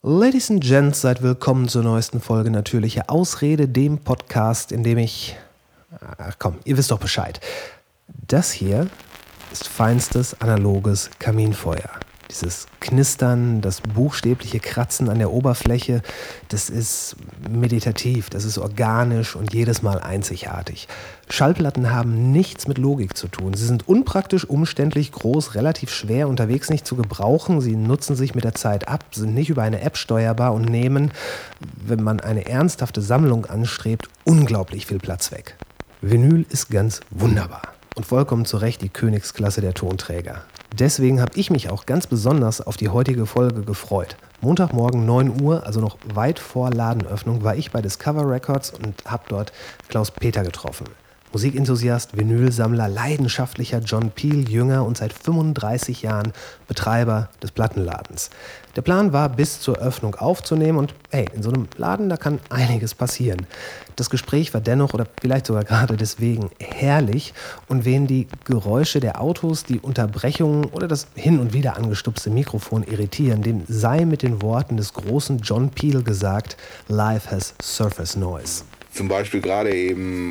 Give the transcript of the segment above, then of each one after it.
Ladies and Gents, seid willkommen zur neuesten Folge Natürliche Ausrede, dem Podcast, in dem ich... Ach komm, ihr wisst doch Bescheid. Das hier ist feinstes, analoges Kaminfeuer. Dieses Knistern, das buchstäbliche Kratzen an der Oberfläche, das ist meditativ, das ist organisch und jedes Mal einzigartig. Schallplatten haben nichts mit Logik zu tun. Sie sind unpraktisch, umständlich, groß, relativ schwer, unterwegs nicht zu gebrauchen. Sie nutzen sich mit der Zeit ab, sind nicht über eine App steuerbar und nehmen, wenn man eine ernsthafte Sammlung anstrebt, unglaublich viel Platz weg. Vinyl ist ganz wunderbar und vollkommen zu Recht die Königsklasse der Tonträger. Deswegen habe ich mich auch ganz besonders auf die heutige Folge gefreut. Montagmorgen 9 Uhr, also noch weit vor Ladenöffnung, war ich bei Discover Records und habe dort Klaus Peter getroffen. Musikenthusiast, Vinylsammler, leidenschaftlicher John Peel-Jünger und seit 35 Jahren Betreiber des Plattenladens. Der Plan war, bis zur Öffnung aufzunehmen und hey, in so einem Laden, da kann einiges passieren. Das Gespräch war dennoch oder vielleicht sogar gerade deswegen herrlich und wen die Geräusche der Autos, die Unterbrechungen oder das hin und wieder angestupste Mikrofon irritieren, dem sei mit den Worten des großen John Peel gesagt, Life has surface noise. Zum Beispiel gerade eben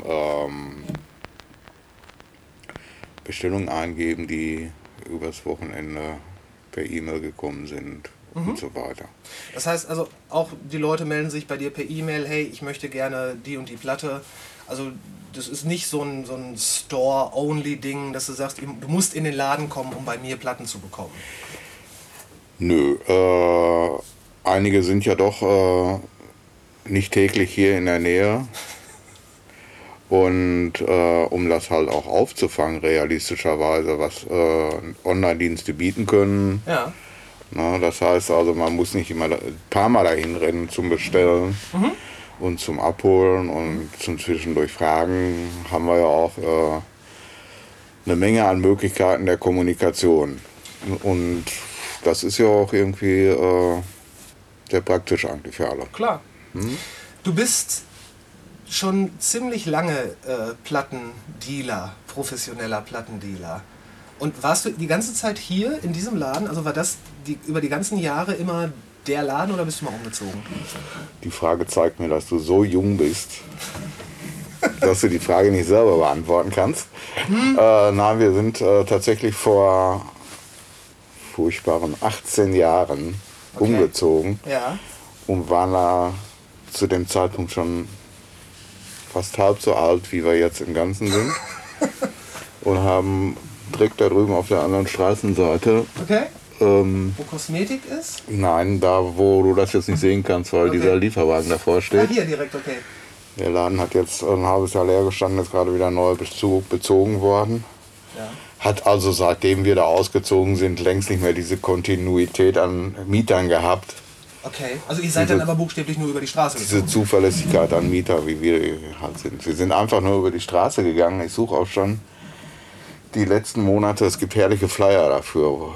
Bestellungen eingeben, die übers Wochenende per E-Mail gekommen sind und so weiter. Das heißt also, auch die Leute melden sich bei dir per E-Mail, hey, ich möchte gerne die und die Platte. Also das ist nicht so ein Store-Only-Ding, dass du sagst, du musst in den Laden kommen, um bei mir Platten zu bekommen. Nö, einige sind ja doch nicht täglich hier in der Nähe. Und um das halt auch aufzufangen, realistischerweise, was Online-Dienste bieten können. Ja. Na, das heißt also, man muss nicht immer ein paar Mal dahin rennen zum Bestellen und zum Abholen und zum Zwischendurch Fragen. Haben wir ja auch eine Menge an Möglichkeiten der Kommunikation. Und das ist ja auch irgendwie sehr praktisch eigentlich für alle. Klar. Du bist schon ziemlich lange Plattendealer, professioneller Plattendealer. Und warst du die ganze Zeit hier in diesem Laden? Also war das über die ganzen Jahre immer der Laden oder bist du mal umgezogen? Die Frage zeigt mir, dass du so jung bist, dass du die Frage nicht selber beantworten kannst. Nein, wir sind tatsächlich vor furchtbaren 18 Jahren umgezogen und waren da zu dem Zeitpunkt schon fast halb so alt, wie wir jetzt im Ganzen sind. Und haben direkt da drüben auf der anderen Straßenseite. Okay. Wo Kosmetik ist? Nein, da wo du das jetzt nicht sehen kannst, weil dieser Lieferwagen davor steht. Hier direkt, okay. Der Laden hat jetzt ein halbes Jahr leer gestanden, ist gerade wieder neu bezogen worden. Ja. Hat also seitdem wir da ausgezogen sind, längst nicht mehr diese Kontinuität an Mietern gehabt. Okay, also ihr seid dann aber buchstäblich nur über die Straße gegangen? Diese Zuverlässigkeit an Mieter, wie wir halt sind. Wir sind einfach nur über die Straße gegangen. Ich suche auch schon die letzten Monate, es gibt herrliche Flyer dafür,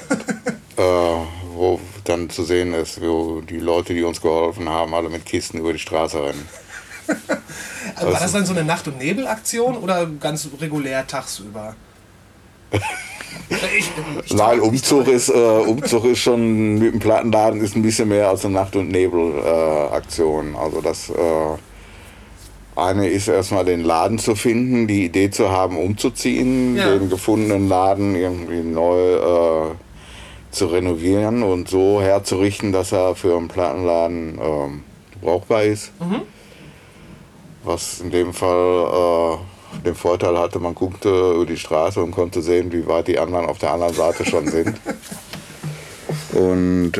wo dann zu sehen ist, wo die Leute, die uns geholfen haben, alle mit Kisten über die Straße rennen. Also war das dann so eine Nacht- und Nebel-Aktion oder ganz regulär tagsüber? Nein, Umzug ist schon mit dem Plattenladen ist ein bisschen mehr als eine Nacht- und Nebel-Aktion. Also das eine ist erstmal den Laden zu finden, die Idee zu haben, umzuziehen, den gefundenen Laden irgendwie neu zu renovieren und so herzurichten, dass er für einen Plattenladen brauchbar ist. Was in dem Fall den Vorteil hatte, man guckte über die Straße und konnte sehen, wie weit die anderen auf der anderen Seite schon sind. Und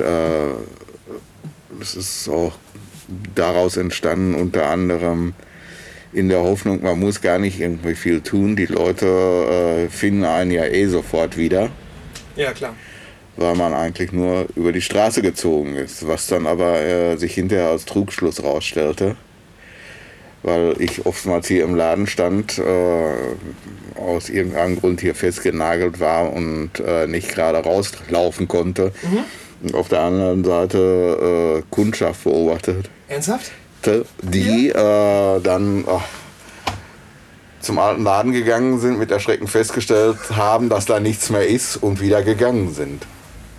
es ist auch daraus entstanden, unter anderem in der Hoffnung, man muss gar nicht irgendwie viel tun. Die Leute finden einen ja eh sofort wieder. Ja, klar. Weil man eigentlich nur über die Straße gezogen ist. Was dann aber sich hinterher als Trugschluss rausstellte. Weil ich oftmals hier im Laden stand, aus irgendeinem Grund hier festgenagelt war und nicht gerade rauslaufen konnte. Und auf der anderen Seite Kundschaft beobachtet. Ernsthaft? Die dann zum alten Laden gegangen sind, mit Erschrecken festgestellt haben, dass da nichts mehr ist und wieder gegangen sind.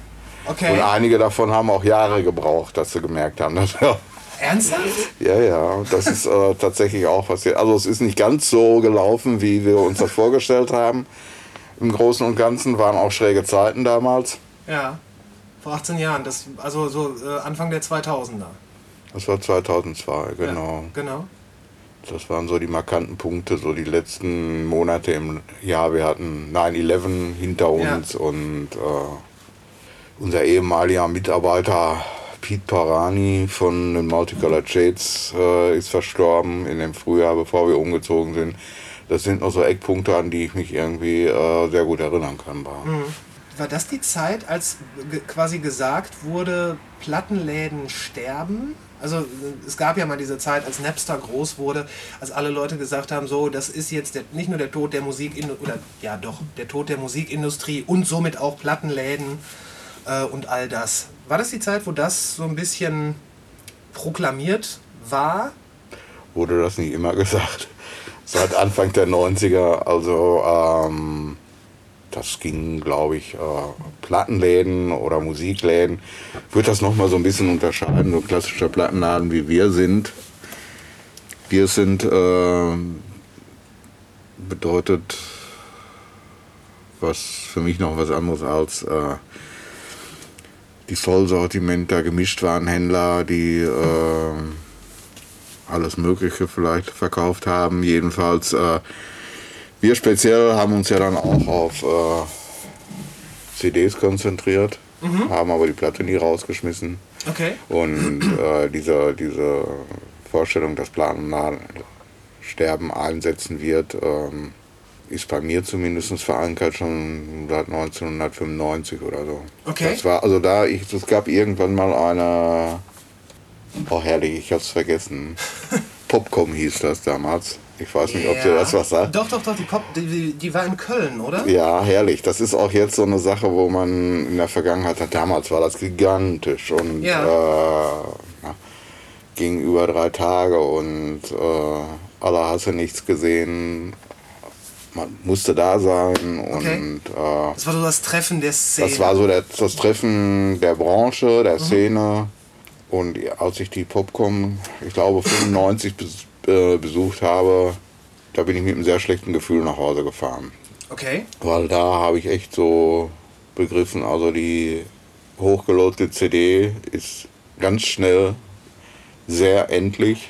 Okay. Und einige davon haben auch Jahre gebraucht, dass sie gemerkt haben, dass Ernsthaft? ja, das ist tatsächlich auch passiert. Also es ist nicht ganz so gelaufen, wie wir uns das vorgestellt haben. Im Großen und Ganzen waren auch schräge Zeiten damals. Ja, vor 18 Jahren, also so Anfang der 2000er. Das war 2002, genau. Ja, genau. Das waren so die markanten Punkte, so die letzten Monate im Jahr. Wir hatten 9/11 hinter uns und unser ehemaliger Mitarbeiter Pete Parani von den Multicolored Shades ist verstorben in dem Frühjahr, bevor wir umgezogen sind. Das sind noch so Eckpunkte, an die ich mich irgendwie sehr gut erinnern kann. War das die Zeit, als quasi gesagt wurde, Plattenläden sterben? Also es gab ja mal diese Zeit, als Napster groß wurde, als alle Leute gesagt haben, so, das ist jetzt nicht nur der Tod der der Tod der Musikindustrie und somit auch Plattenläden und all das. War das die Zeit, wo das so ein bisschen proklamiert war? Wurde das nicht immer gesagt? Seit Anfang der 90er, also das ging, glaube ich, Plattenläden oder Musikläden. Ich würde das nochmal so ein bisschen unterscheiden, so ein klassischer Plattenladen wie wir sind. Wir sind, bedeutet was für mich noch was anderes als die Vollsortimenter, Gemischtwarenhändler, die alles Mögliche vielleicht verkauft haben. Jedenfalls wir speziell haben uns ja dann auch auf CDs konzentriert, haben aber die Platte nie rausgeschmissen. Okay. Und diese Vorstellung, dass Plattenladen sterben einsetzen wird, ist bei mir zumindest verankert schon seit 1995 oder so. Okay. Das war also es gab irgendwann mal eine, oh herrlich, ich hab's vergessen. Popcom hieß das damals. Ich weiß nicht, ob dir das was sagt. Doch, die war in Köln, oder? Ja, herrlich. Das ist auch jetzt so eine Sache, wo man in der Vergangenheit hat. Damals war das gigantisch und ging über 3 Tage und alle hast du nichts gesehen. Man musste da sein und das war so das Treffen der Szene. Das war so das Treffen der Branche, der Szene. Und als ich die Popcom, ich glaube 95 besucht habe, da bin ich mit einem sehr schlechten Gefühl nach Hause gefahren. Okay. Weil da habe ich echt so begriffen, also die hochgelotete CD ist ganz schnell sehr endlich,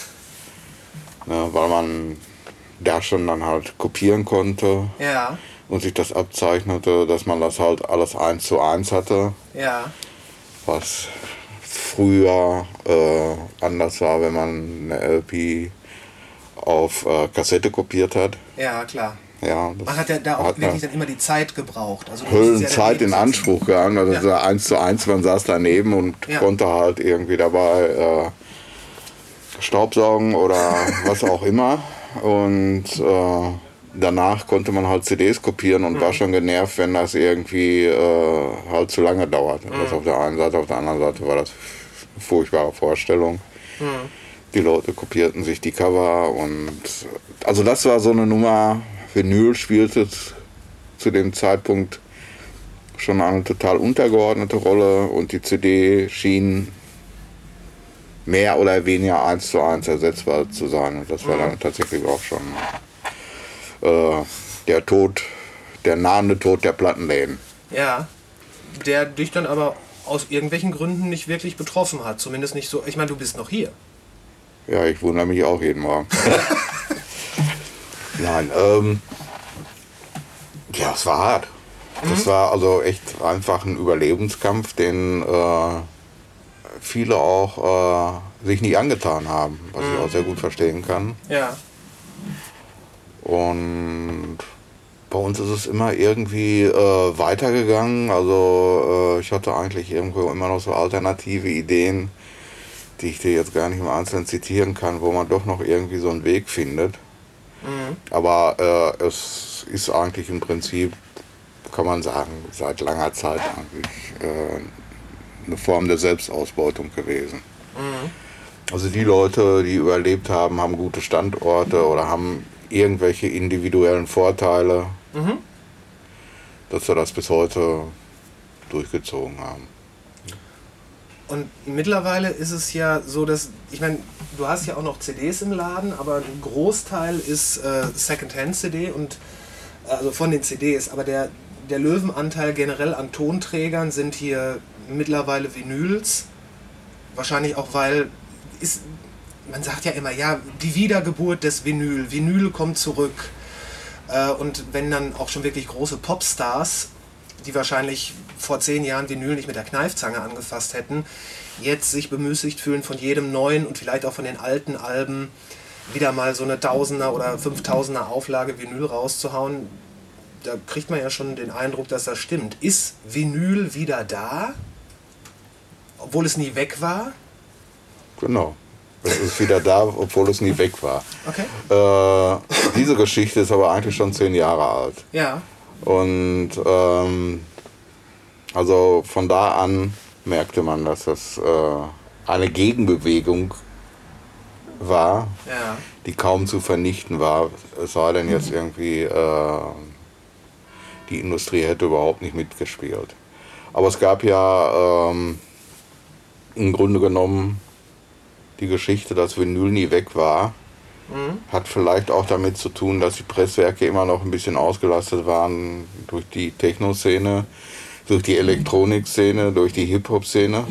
weil man da schon dann halt kopieren konnte und sich das abzeichnete, dass man das halt alles 1:1 hatte. Ja. Was früher anders war, wenn man eine LP auf Kassette kopiert hat. Ja, klar. Ja, man hat ja da auch wirklich dann immer die Zeit gebraucht. Also Höllenzeit in Anspruch gegangen. Also das war 1:1, man saß daneben und konnte halt irgendwie dabei Staubsaugen oder was auch immer. Und danach konnte man halt CDs kopieren und war schon genervt, wenn das irgendwie halt zu lange dauert. Das auf der einen Seite, auf der anderen Seite war das eine furchtbare Vorstellung. Die Leute kopierten sich die Cover und also das war so eine Nummer. Vinyl spielte zu dem Zeitpunkt schon eine total untergeordnete Rolle und die CD schien mehr oder weniger 1:1 ersetzbar zu sein. Und das war dann tatsächlich auch schon der nahende Tod der Plattenläden. Ja, der dich dann aber aus irgendwelchen Gründen nicht wirklich betroffen hat. Zumindest nicht so. Ich meine, du bist noch hier. Ja, ich wundere mich auch jeden Morgen. Nein, ja, es war hart. Das war also echt einfach ein Überlebenskampf, den viele auch sich nicht angetan haben, was ich auch sehr gut verstehen kann. Ja. Und bei uns ist es immer irgendwie weitergegangen. Also ich hatte eigentlich irgendwo immer noch so alternative Ideen, die ich dir jetzt gar nicht im Einzelnen zitieren kann, wo man doch noch irgendwie so einen Weg findet. Aber es ist eigentlich im Prinzip, kann man sagen, seit langer Zeit eigentlich eine Form der Selbstausbeutung gewesen. Also die Leute, die überlebt haben, haben gute Standorte oder haben irgendwelche individuellen Vorteile, dass sie das bis heute durchgezogen haben. Und mittlerweile ist es ja so, dass, ich meine, du hast ja auch noch CDs im Laden, aber ein Großteil ist Secondhand-CD und also von den CDs, aber der Löwenanteil generell an Tonträgern sind hier mittlerweile Vinyls. Wahrscheinlich auch, weil man sagt ja immer, ja, die Wiedergeburt des Vinyl. Vinyl kommt zurück. Und wenn dann auch schon wirklich große Popstars, die wahrscheinlich vor 10 Jahren Vinyl nicht mit der Kneifzange angefasst hätten, jetzt sich bemüßigt fühlen, von jedem neuen und vielleicht auch von den alten Alben wieder mal so eine 1000er oder 5000er Auflage Vinyl rauszuhauen, da kriegt man ja schon den Eindruck, dass das stimmt. Ist Vinyl wieder da, obwohl es nie weg war? Genau. Es ist wieder da, obwohl es nie weg war. Okay. Diese Geschichte ist aber eigentlich schon 10 Jahre alt. Ja. Und also von da an merkte man, dass das eine Gegenbewegung war, Ja. die kaum zu vernichten war. Es sei denn jetzt irgendwie, die Industrie hätte überhaupt nicht mitgespielt. Aber es gab ja im Grunde genommen die Geschichte, dass Vinyl nie weg war. Hat vielleicht auch damit zu tun, dass die Presswerke immer noch ein bisschen ausgelastet waren durch die Techno-Szene, durch die Elektronik-Szene, durch die Hip-Hop-Szene,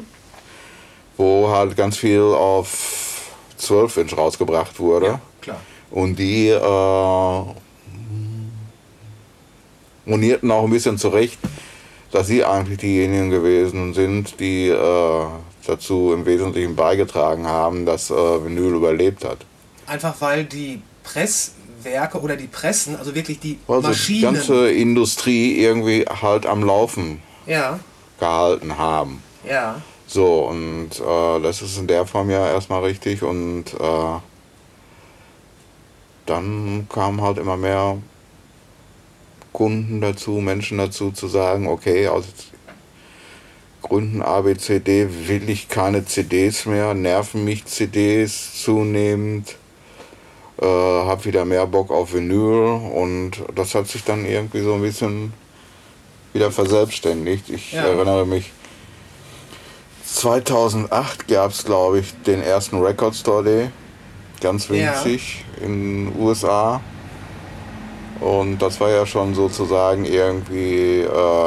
wo halt ganz viel auf 12-Inch rausgebracht wurde. Ja, klar. Und die monierten auch ein bisschen zurecht, dass sie eigentlich diejenigen gewesen sind, die dazu im Wesentlichen beigetragen haben, dass Vinyl überlebt hat. Einfach weil die Presswerke oder die Pressen, also wirklich die Also Maschinen... die ganze Industrie irgendwie halt am Laufen Ja, gehalten haben. ja. So, und das ist in der Form ja erstmal richtig. Und dann kamen halt immer mehr Kunden dazu, Menschen dazu, zu sagen, okay, aus Gründen A, B, C, D will ich keine CDs mehr, nerven mich CDs zunehmend, habe wieder mehr Bock auf Vinyl, und das hat sich dann irgendwie so ein bisschen wieder verselbstständigt. Ich erinnere mich, 2008 gab es, glaube ich, den ersten Record Store Day, ganz winzig, in den USA. Und das war ja schon sozusagen irgendwie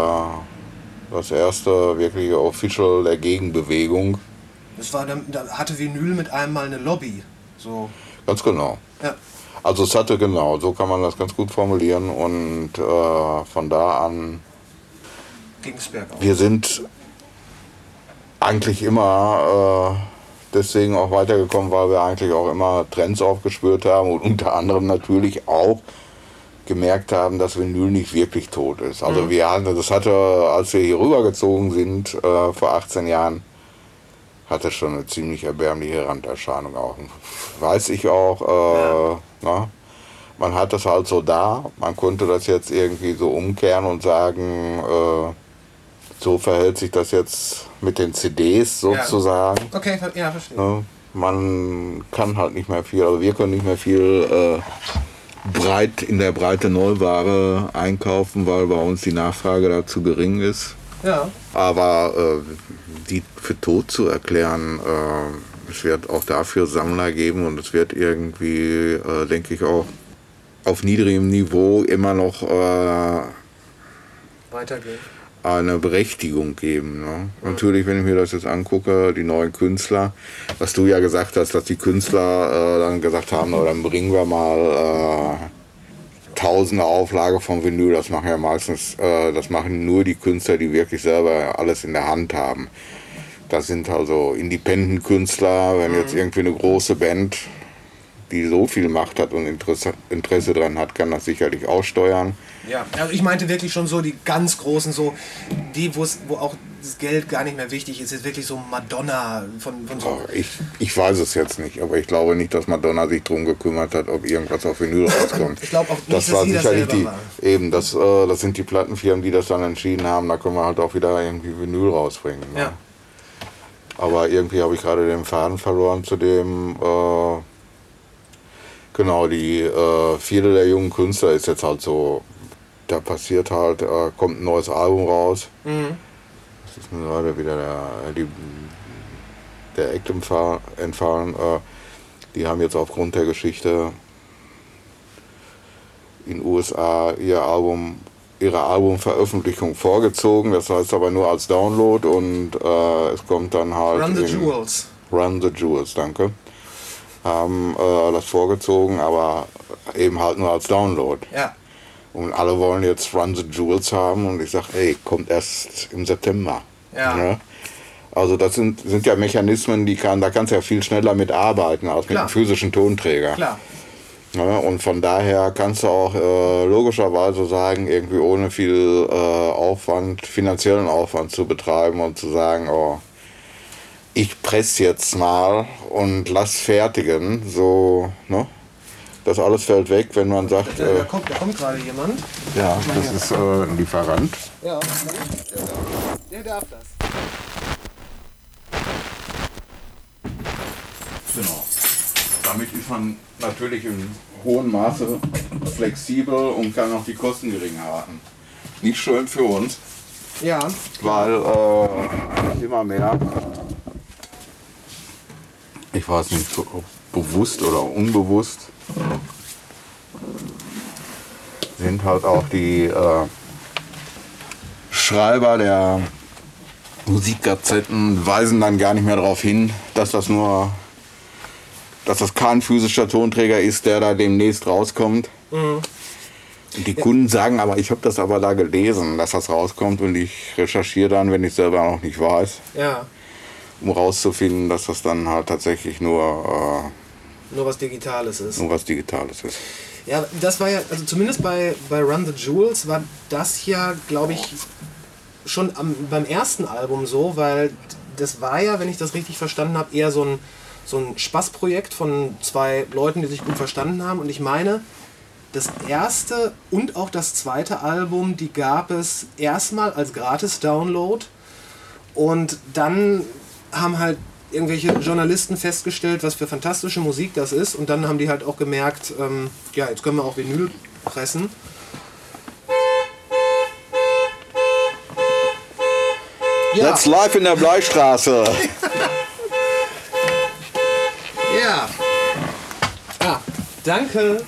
das erste wirkliche Official der Gegenbewegung. Das war, da hatte Vinyl mit einem mal eine Lobby. So. Ganz genau. Ja. Also es hatte, genau, so kann man das ganz gut formulieren, und von da an Ging es bergauf. wir sind eigentlich immer deswegen auch weitergekommen, weil wir eigentlich auch immer Trends aufgespürt haben und unter anderem natürlich auch gemerkt haben, dass Vinyl nicht wirklich tot ist. Also das hatte, als wir hier rübergezogen sind, vor 18 Jahren, hatte schon eine ziemlich erbärmliche Randerscheinung auch. Weiß ich auch, na, man hat das halt so da, man konnte das jetzt irgendwie so umkehren und sagen, so verhält sich das jetzt mit den CDs sozusagen. Ja. Okay, ja, verstehe. Ne? Man kann halt nicht mehr viel, also wir können nicht mehr viel in der Breite Neuware einkaufen, weil bei uns die Nachfrage da zu gering ist. Ja. Aber die für tot zu erklären, es wird auch dafür Sammler geben, und es wird irgendwie, denke ich, auch auf niedrigem Niveau immer noch Weitergehen. eine Berechtigung geben. Ne? Natürlich, wenn ich mir das jetzt angucke, die neuen Künstler, was du ja gesagt hast, dass die Künstler dann gesagt haben, na, dann bringen wir mal tausende Auflage von Vinyl. Das machen ja meistens, das machen nur die Künstler, die wirklich selber alles in der Hand haben. Das sind also Independent-Künstler, wenn jetzt irgendwie eine große Band, die so viel Macht hat und Interesse dran hat, kann das sicherlich auch steuern. Ja, also ich meinte wirklich schon so die ganz großen, so die, wo auch das Geld gar nicht mehr wichtig ist, jetzt wirklich so Madonna von so. Ich weiß es jetzt nicht, aber ich glaube nicht, dass Madonna sich darum gekümmert hat, ob irgendwas auf Vinyl rauskommt. Ich glaube auch nicht, das dass war sie das sicherlich selber war. Eben, das sind die Plattenfirmen, die das dann entschieden haben, da können wir halt auch wieder irgendwie Vinyl rausbringen. Ne? Ja. Aber irgendwie habe ich gerade den Faden verloren zu dem, genau, die viele der jungen Künstler ist jetzt halt so da passiert halt, kommt ein neues Album raus. Das ist mir gerade wieder der Act entfallen. Die haben jetzt aufgrund der Geschichte in den USA ihre Albumveröffentlichung vorgezogen. Das heißt aber nur als Download und es kommt dann halt Run the Jewels, danke. Haben das vorgezogen, aber eben halt nur als Download. Ja. Und alle wollen jetzt Run the Jewels haben und ich sage, ey, kommt erst im September. Ja. Ja? Also das sind ja Mechanismen, da kannst du ja viel schneller mit arbeiten als mit einem physischen Tonträger. Klar. Ja, und von daher kannst du auch logischerweise sagen, irgendwie ohne viel finanziellen Aufwand zu betreiben und zu sagen, oh, ich presse jetzt mal und lass fertigen, so, ne? Das alles fällt weg, wenn man sagt... Da kommt gerade jemand. Ja, das ist ein Lieferant. Ja, der darf das. Genau. Damit ist man natürlich in hohem Maße flexibel und kann auch die Kosten gering halten. Nicht schön für uns. Ja. Weil immer mehr, ich weiß nicht, ob bewusst oder unbewusst, sind halt auch die Schreiber der Musikgazetten weisen dann gar nicht mehr darauf hin, dass das kein physischer Tonträger ist, der da demnächst rauskommt. Und die Kunden sagen aber, ich habe das aber da gelesen, dass das rauskommt und ich recherchiere dann, wenn ich selber noch nicht weiß, um rauszufinden, dass das dann halt tatsächlich nur was Digitales ist. Ja, das war ja, also zumindest bei Run the Jewels war das ja, glaube ich, schon beim ersten Album so, weil das war ja, wenn ich das richtig verstanden habe, eher so ein Spaßprojekt von zwei Leuten, die sich gut verstanden haben. Und ich meine, das erste und auch das zweite Album, die gab es erstmal als Gratis-Download. Und dann haben halt irgendwelche Journalisten festgestellt, was für fantastische Musik das ist. Und dann haben die halt auch gemerkt, jetzt können wir auch Vinyl pressen. Ja. That's live in der Bleistraße. Ja. Danke.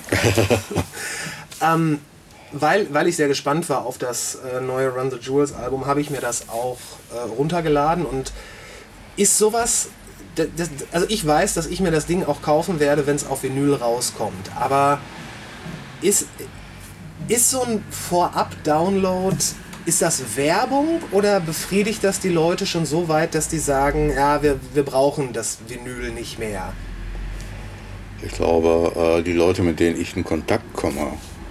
Weil ich sehr gespannt war auf das neue Run the Jewels Album, habe ich mir das auch runtergeladen und ist sowas, also ich weiß, dass ich mir das Ding auch kaufen werde, wenn es auf Vinyl rauskommt, aber ist so ein Vorab-Download, ist das Werbung oder befriedigt das die Leute schon so weit, dass die sagen, ja, wir brauchen das Vinyl nicht mehr? Ich glaube, die Leute, mit denen ich in Kontakt komme,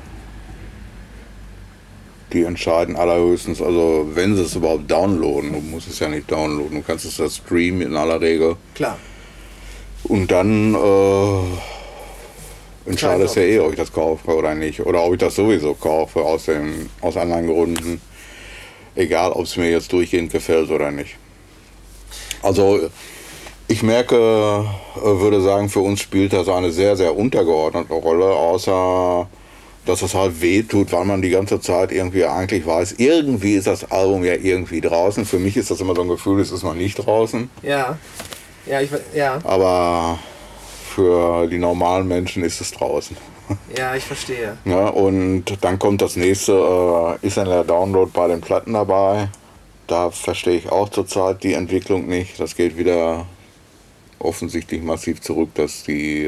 die entscheiden allerhöchstens, also wenn sie es überhaupt downloaden, du musst es ja nicht downloaden, du kannst es ja streamen in aller Regel. Klar. Und dann entscheidest ja ob ich das kaufe oder nicht. Oder ob ich das sowieso kaufe, aus anderen Gründen. Egal, ob es mir jetzt durchgehend gefällt oder nicht. Also ich merke, würde sagen, für uns spielt das eine sehr, sehr untergeordnete Rolle, außer dass es halt wehtut, weil man die ganze Zeit irgendwie eigentlich weiß, irgendwie ist das Album ja irgendwie draußen. Für mich ist das immer so ein Gefühl, es ist noch nicht draußen. Ja. Aber für die normalen Menschen ist es draußen. Ja, ich verstehe. Ja, und dann kommt das nächste, ist dann der Download bei den Platten dabei. Da verstehe ich auch zurzeit die Entwicklung nicht. Das geht wieder offensichtlich massiv zurück, dass die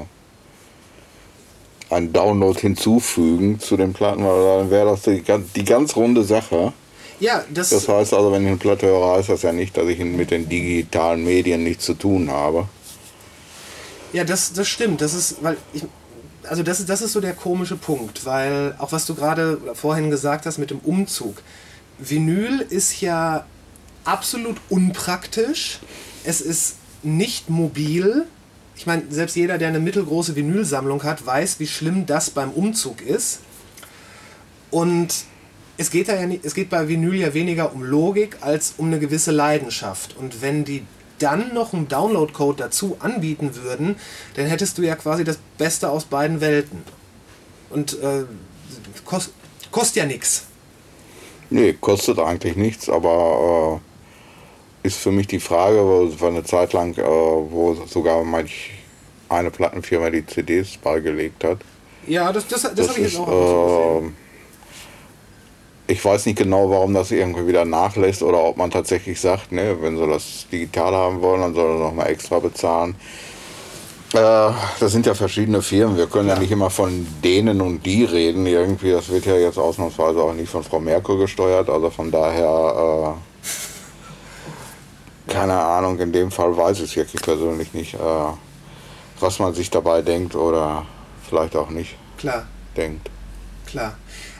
einen Download hinzufügen zu den Platten, weil dann wäre das die ganz runde Sache. Ja, das heißt also, wenn ich eine Platte höre, heißt das ja nicht, dass ich mit den digitalen Medien nichts zu tun habe. Ja, das stimmt. Das ist, das ist so der komische Punkt, weil auch was du gerade vorhin gesagt hast mit dem Umzug. Vinyl ist ja absolut unpraktisch. Es ist nicht mobil. Ich meine, selbst jeder, der eine mittelgroße Vinylsammlung hat, weiß, wie schlimm das beim Umzug ist. Und es geht bei Vinyl ja weniger um Logik als um eine gewisse Leidenschaft. Und wenn die dann noch einen Download-Code dazu anbieten würden, dann hättest du ja quasi das Beste aus beiden Welten. Und Kostet ja nichts. Nee, kostet eigentlich nichts, aber ist für mich die Frage, weil es war eine Zeit lang, wo sogar eine Plattenfirma die CDs beigelegt hat. Ja, das habe ich jetzt auch gesehen. Ich weiß nicht genau, warum das irgendwie wieder nachlässt oder ob man tatsächlich sagt, ne, wenn sie das digital haben wollen, dann soll er nochmal extra bezahlen. Das sind ja verschiedene Firmen. Wir können ja nicht immer von denen und die reden. Irgendwie, das wird ja jetzt ausnahmsweise auch nicht von Frau Merkel gesteuert. Also von daher, keine Ahnung, in dem Fall weiß ich es wirklich persönlich nicht, was man sich dabei denkt oder vielleicht auch nicht denkt. Klar.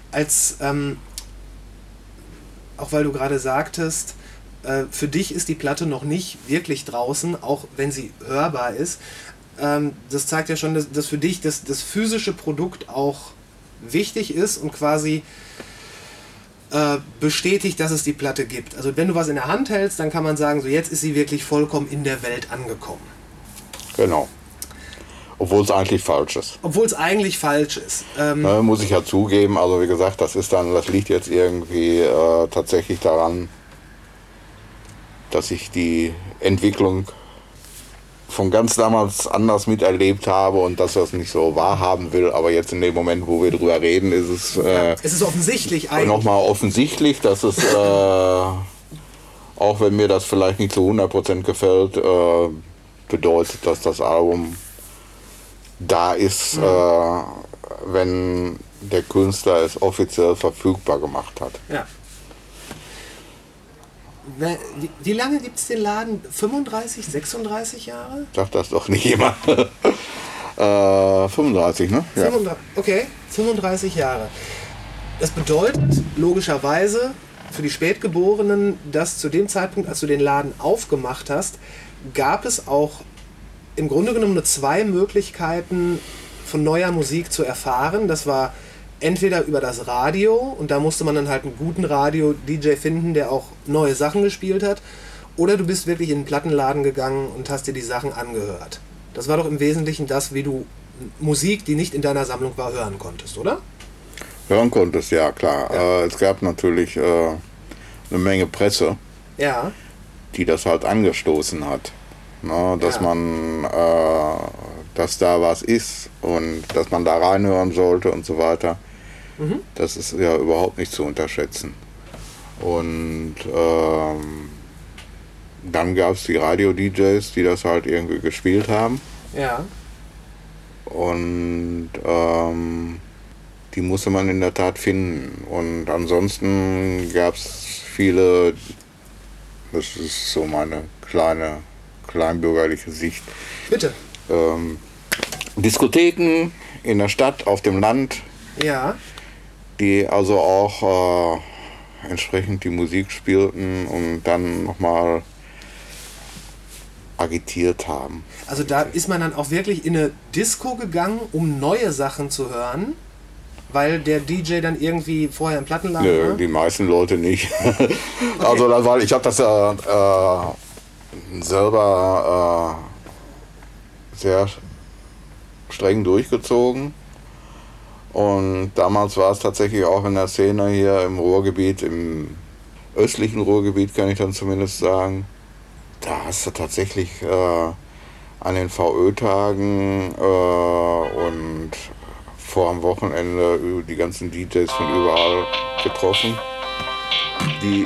Auch weil du gerade sagtest, für dich ist die Platte noch nicht wirklich draußen, auch wenn sie hörbar ist. Das zeigt ja schon, dass für dich das physische Produkt auch wichtig ist und quasi bestätigt, dass es die Platte gibt. Also wenn du was in der Hand hältst, dann kann man sagen, so jetzt ist sie wirklich vollkommen in der Welt angekommen. Genau. Obwohl es eigentlich falsch ist. Muss ich ja zugeben, also wie gesagt, das liegt jetzt irgendwie tatsächlich daran, dass ich die Entwicklung von ganz damals anders miterlebt habe und dass das nicht so wahrhaben will, aber jetzt in dem Moment, wo wir drüber reden, ist es... es ist offensichtlich eigentlich. Nochmal offensichtlich, dass es, auch wenn mir das vielleicht nicht zu 100% gefällt, bedeutet, dass das Album da ist, wenn der Künstler es offiziell verfügbar gemacht hat. Ja. Wie lange gibt es den Laden? 35, 36 Jahre? Sagt das doch nicht jemand. 35, ne? Ja. 35 Jahre. Das bedeutet logischerweise für die Spätgeborenen, dass zu dem Zeitpunkt, als du den Laden aufgemacht hast, gab es auch im Grunde genommen nur zwei Möglichkeiten, von neuer Musik zu erfahren. Das war entweder über das Radio, und da musste man dann halt einen guten Radio-DJ finden, der auch neue Sachen gespielt hat, oder du bist wirklich in den Plattenladen gegangen und hast dir die Sachen angehört. Das war doch im Wesentlichen das, wie du Musik, die nicht in deiner Sammlung war, hören konntest, oder? Hören konntest, ja klar. Ja. Es gab natürlich eine Menge Presse, die das halt angestoßen hat. Na, dass man, dass da was ist und dass man da reinhören sollte und so weiter. Das ist ja überhaupt nicht zu unterschätzen. Und dann gab es die Radio-DJs, die das halt irgendwie gespielt haben. Ja. Und die musste man in der Tat finden. Und ansonsten gab es viele, das ist so meine kleinbürgerliche Sicht. Bitte. Diskotheken in der Stadt, auf dem Land. Ja. Die also auch entsprechend die Musik spielten und dann nochmal agitiert haben. Also da ist man dann auch wirklich in eine Disco gegangen, um neue Sachen zu hören, weil der DJ dann irgendwie vorher im Plattenladen war? Die meisten Leute nicht. Okay. Also weil ich habe das ja selber sehr streng durchgezogen. Und damals war es tatsächlich auch in der Szene hier im Ruhrgebiet, im östlichen Ruhrgebiet kann ich dann zumindest sagen, da hast du tatsächlich an den VÖ-Tagen und vor am Wochenende die ganzen DJs von überall getroffen, die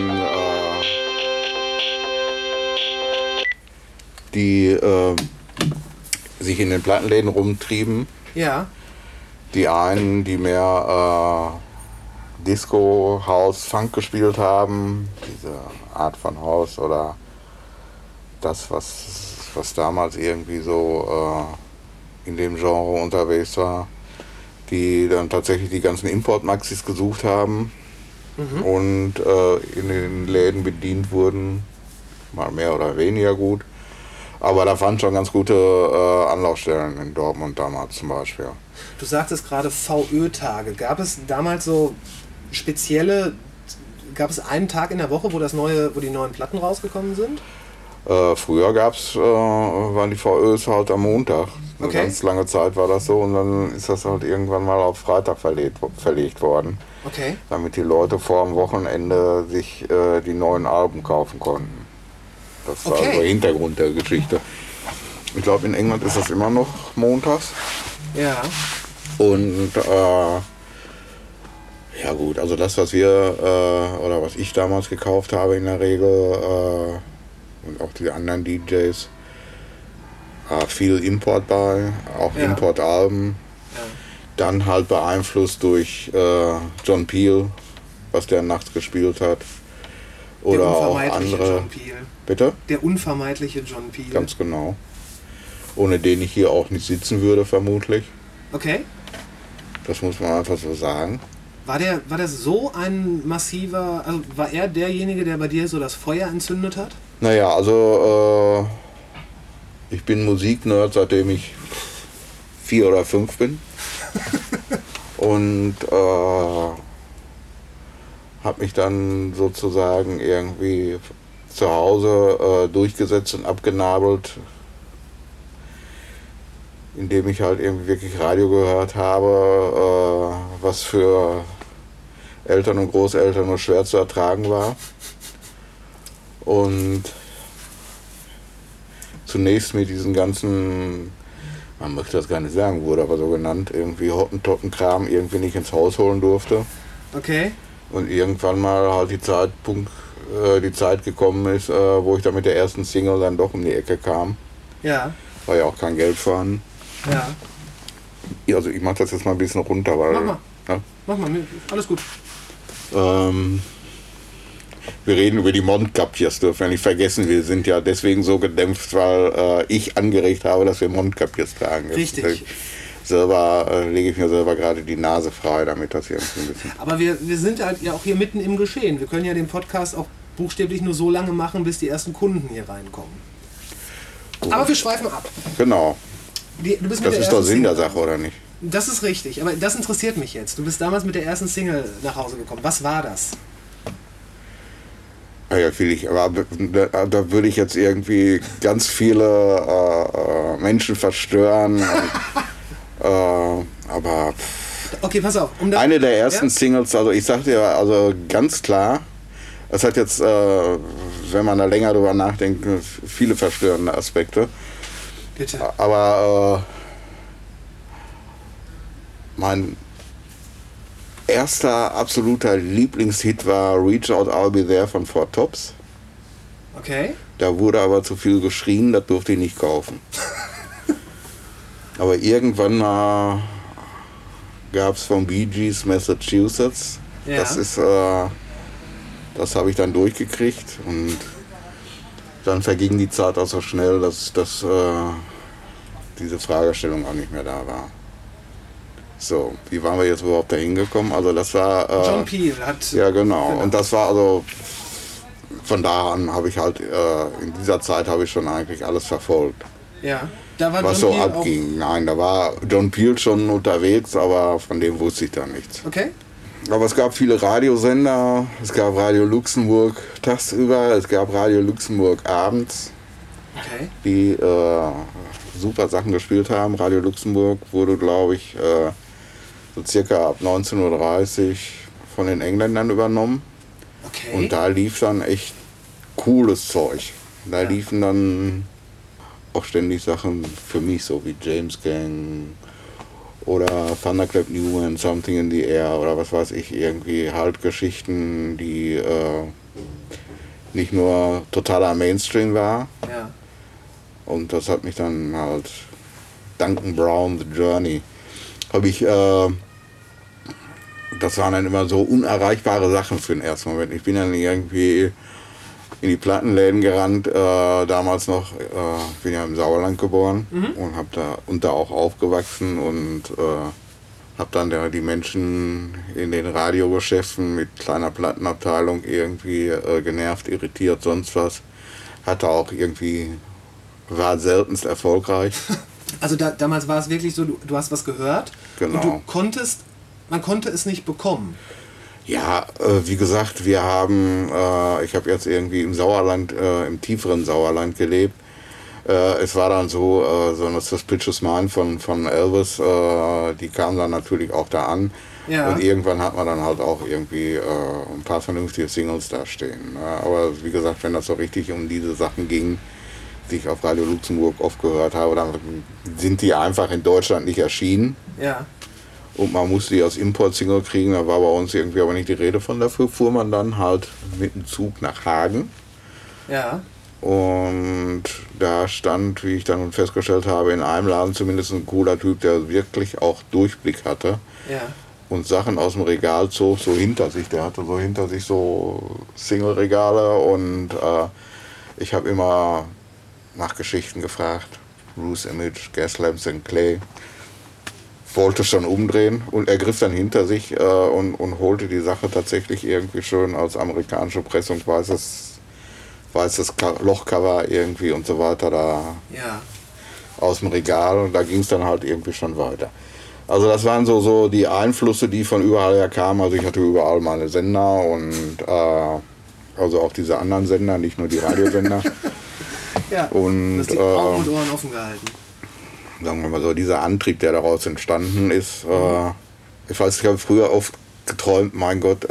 sich in den Plattenläden rumtrieben. Ja. Die einen, die mehr Disco, House, Funk gespielt haben, diese Art von House oder das, was damals irgendwie so in dem Genre unterwegs war, die dann tatsächlich die ganzen Import-Maxis gesucht haben und in den Läden bedient wurden, mal mehr oder weniger gut. Aber da fanden schon ganz gute Anlaufstellen in Dortmund damals zum Beispiel. Du sagtest gerade VÖ-Tage. Gab es damals so gab es einen Tag in der Woche, wo die neuen Platten rausgekommen sind? Früher waren die VÖs halt am Montag. Eine ganz lange Zeit war das so und dann ist das halt irgendwann mal auf Freitag verlegt worden. Okay. Damit die Leute vor dem Wochenende sich die neuen Alben kaufen konnten. Das war der Hintergrund der Geschichte. Ich glaube, in England ist das immer noch montags. Ja. Und ja gut, also das, was wir oder was ich damals gekauft habe in der Regel und auch die anderen DJs, viel Import bei, auch Importalben. Ja. Dann halt beeinflusst durch John Peel, was der nachts gespielt hat. Oder auch andere. John Peel. Bitte? Der unvermeidliche John Peel. Ganz genau. Ohne den ich hier auch nicht sitzen würde, vermutlich. Okay. Das muss man einfach so sagen. War der so ein massiver, also war er derjenige, der bei dir so das Feuer entzündet hat? Naja, also ich bin Musiknerd, seitdem ich 4 oder 5 bin. Und habe mich dann sozusagen irgendwie zu Hause durchgesetzt und abgenabelt, indem ich halt irgendwie wirklich Radio gehört habe, was für Eltern und Großeltern nur schwer zu ertragen war. Und zunächst mit diesen ganzen, man möchte das gar nicht sagen, wurde aber so genannt, irgendwie Hottentotten-Kram irgendwie nicht ins Haus holen durfte. Okay. Und irgendwann mal halt die Zeit gekommen ist, wo ich dann mit der ersten Single dann doch um die Ecke kam. Ja. War ja auch kein Geld vorhanden. Ja. Also ich mach das jetzt mal ein bisschen runter, weil... Mach mal. Ja? Mach mal, alles gut. Wir reden über die Mondkapjes, dürfen wir nicht vergessen. Wir sind ja deswegen so gedämpft, weil ich angeregt habe, dass wir Mondkapjes tragen. Richtig. Lege ich mir selber gerade die Nase frei, damit das hier ein bisschen... Aber wir sind halt ja auch hier mitten im Geschehen. Wir können ja den Podcast auch buchstäblich nur so lange machen, bis die ersten Kunden hier reinkommen. Gut. Aber wir schweifen ab. Genau. Du bist das ist doch Sinn der Sache, oder nicht? Das ist richtig, aber das interessiert mich jetzt. Du bist damals mit der ersten Single nach Hause gekommen. Was war das? Ja, da würde ich jetzt irgendwie ganz viele Menschen verstören. Aber okay, pass auf. Eine der ersten Singles, also ich sag dir also ganz klar, es hat jetzt, wenn man da länger drüber nachdenkt, viele verstörende Aspekte. Bitte. Aber mein erster absoluter Lieblingshit war Reach Out, I'll Be There von Four Tops. Okay. Da wurde aber zu viel geschrien, das durfte ich nicht kaufen. Aber irgendwann mal gab es von Bee Gees Massachusetts. Ja. Das habe ich dann durchgekriegt und dann verging die Zeit auch so schnell, dass diese Fragestellung auch nicht mehr da war. So, wie waren wir jetzt überhaupt da hingekommen? Also das war... John Peel hat... Ja, genau. Und das war also... Von da an habe ich halt... in dieser Zeit habe ich schon eigentlich alles verfolgt. Ja. Da war was John so Peel abging. Nein, da war John Peel schon unterwegs, aber von dem wusste ich da nichts. Okay. Aber es gab viele Radiosender. Es gab Radio Luxemburg tagsüber. Es gab Radio Luxemburg abends. Okay. Die super Sachen gespielt haben. Radio Luxemburg wurde, glaube ich... so circa ab 19:30 Uhr von den Engländern übernommen. Okay. Und da lief dann echt cooles Zeug. Da liefen dann auch ständig Sachen für mich, so wie James Gang oder Thunderclap Newman, Something in the Air oder was weiß ich, irgendwie halt Geschichten, die nicht nur totaler Mainstream war. Ja. Und das hat mich dann halt Duncan Brown, The Journey, habe ich das waren dann immer so unerreichbare Sachen für den ersten Moment. Ich bin dann irgendwie in die Plattenläden gerannt, damals noch, bin ja im Sauerland geboren und da auch aufgewachsen und habe dann die Menschen in den Radiogeschäften mit kleiner Plattenabteilung irgendwie genervt, irritiert, sonst was. War seltenst erfolgreich. Also damals war es wirklich so, du hast was gehört, genau. Und man konnte es nicht bekommen. Ja, wie gesagt, ich habe jetzt irgendwie im Sauerland, im tieferen Sauerland gelebt. Es war dann so eine Suspicious Mind von Elvis, die kam dann natürlich auch da an. Ja. Und irgendwann hat man dann halt auch irgendwie ein paar vernünftige Singles da stehen. Aber wie gesagt, wenn das so richtig um diese Sachen ging, die ich auf Radio Luxemburg oft gehört habe, dann sind die einfach in Deutschland nicht erschienen. Ja. Und man musste die als Import-Single kriegen, da war bei uns irgendwie aber nicht die Rede von. Dafür fuhr man dann halt mit dem Zug nach Hagen. Ja. Und da stand, wie ich dann festgestellt habe, in einem Laden zumindest ein cooler Typ, der wirklich auch Durchblick hatte. Ja. Und Sachen aus dem Regal zog so hinter sich. Der hatte so hinter sich so Single-Regale und ich habe immer nach Geschichten gefragt. Bruce Image, Gaslamps and Clay. Wollte schon umdrehen und er griff dann hinter sich und holte die Sache tatsächlich irgendwie schön als amerikanische Pressung, weißes Lochcover irgendwie und so weiter da aus dem Regal und da ging es dann halt irgendwie schon weiter. Also das waren so die Einflüsse, die von überall her kamen. Also ich hatte überall meine Sender und also auch diese anderen Sender, nicht nur die Radiosender. Ja, und das die Augen und Ohren offen gehalten. Sagen wir mal so, dieser Antrieb, der daraus entstanden ist. Ich weiß, ich habe früher oft geträumt, mein Gott,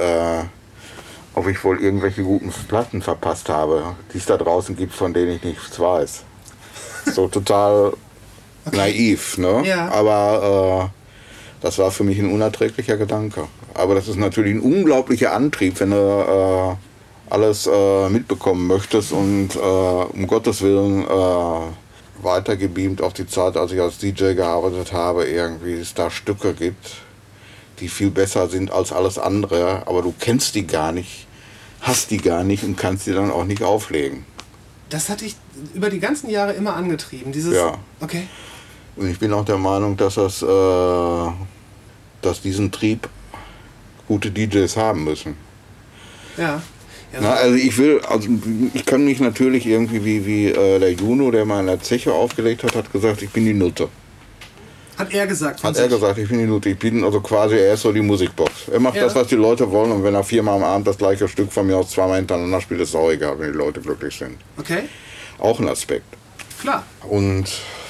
ob ich wohl irgendwelche guten Platten verpasst habe, die es da draußen gibt, von denen ich nichts weiß. So total naiv, ne? Ja. Aber das war für mich ein unerträglicher Gedanke. Aber das ist natürlich ein unglaublicher Antrieb, wenn du alles mitbekommen möchtest und um Gottes Willen weitergebeamt auf die Zeit, als ich als DJ gearbeitet habe, irgendwie es da Stücke gibt, die viel besser sind als alles andere, aber du kennst die gar nicht, hast die gar nicht und kannst die dann auch nicht auflegen. Das hatte ich über die ganzen Jahre immer angetrieben, dieses... Ja. Okay. Und ich bin auch der Meinung, dass diesen Trieb gute DJs haben müssen. Ja. Na, also ich kann mich natürlich irgendwie wie der Juno, der mal in der Zeche aufgelegt hat gesagt, ich bin die Nutte. Hat er gesagt? Hat er gesagt, ich bin die Nutte. Ich bin also quasi, er ist so die Musikbox. Er macht das, was die Leute wollen und wenn er 4-mal am Abend das gleiche Stück von mir aus 2-mal hintereinander spielt, ist es auch egal, wenn die Leute glücklich sind. Okay. Auch ein Aspekt. Klar. Und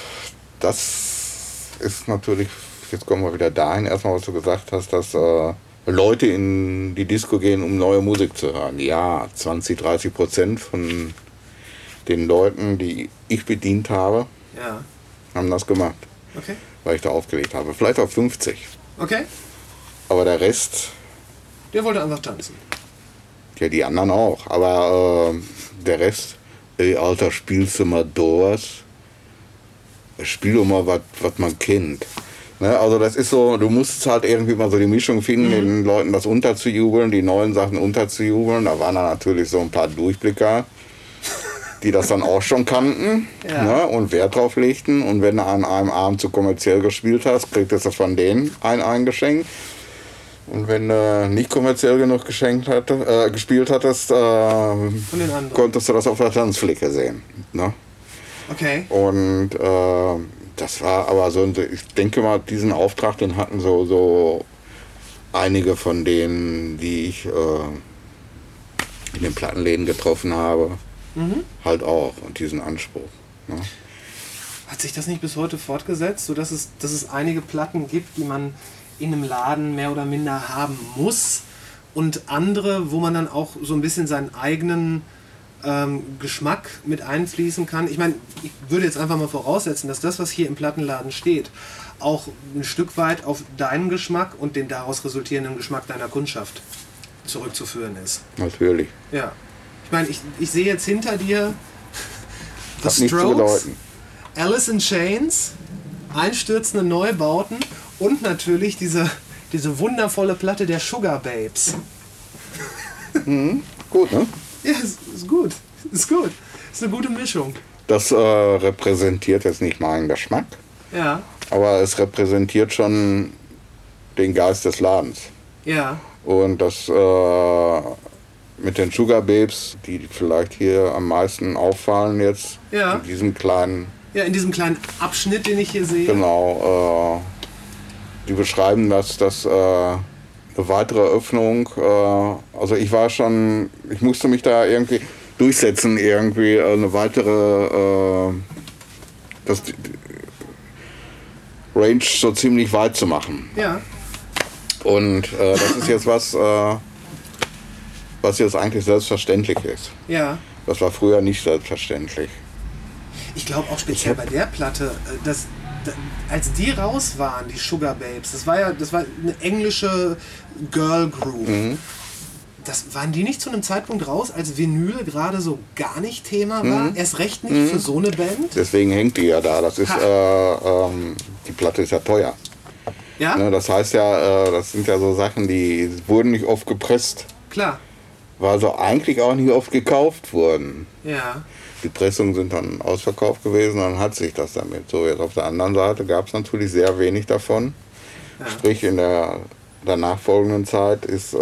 das ist natürlich, jetzt kommen wir wieder dahin, erstmal was du gesagt hast, dass Leute in die Disco gehen, um neue Musik zu hören. Ja, 20-30% von den Leuten, die ich bedient habe, haben das gemacht. Okay. Weil ich da aufgelegt habe. Vielleicht auch 50. Okay. Aber der Rest... Der wollte einfach tanzen. Ja, die anderen auch. Aber der Rest... Ey, Alter, spielst du mal Doors? Spiel doch mal was man kennt. Ne? Also das ist so, du musst halt irgendwie mal so die Mischung finden, den Leuten das unterzujubeln, die neuen Sachen unterzujubeln. Da waren dann natürlich so ein paar Durchblicker, die das dann auch schon kannten, ne? Und Wert drauf legten. Und wenn du an einem Abend zu kommerziell gespielt hast, kriegst du von denen ein Geschenk. Und wenn du nicht kommerziell genug gespielt hattest, konntest du das auf der Tanzfläche sehen. Ne? Okay. Und das war aber so, ich denke mal, diesen Auftrag, den hatten so einige von denen, die ich in den Plattenläden getroffen habe, halt auch und diesen Anspruch. Ne? Hat sich das nicht bis heute fortgesetzt, sodass es einige Platten gibt, die man in einem Laden mehr oder minder haben muss und andere, wo man dann auch so ein bisschen seinen eigenen Geschmack mit einfließen kann. Ich meine, ich würde jetzt einfach mal voraussetzen, dass das, was hier im Plattenladen steht, auch ein Stück weit auf deinen Geschmack und den daraus resultierenden Geschmack deiner Kundschaft zurückzuführen ist. Natürlich. Ja. Ich meine, ich sehe jetzt hinter dir The Strokes, Alice in Chains, einstürzende Neubauten und natürlich diese wundervolle Platte der Sugar Babes. Gut, ne? Ja, ist gut. Ist gut. Ist eine gute Mischung. Das repräsentiert jetzt nicht meinen Geschmack. Ja. Aber es repräsentiert schon den Geist des Ladens. Ja. Und das mit den Sugar Babes, die vielleicht hier am meisten auffallen jetzt, in diesem kleinen... Ja, in diesem kleinen Abschnitt, den ich hier sehe. Genau. Die beschreiben das eine weitere Öffnung. Also ich musste mich da irgendwie durchsetzen, irgendwie eine weitere Range so ziemlich weit zu machen. Ja. Und das ist jetzt was jetzt eigentlich selbstverständlich ist. Ja. Das war früher nicht selbstverständlich. Ich glaube auch speziell bei der Platte, als die raus waren, die Sugar Babes, das war eine englische Girl Group. Mhm. Waren die nicht zu einem Zeitpunkt raus, als Vinyl gerade so gar nicht Thema war? Erst recht nicht für so eine Band? Deswegen hängt die ja da. Das ist, die Platte ist ja teuer. Ja? Ne, das heißt ja, das sind ja so Sachen, die wurden nicht oft gepresst. Klar. Weil so eigentlich auch nicht oft gekauft wurden. Ja. Die Pressungen sind dann ausverkauft gewesen, dann hat sich das damit. So, jetzt auf der anderen Seite gab es natürlich sehr wenig davon. Ja. Sprich, in der nachfolgenden Zeit ist,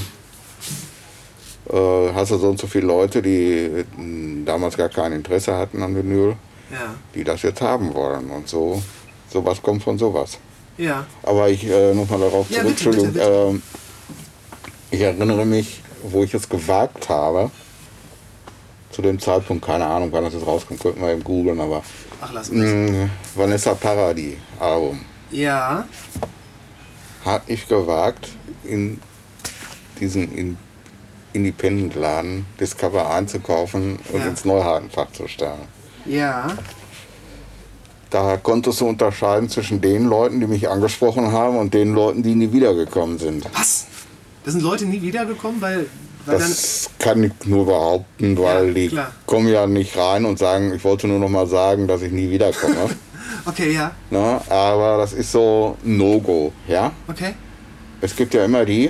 hast du so und so viele Leute, die damals gar kein Interesse hatten an Vinyl, ja, die das jetzt haben wollen. Und sowas kommt von sowas. Ja. Aber ich nochmal darauf zurück, Entschuldigung, bitte. Ich erinnere mich, wo ich es gewagt habe, zu dem Zeitpunkt, keine Ahnung, wann das jetzt rauskommt, könnten wir eben googeln, aber ach, lass mich. Vanessa Paradis Album. Ja. Hatte ich gewagt, in diesen Independent-Laden das Cover einzukaufen und ins Neuheitenfach zu stellen. Ja. Da konntest du unterscheiden zwischen den Leuten, die mich angesprochen haben, und den Leuten, die nie wiedergekommen sind. Was? Das sind Leute nie wiedergekommen, weil das kann ich nur behaupten, weil die kommen ja nicht rein und sagen, ich wollte nur noch mal sagen, dass ich nie wiederkomme. Okay, ja. Na, aber das ist so ein No-Go, ja? Okay. Es gibt ja immer diese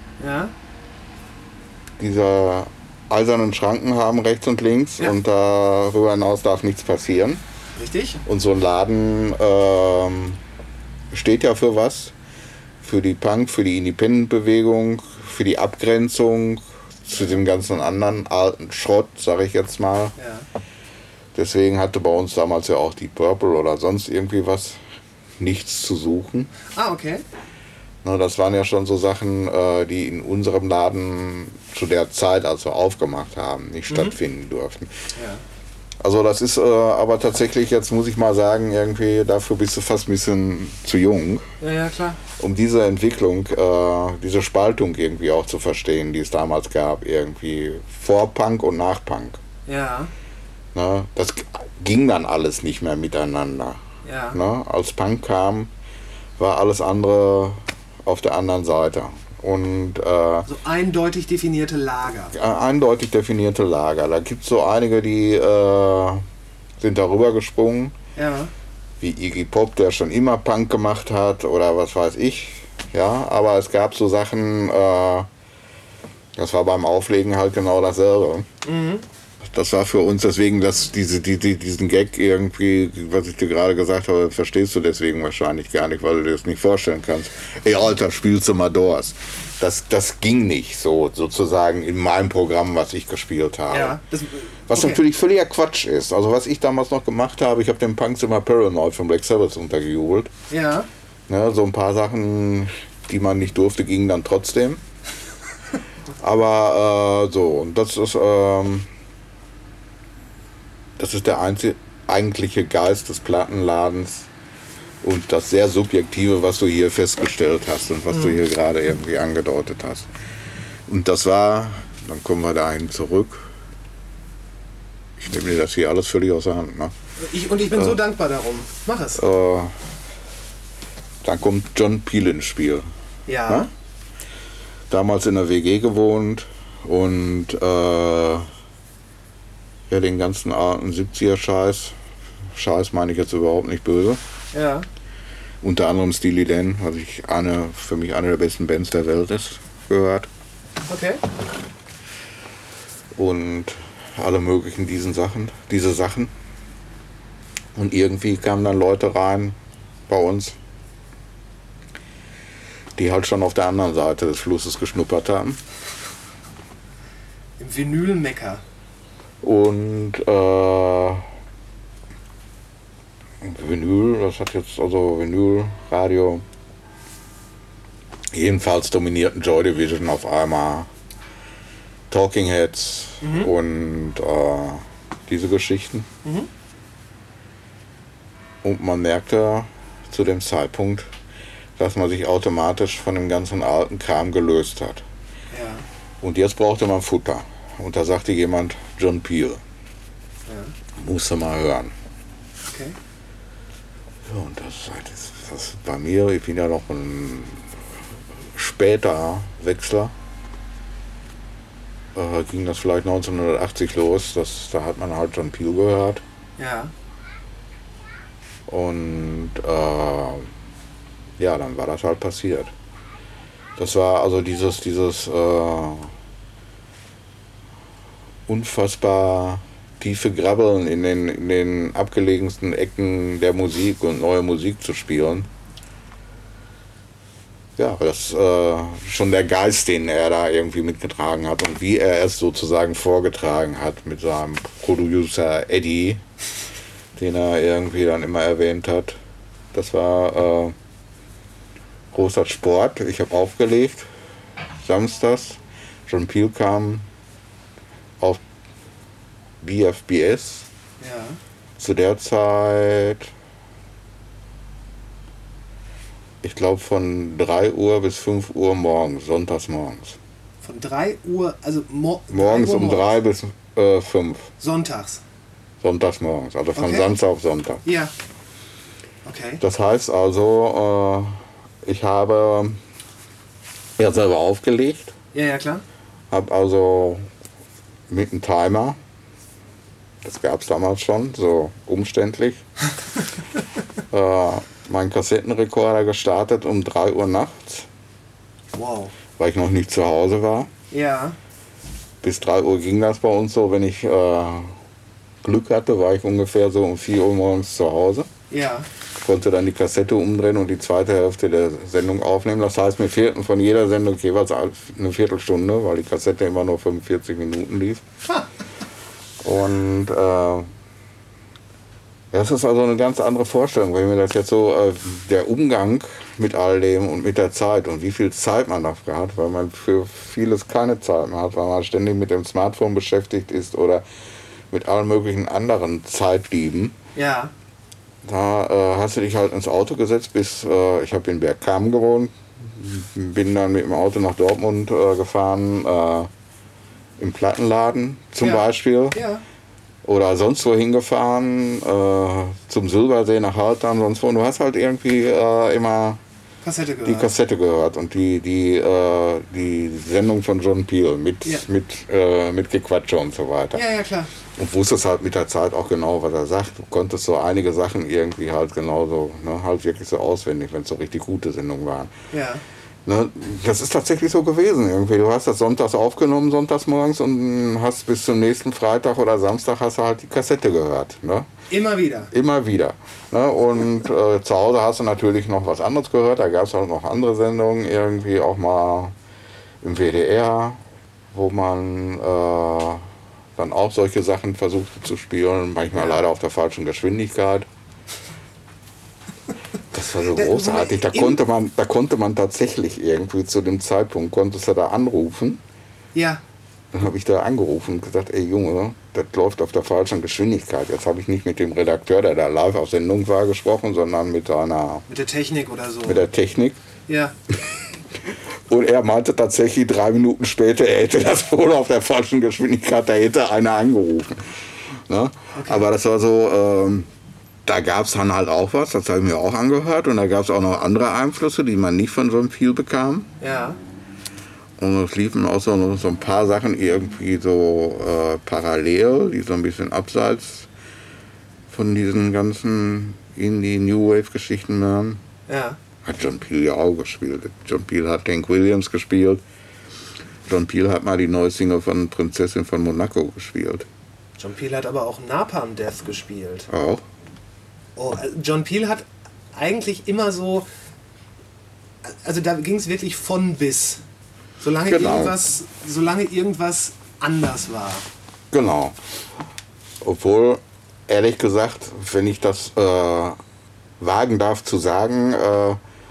eisernen Schranken haben rechts und links und darüber hinaus darf nichts passieren. Richtig. Und so ein Laden steht ja für was? Für die Punk, für die Independent-Bewegung, für die Abgrenzung zu dem ganzen anderen alten Schrott, sag ich jetzt mal. Ja. Deswegen hatte bei uns damals ja auch die Purple oder sonst irgendwie was nichts zu suchen. Ah, okay. Na, das waren ja schon so Sachen, die in unserem Laden zu der Zeit, als wir aufgemacht haben, nicht stattfinden durften. Ja. Also das ist aber tatsächlich, jetzt muss ich mal sagen, irgendwie dafür bist du fast ein bisschen zu jung. Ja, klar. Um diese Entwicklung, diese Spaltung irgendwie auch zu verstehen, die es damals gab, irgendwie vor Punk und nach Punk. Ja. Ne, das ging dann alles nicht mehr miteinander. Ja. Ne, als Punk kam, war alles andere auf der anderen Seite. Und, so eindeutig definierte Lager. Eindeutig definierte Lager. Da gibt es so einige, die sind darüber gesprungen. Ja. Wie Iggy Pop, der schon immer Punk gemacht hat oder was weiß ich. Ja, aber es gab so Sachen, das war beim Auflegen halt genau dasselbe. Mhm. Das war für uns deswegen, diesen Gag irgendwie, was ich dir gerade gesagt habe, verstehst du deswegen wahrscheinlich gar nicht, weil du dir das nicht vorstellen kannst. Ey, Alter, spielst du mal Doors? Das ging nicht so, sozusagen in meinem Programm, was ich gespielt habe. Ja, was natürlich völliger Quatsch ist. Also was ich damals noch gemacht habe, ich habe den Punks immer Paranoid von Black Sabbath untergejubelt. Ja. Ne, so ein paar Sachen, die man nicht durfte, gingen dann trotzdem. Aber so, und das ist der eigentliche Geist des Plattenladens und das sehr Subjektive, was du hier festgestellt hast und was du hier gerade irgendwie angedeutet hast. Und das war, dann kommen wir dahin zurück. Ich nehme dir das hier alles völlig aus der Hand. Ne? Ich bin so dankbar darum. Mach es. Dann kommt John Peel ins Spiel. Ja. Ne? Damals in der WG gewohnt und den ganzen alten 70er Scheiß meine ich jetzt überhaupt nicht böse. Ja. Unter anderem Steely Dan, was für mich eine der besten Bands der Welt ist, gehört. Okay. Und alle möglichen diese Sachen. Und irgendwie kamen dann Leute rein bei uns, die halt schon auf der anderen Seite des Flusses geschnuppert haben. Im Vinyl-Mecker. Und Vinyl, das hat jetzt also Vinyl, Radio. Jedenfalls dominierten Joy Division auf einmal Talking Heads und diese Geschichten. Und man merkte zu dem Zeitpunkt, dass man sich automatisch von dem ganzen alten Kram gelöst hat. Ja. Und jetzt brauchte man Futter. Und da sagte jemand, John Peel. Ja. Musste mal hören. Okay. Ja, und das bei mir, ich bin ja noch ein später Wechsler, ging das vielleicht 1980 los, da hat man halt John Peel gehört. Ja. Und ja, dann war das halt passiert. Das war also dieses unfassbar tiefe Grabbeln in den abgelegensten Ecken der Musik und neue Musik zu spielen. Ja, das schon der Geist, den er da irgendwie mitgetragen hat und wie er es sozusagen vorgetragen hat mit seinem Producer Eddie, den er irgendwie dann immer erwähnt hat. Das war großer Sport. Ich habe aufgelegt, samstags. John Peel kam auf BFBS. Ja. Zu der Zeit, ich glaube von 3 Uhr bis 5 Uhr morgens, sonntags morgens. Von 3 Uhr, also morgens um 3 bis 5. Sonntags. Sonntags morgens, also von Okay. Samstag auf Sonntag. Ja. Okay. Das heißt also, ich habe ja selber aufgelegt, Ja, klar. habe also mit einem Timer, das gab es damals schon, so umständlich, meinen Kassettenrekorder gestartet um 3 Uhr nachts, Wow. weil ich noch nicht zu Hause war. Ja. Bis 3 Uhr ging das bei uns so, wenn ich Glück hatte, war ich ungefähr so um 4 Uhr morgens zu Hause. Ja. Konnte dann die Kassette umdrehen und die zweite Hälfte der Sendung aufnehmen. Das heißt, mir fehlten von jeder Sendung jeweils eine Viertelstunde, weil die Kassette immer nur 45 Minuten lief. Und das ist also eine ganz andere Vorstellung, wenn mir das jetzt so, der Umgang mit all dem und mit der Zeit und wie viel Zeit man dafür hat, weil man für vieles keine Zeit mehr hat, weil man ständig mit dem Smartphone beschäftigt ist oder mit allen möglichen anderen Zeitdieben. Ja. Da hast du dich halt ins Auto gesetzt, bis ich habe in Bergkamen gewohnt, bin dann mit dem Auto nach Dortmund gefahren, im Plattenladen zum Beispiel. Ja. Oder sonst wo hingefahren, zum Silbersee nach Haltern, sonst wo. Und du hast halt irgendwie immer Kassette gehört. die Kassette gehört und die Sendung von John Peel mit Gequatsche und so weiter. Ja, klar. Und wusstest halt mit der Zeit auch genau, was er sagt. Du konntest so einige Sachen irgendwie halt genauso, ne, halt wirklich so auswendig, wenn es so richtig gute Sendungen waren. Ja. Ne, das ist tatsächlich so gewesen irgendwie. Du hast das sonntags aufgenommen, sonntags morgens, und hast bis zum nächsten Freitag oder Samstag hast du halt die Kassette gehört. Ne? Immer wieder. Immer wieder. Ne? Und zu Hause hast du natürlich noch was anderes gehört. Da gab es auch noch andere Sendungen, irgendwie auch mal im WDR, wo man dann auch solche Sachen versuchte zu spielen, manchmal leider auf der falschen Geschwindigkeit. Das war so großartig. Da konnte man tatsächlich irgendwie zu dem Zeitpunkt, konntest du da anrufen. Ja. Dann habe ich da angerufen und gesagt, ey Junge, das läuft auf der falschen Geschwindigkeit. Jetzt habe ich nicht mit dem Redakteur, der da live auf Sendung war, gesprochen, sondern mit der Technik oder so. Mit der Technik. Ja. Und er meinte tatsächlich 3 Minuten später, er hätte das wohl auf der falschen Geschwindigkeit, da hätte einer angerufen. Ne? Okay. Aber das war so, da gab es dann halt auch was, das habe ich mir auch angehört. Und da gab es auch noch andere Einflüsse, die man nicht von John Peel bekam. Ja. Und es liefen auch so ein paar Sachen irgendwie so parallel, die so ein bisschen abseits von diesen ganzen Indie-New-Wave-Geschichten waren. Ja. Hat John Peel ja auch gespielt. John Peel hat Hank Williams gespielt. John Peel hat mal die neue Single von Prinzessin von Monaco gespielt. John Peel hat aber auch Napalm Death gespielt. Auch? Oh, John Peel hat eigentlich immer so, also da ging es wirklich von bis. Solange irgendwas anders war. Genau. Obwohl, ehrlich gesagt, wenn ich das wagen darf zu sagen,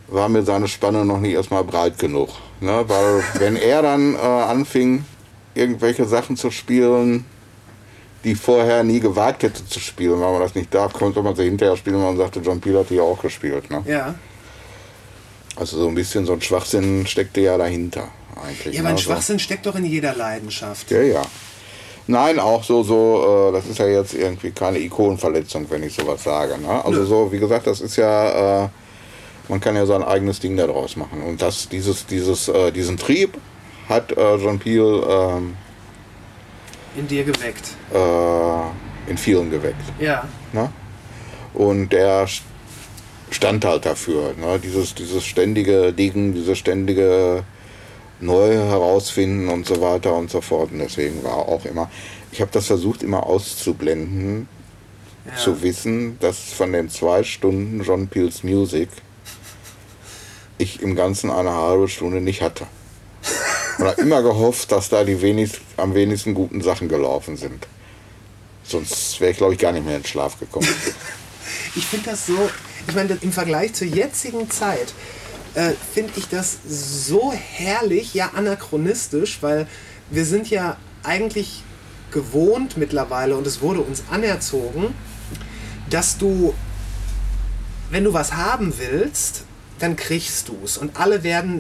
war mir seine Spanne noch nicht erstmal breit genug. Ne? Weil wenn er dann anfing, irgendwelche Sachen zu spielen, die vorher nie gewagt hätte zu spielen, weil man das nicht darf, konnte man sie hinterher spielen und man sagte, John Peel hat die ja auch gespielt. Ne? Ja. Also so ein bisschen so ein Schwachsinn steckte ja dahinter eigentlich. Ja, aber ein Schwachsinn steckt doch in jeder Leidenschaft. Ja, ja. Nein, auch so, das ist ja jetzt irgendwie keine Ikonenverletzung, wenn ich sowas sage. Ne? Also so, wie gesagt, das ist ja, man kann ja sein eigenes Ding daraus machen. Und diesen Trieb hat John Peel in dir geweckt. In vielen geweckt. Ja. Ne? Und der stand halt dafür. Ne? Dieses ständige Ding, dieses ständige Neue herausfinden und so weiter und so fort. Und deswegen war auch immer, ich habe das versucht immer auszublenden, zu wissen, dass von den 2 Stunden John Peels Music ich im Ganzen eine halbe Stunde nicht hatte. Und habe immer gehofft, dass da die am wenigsten guten Sachen gelaufen sind. Sonst wäre ich, glaube ich, gar nicht mehr in den Schlaf gekommen. Ich finde das so, ich meine, im Vergleich zur jetzigen Zeit finde ich das so herrlich, ja anachronistisch, weil wir sind ja eigentlich gewohnt mittlerweile und es wurde uns anerzogen, dass du, wenn du was haben willst, dann kriegst du es. Und alle werden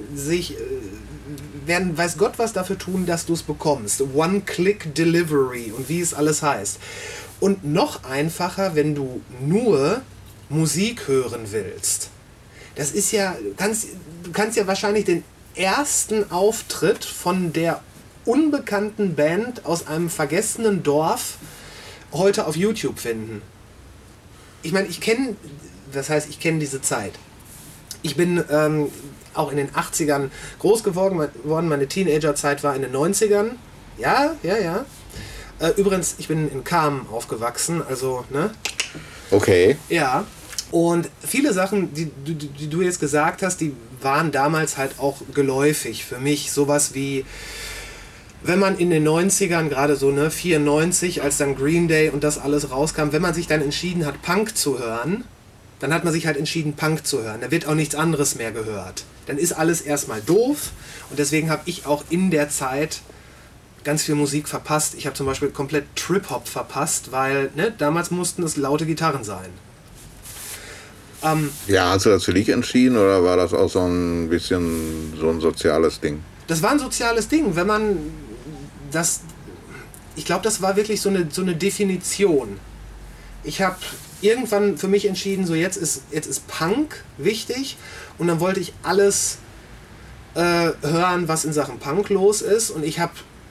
weiß Gott was dafür tun, dass du es bekommst. One-Click-Delivery und wie es alles heißt. Und noch einfacher, wenn du nur Musik hören willst. Das ist ja, du kannst ja wahrscheinlich den ersten Auftritt von der unbekannten Band aus einem vergessenen Dorf heute auf YouTube finden. Ich meine, ich kenne diese Zeit. Ich bin auch in den 80ern groß geworden, meine Teenagerzeit war in den 90ern. Ja. Übrigens, ich bin in Kamen aufgewachsen, also, ne? Okay. Ja. Und viele Sachen, die du jetzt gesagt hast, die waren damals halt auch geläufig für mich. Sowas wie, wenn man in den 90ern, gerade so 94, als dann Green Day und das alles rauskam, wenn man sich dann entschieden hat, Punk zu hören, dann hat man sich halt entschieden, Punk zu hören. Da wird auch nichts anderes mehr gehört. Dann ist alles erstmal doof und deswegen habe ich auch in der Zeit ganz viel Musik verpasst. Ich habe zum Beispiel komplett Trip-Hop verpasst, weil damals mussten es laute Gitarren sein. Ja, hast du das für dich entschieden oder war das auch so ein bisschen so ein soziales Ding? Das war ein soziales Ding, wenn man das, ich glaube, das war wirklich so eine Definition. Ich habe irgendwann für mich entschieden, so jetzt ist Punk wichtig und dann wollte ich alles hören, was in Sachen Punk los ist und ich habe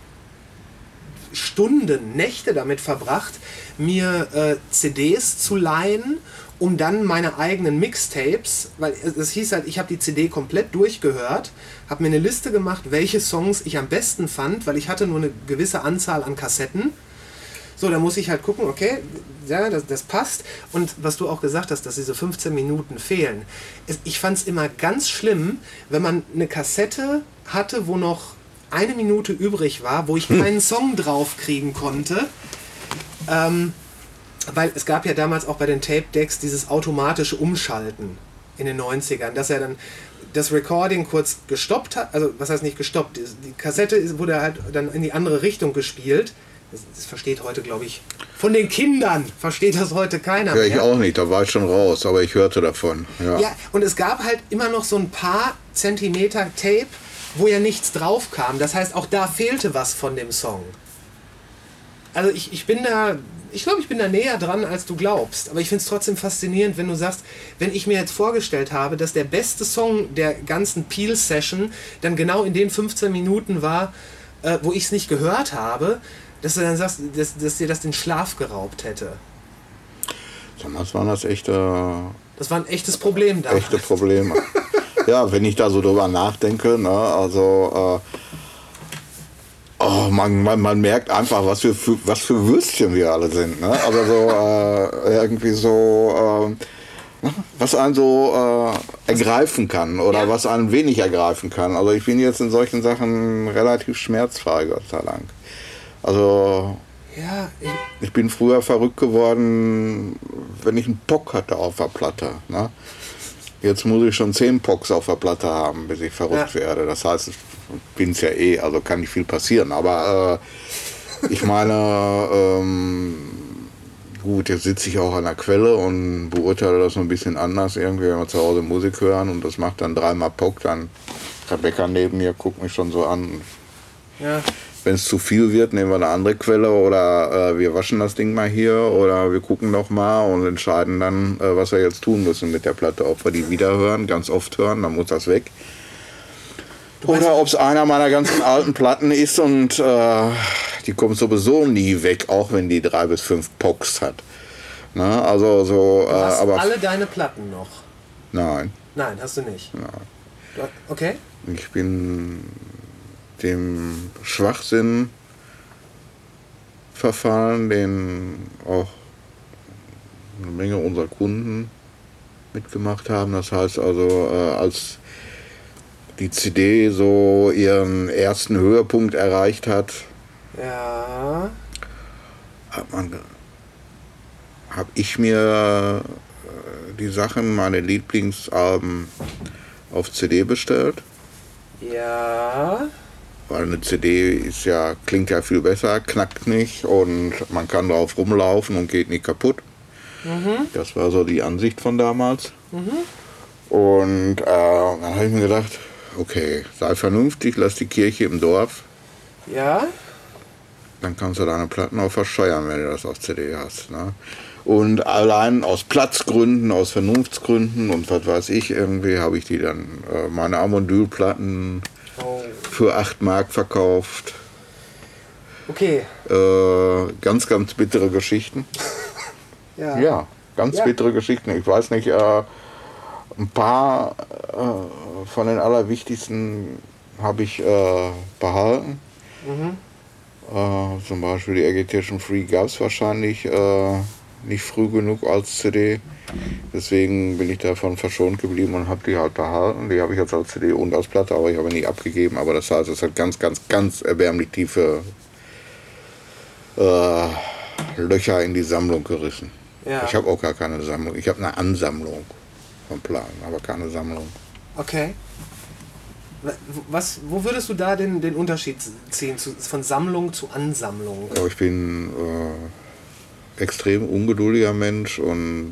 Stunden, Nächte damit verbracht, mir CDs zu leihen, um dann meine eigenen Mixtapes, weil es hieß halt, ich habe die CD komplett durchgehört, habe mir eine Liste gemacht, welche Songs ich am besten fand, weil ich hatte nur eine gewisse Anzahl an Kassetten. So, da muss ich halt gucken, okay, ja, das passt. Und was du auch gesagt hast, dass diese 15 Minuten fehlen. Ich fand es immer ganz schlimm, wenn man eine Kassette hatte, wo noch 1 Minute übrig war, wo ich keinen Song drauf kriegen konnte. Weil es gab ja damals auch bei den Tape-Decks dieses automatische Umschalten in den 90ern, dass er dann das Recording kurz gestoppt hat, also was heißt nicht gestoppt, die Kassette wurde halt dann in die andere Richtung gespielt. Das versteht heute, glaube ich, von den Kindern versteht das heute keiner mehr. Ja, ich auch nicht, da war ich schon raus, aber ich hörte davon. Ja, und es gab halt immer noch so ein paar Zentimeter Tape, wo ja nichts drauf kam. Das heißt, auch da fehlte was von dem Song. Also ich glaube, ich bin da näher dran, als du glaubst. Aber ich finde es trotzdem faszinierend, wenn du sagst, wenn ich mir jetzt vorgestellt habe, dass der beste Song der ganzen Peel-Session dann genau in den 15 Minuten war, wo ich es nicht gehört habe, dass du dann sagst, dass dir das den Schlaf geraubt hätte. Damals waren das echte... Das war ein echtes Problem damals. Echte Probleme. Ja, wenn ich da so drüber nachdenke, ne, also... man merkt einfach, was für Würstchen wir alle sind. Ne? Also so irgendwie so, was einen so ergreifen kann oder was einen wenig ergreifen kann. Also ich bin jetzt in solchen Sachen relativ schmerzfrei, Gott sei Dank. Also ja, ich bin früher verrückt geworden, wenn ich einen Bock hatte auf der Platte. Ne? Jetzt muss ich schon 10 Pocs auf der Platte haben, bis ich verrückt werde. Das heißt, ich bin es ja also kann nicht viel passieren. Aber ich meine, gut, jetzt sitze ich auch an der Quelle und beurteile das so ein bisschen anders irgendwie, wenn wir zu Hause Musik hören und das macht dann 3-mal Poc, dann Rebecca neben mir guckt mich schon so an. Ja. Wenn es zu viel wird, nehmen wir eine andere Quelle oder wir waschen das Ding mal hier oder wir gucken noch mal und entscheiden dann, was wir jetzt tun müssen mit der Platte. Ob wir die wieder hören, ganz oft hören, dann muss das weg. Oder ob es einer meiner ganzen alten Platten ist und die kommt sowieso nie weg, auch wenn die 3 bis 5 Pocs hat. Na, also so. Du hast aber alle deine Platten noch? Nein. Nein, hast du nicht? Nein. Okay. Ich bin dem Schwachsinn verfallen, den auch eine Menge unserer Kunden mitgemacht haben. Das heißt also, als die CD so ihren ersten Höhepunkt erreicht hat, Ja. habe ich mir die Sachen, meine Lieblingsalben auf CD bestellt. Ja. Weil eine CD klingt ja viel besser, knackt nicht und man kann drauf rumlaufen und geht nicht kaputt. Das war so die Ansicht von damals. Und dann habe ich mir gedacht, okay, sei vernünftig, lass die Kirche im Dorf. Ja. Dann kannst du deine Platten auch verscheuern, wenn du das auf CD hast. Ne? Und allein aus Platzgründen, aus Vernunftsgründen und was weiß ich, irgendwie habe ich die dann, meine Amondyl-Platten für 8 Mark verkauft. Okay. Ganz, ganz bittere Geschichten. Ja, ganz bittere Geschichten. Ich weiß nicht, ein paar von den allerwichtigsten habe ich behalten. Zum Beispiel die Agitation Free gab es wahrscheinlich nicht früh genug als CD. Deswegen bin ich davon verschont geblieben und habe die halt behalten. Die habe ich jetzt als CD und als Platte, aber ich habe nie abgegeben. Aber das heißt, es hat ganz, ganz, ganz erbärmlich tiefe Löcher in die Sammlung gerissen. Ja. Ich habe auch gar keine Sammlung. Ich habe eine Ansammlung von Platten, aber keine Sammlung. Okay. Wo würdest du da den Unterschied ziehen von Sammlung zu Ansammlung? Aber ich bin extrem ungeduldiger Mensch und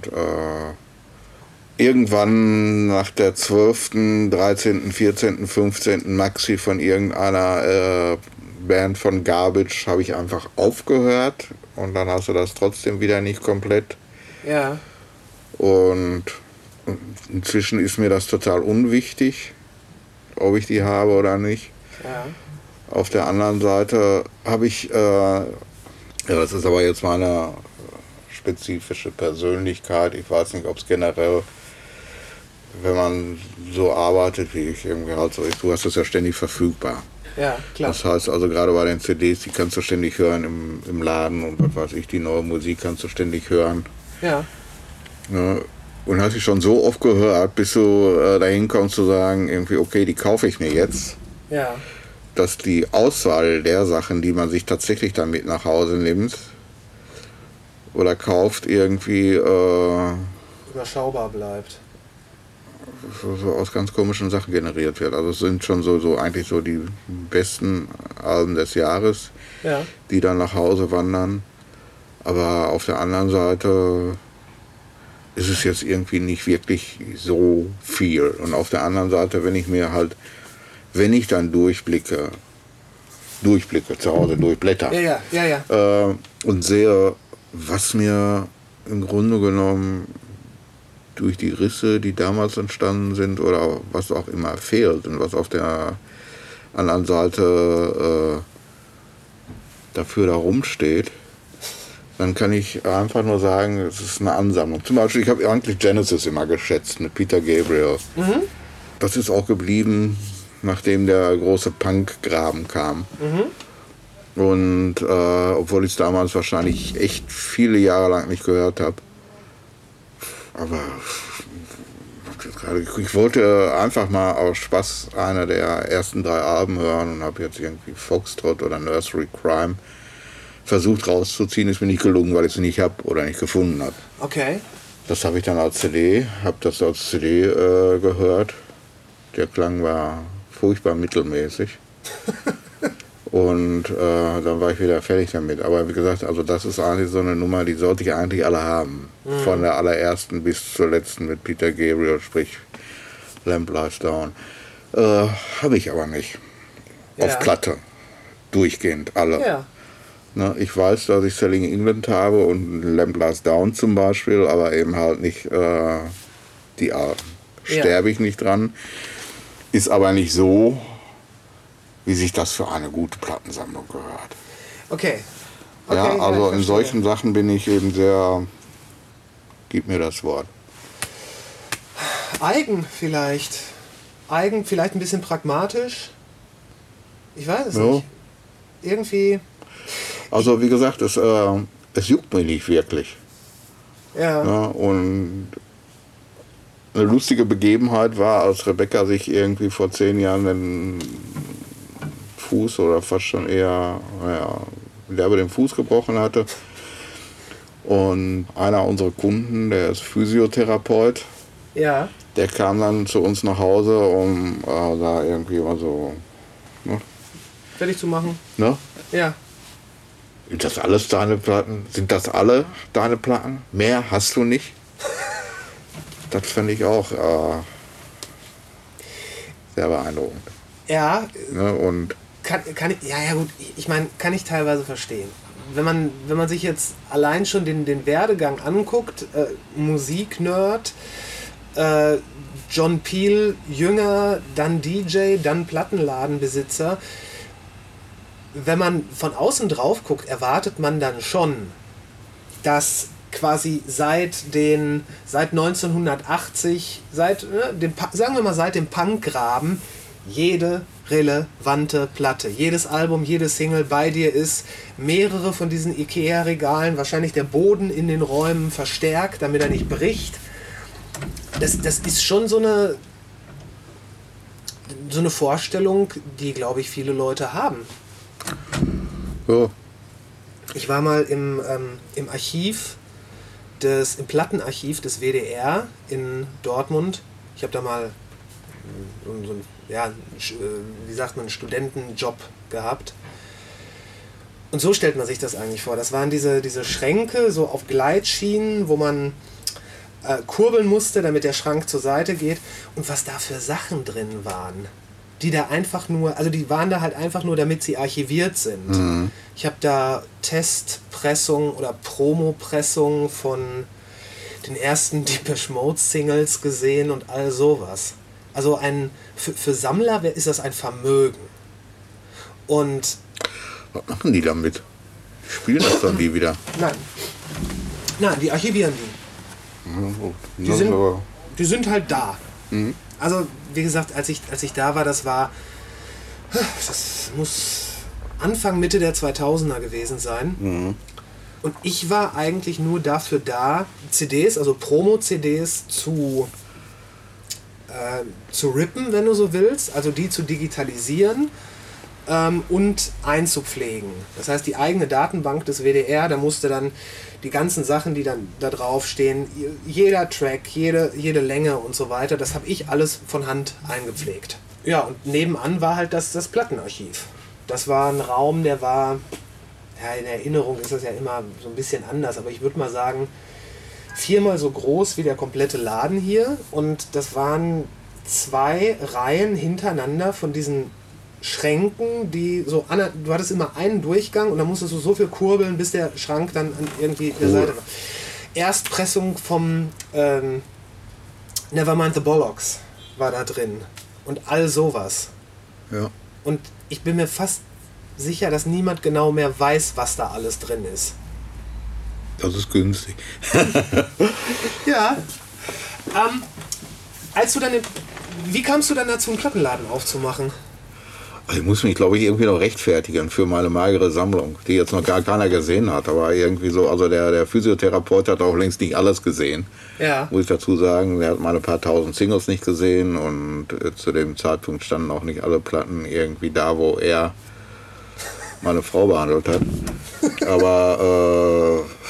irgendwann nach der 12., 13., 14., 15. Maxi von irgendeiner Band von Garbage habe ich einfach aufgehört und dann hast du das trotzdem wieder nicht komplett. Ja. Und inzwischen ist mir das total unwichtig, ob ich die habe oder nicht. Ja. Auf der anderen Seite habe ich, das ist aber jetzt meine spezifische Persönlichkeit, ich weiß nicht, ob es generell, wenn man so arbeitet wie ich, irgendwie halt so ist, du hast das ja ständig verfügbar. Ja, klar. Das heißt also gerade bei den CDs, die kannst du ständig hören im Laden und was weiß ich, die neue Musik kannst du ständig hören. Ja. Ne? Und hast dich schon so oft gehört, bis du dahin kommst zu sagen, irgendwie, okay, die kaufe ich mir jetzt. Ja. Dass die Auswahl der Sachen, die man sich tatsächlich dann mit nach Hause nimmt oder kauft, irgendwie überschaubar bleibt. So aus ganz komischen Sachen generiert wird. Also es sind schon so eigentlich so die besten Alben des Jahres, ja, die dann nach Hause wandern. Aber auf der anderen Seite ist es jetzt irgendwie nicht wirklich so viel. Und auf der anderen Seite, wenn ich dann durchblicke, zu Hause durchblätter und sehe, was mir im Grunde genommen durch die Risse, die damals entstanden sind oder was auch immer fehlt und was auf der anderen Seite dafür da rumsteht, dann kann ich einfach nur sagen, es ist eine Ansammlung. Zum Beispiel, ich habe eigentlich Genesis immer geschätzt mit Peter Gabriel. Mhm. Das ist auch geblieben, nachdem der große Punk-Graben kam. Mhm. Und obwohl ich es damals wahrscheinlich echt viele Jahre lang nicht gehört habe. Aber ich wollte einfach mal aus Spaß einer der ersten 3 Alben hören und habe jetzt irgendwie Foxtrot oder Nursery Crime versucht rauszuziehen. Ist mir nicht gelungen, weil ich sie nicht habe oder nicht gefunden habe. Okay. Das habe ich dann als CD, gehört. Der Klang war furchtbar mittelmäßig. Und dann war ich wieder fertig damit. Aber wie gesagt, also das ist eigentlich so eine Nummer, die sollte ich eigentlich alle haben. Von der allerersten bis zur letzten mit Peter Gabriel, sprich Lamp Lies Down. Habe ich aber nicht. Ja. Auf Platte. Durchgehend, alle. Ja. Ne, ich weiß, dass ich Selling England habe und Lamp Lies Down zum Beispiel, aber eben halt nicht die Alben. Sterbe ich nicht dran. Ist aber nicht so, wie sich das für eine gute Plattensammlung gehört. Okay. Ja, also ich in solchen Sachen bin ich eben sehr, gib mir das Wort. Eigen vielleicht ein bisschen pragmatisch. Ich weiß es nicht. Irgendwie. Also wie gesagt, es juckt mich nicht wirklich. Ja. Und eine lustige Begebenheit war, als Rebecca sich irgendwie vor 10 Jahren den Fuß oder fast schon eher, derbe den Fuß gebrochen hatte. Und einer unserer Kunden, der ist Physiotherapeut, Ja. der kam dann zu uns nach Hause, um da irgendwie mal so, Fertig zu machen. ne? Ja. Sind das alles deine Platten? Sind das alle deine Platten? Mehr hast du nicht? Das fand ich auch sehr beeindruckend. Ja. Ne? Und Kann ich, ja gut, ich meine, kann ich teilweise verstehen. Wenn man sich jetzt allein schon den Werdegang anguckt, Musiknerd, John Peel, Jünger, dann DJ, dann Plattenladenbesitzer. Wenn man von außen drauf guckt, erwartet man dann schon, dass quasi seit 1980, sagen wir mal seit dem Punkgraben, jede relevante Platte, jedes Album, jede Single bei dir ist, mehrere von diesen Ikea-Regalen, wahrscheinlich der Boden in den Räumen verstärkt, damit er nicht bricht. Das ist schon so eine Vorstellung, die, glaube ich, viele Leute haben. ja, Ich war mal im Archiv, im Plattenarchiv des WDR in Dortmund. Ich habe da mal einen Studentenjob gehabt. Und so stellt man sich das eigentlich vor. Das waren diese Schränke so auf Gleitschienen, wo man kurbeln musste, damit der Schrank zur Seite geht. Und was da für Sachen drin waren, die da einfach nur, also die waren da halt einfach nur, damit sie archiviert sind. Mhm. Ich habe da Testpressungen oder Promopressungen von den ersten Depeche Mode Singles gesehen und all sowas. Also für Sammler ist das ein Vermögen. Und was machen die damit? Spielen das dann die wieder? Nein, die archivieren die. Die sind halt da. Mhm. Also, wie gesagt, als ich da war, das muss Anfang, Mitte der 2000er gewesen sein. Mhm. Und ich war eigentlich nur dafür da, CDs, also Promo-CDs zu rippen, wenn du so willst, also die zu digitalisieren und einzupflegen. Das heißt, die eigene Datenbank des WDR, da musste dann die ganzen Sachen, die dann da drauf stehen, jeder Track, jede Länge und so weiter, das habe ich alles von Hand eingepflegt. Ja, und nebenan war halt das Plattenarchiv. Das war ein Raum, der war, ja, in Erinnerung ist das ja immer so ein bisschen anders, aber ich würde mal sagen, 4-mal so groß wie der komplette Laden hier, und das waren 2 Reihen hintereinander von diesen Schränken, die so, du hattest immer einen Durchgang und dann musstest du so viel kurbeln, bis der Schrank dann an irgendwie der Seite war. Erstpressung vom Nevermind the Bollocks war da drin und all sowas. Ja. Und ich bin mir fast sicher, dass niemand genau mehr weiß, was da alles drin ist. Das ist günstig. Ja. Wie kamst du dann dazu, einen Plattenladen aufzumachen? Ich muss mich, glaube ich, irgendwie noch rechtfertigen für meine magere Sammlung, die jetzt noch gar keiner gesehen hat. Aber irgendwie so, also der Physiotherapeut hat auch längst nicht alles gesehen. Ja. Muss ich dazu sagen, er hat meine paar tausend Singles nicht gesehen und zu dem Zeitpunkt standen auch nicht alle Platten irgendwie da, wo er meine Frau behandelt hat. Aber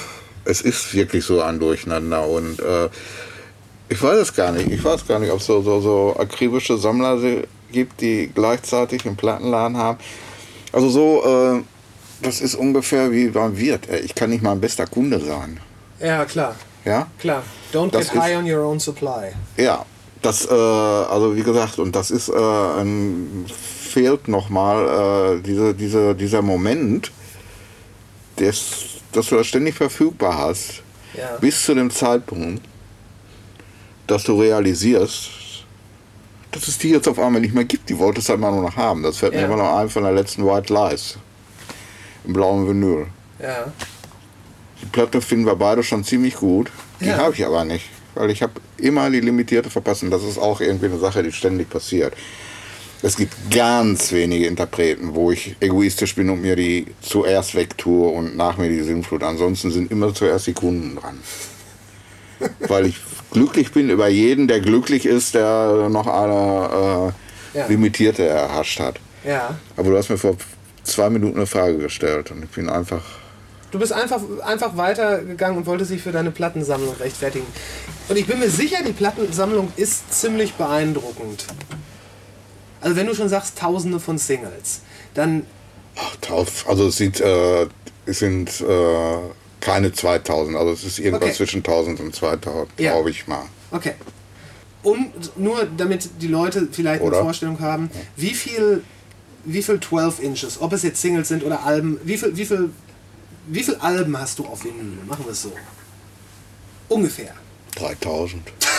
es ist wirklich so ein Durcheinander und ich weiß es gar nicht. Ich weiß gar nicht, ob es so akribische Sammler gibt, die gleichzeitig einen Plattenladen haben. Also so, das ist ungefähr wie beim Wirt. Ich kann nicht mal ein bester Kunde sein. Ja, klar. Ja? Klar. Don't Das get high on your own supply. Ja, das, also wie gesagt, und das ist, fehlt nochmal dieser Moment, dass du das ständig verfügbar hast, Ja. bis zu dem Zeitpunkt, dass du realisierst, dass es die jetzt auf einmal nicht mehr gibt. Die wolltest du halt mal nur noch haben. Das fällt mir immer noch ein von der letzten White Lies. Im blauen Vinyl. Ja. Die Platte finden wir beide schon ziemlich gut. Die Ja. habe ich aber nicht. Weil ich habe immer die limitierte verpasst. Und das ist auch irgendwie eine Sache, die ständig passiert. Es gibt ganz wenige Interpreten, wo ich egoistisch bin und mir die zuerst wegtue und nach mir die Sinnflut. Ansonsten sind immer zuerst die Kunden dran. Weil ich glücklich bin über jeden, der glücklich ist, der noch eine limitierte erhascht hat. Ja. Aber du hast mir vor 2 Minuten eine Frage gestellt und ich bin einfach... Du bist einfach weitergegangen und wolltest dich für deine Plattensammlung rechtfertigen. Und ich bin mir sicher, die Plattensammlung ist ziemlich beeindruckend. Also wenn du schon sagst, tausende von Singles, dann... Also es sind keine 2000, also es ist irgendwas zwischen 1000 und 2000, glaube ich mal. Okay. Und nur damit die Leute vielleicht eine Vorstellung haben, wie viel 12 Inches, ob es jetzt Singles sind oder Alben, wie viel Alben hast du auf Vinyl? Machen wir es so. Ungefähr. 3000.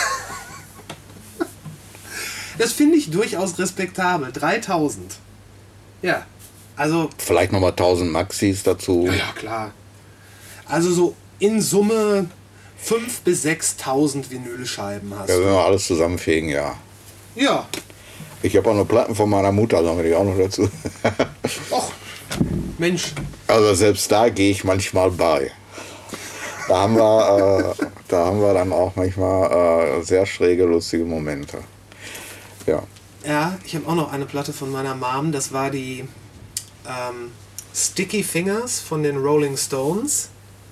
Das finde ich durchaus respektabel. 3000. Ja. Also. Vielleicht nochmal 1000 Maxis dazu. Ja, klar. Also so in Summe 5.000 bis 6.000 Vinylscheiben hast Ja, du. wenn wir alles zusammenfegen, ja. Ja. Ich habe auch noch Platten von meiner Mutter, sagen wir die auch noch dazu. Och, Mensch. Also selbst da gehe ich manchmal bei. Da haben wir dann auch manchmal sehr schräge, lustige Momente. Ja. Ja, ich habe auch noch eine Platte von meiner Mom. Das war die Sticky Fingers von den Rolling Stones.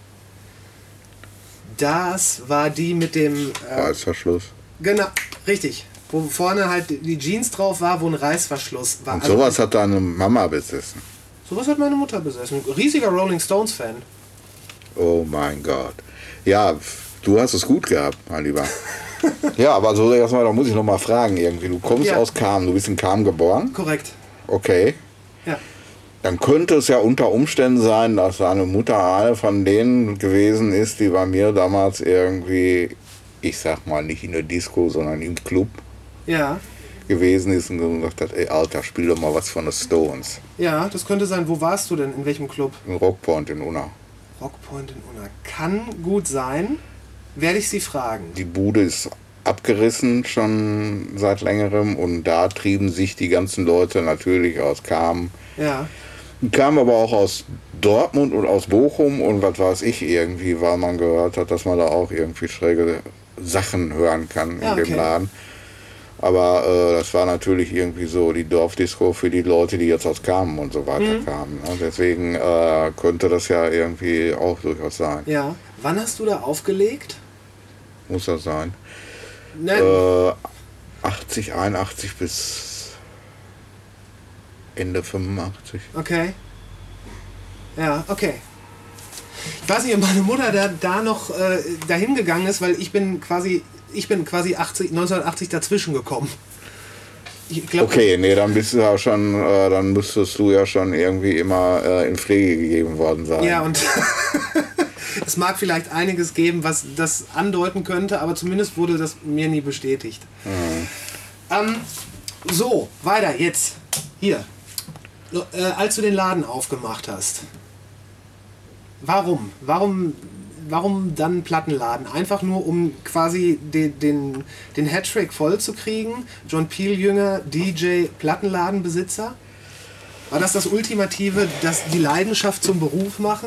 Das war die mit dem... Reißverschluss. Genau, richtig. Wo vorne halt die Jeans drauf war, wo ein Reißverschluss war. Und sowas hat deine Mama besessen. Sowas hat meine Mutter besessen. Riesiger Rolling Stones Fan. Oh mein Gott. Ja, du hast es gut gehabt, mein Lieber. Ja, aber so erstmal, da muss ich noch mal fragen irgendwie. Du kommst aus Cham, du bist in Cham geboren? Korrekt. Okay. Ja. Dann könnte es ja unter Umständen sein, dass deine Mutter eine von denen gewesen ist, die bei mir damals irgendwie, ich sag mal, nicht in der Disco, sondern im Club gewesen ist und gesagt hat, ey Alter, spiel doch mal was von den Stones. Ja, das könnte sein. Wo warst du denn? In welchem Club? In Rockpoint in Unna. Rockpoint in Unna. Kann gut sein. Werde ich sie fragen. Die Bude ist abgerissen schon seit längerem und da trieben sich die ganzen Leute natürlich aus Cham. Ja. Kam aber auch aus Dortmund und aus Bochum und was weiß ich irgendwie, weil man gehört hat, dass man da auch irgendwie schräge Sachen hören kann in dem Laden. Aber das war natürlich irgendwie so die Dorfdisco für die Leute, die jetzt aus Cham und so weiter kamen. Ne? Deswegen könnte das ja irgendwie auch durchaus sein. Ja. Wann hast du da aufgelegt? Muss das sein? Nein. 80, 81 bis Ende 85. Okay. Ja, okay. Ich weiß nicht, ob meine Mutter da noch dahin gegangen ist, weil ich bin quasi 1980 dazwischen gekommen. Ich glaub, okay, nee, dann bist du ja schon, dann müsstest du ja schon irgendwie immer in Pflege gegeben worden sein. Ja, und es mag vielleicht einiges geben, was das andeuten könnte, aber zumindest wurde das mir nie bestätigt. So, weiter, jetzt. Hier. Als du den Laden aufgemacht hast. Warum? Warum dann Plattenladen? Einfach nur, um quasi den Hattrick voll zu kriegen? John Peel Jünger, DJ, Plattenladenbesitzer? War das Ultimative, die Leidenschaft zum Beruf machen?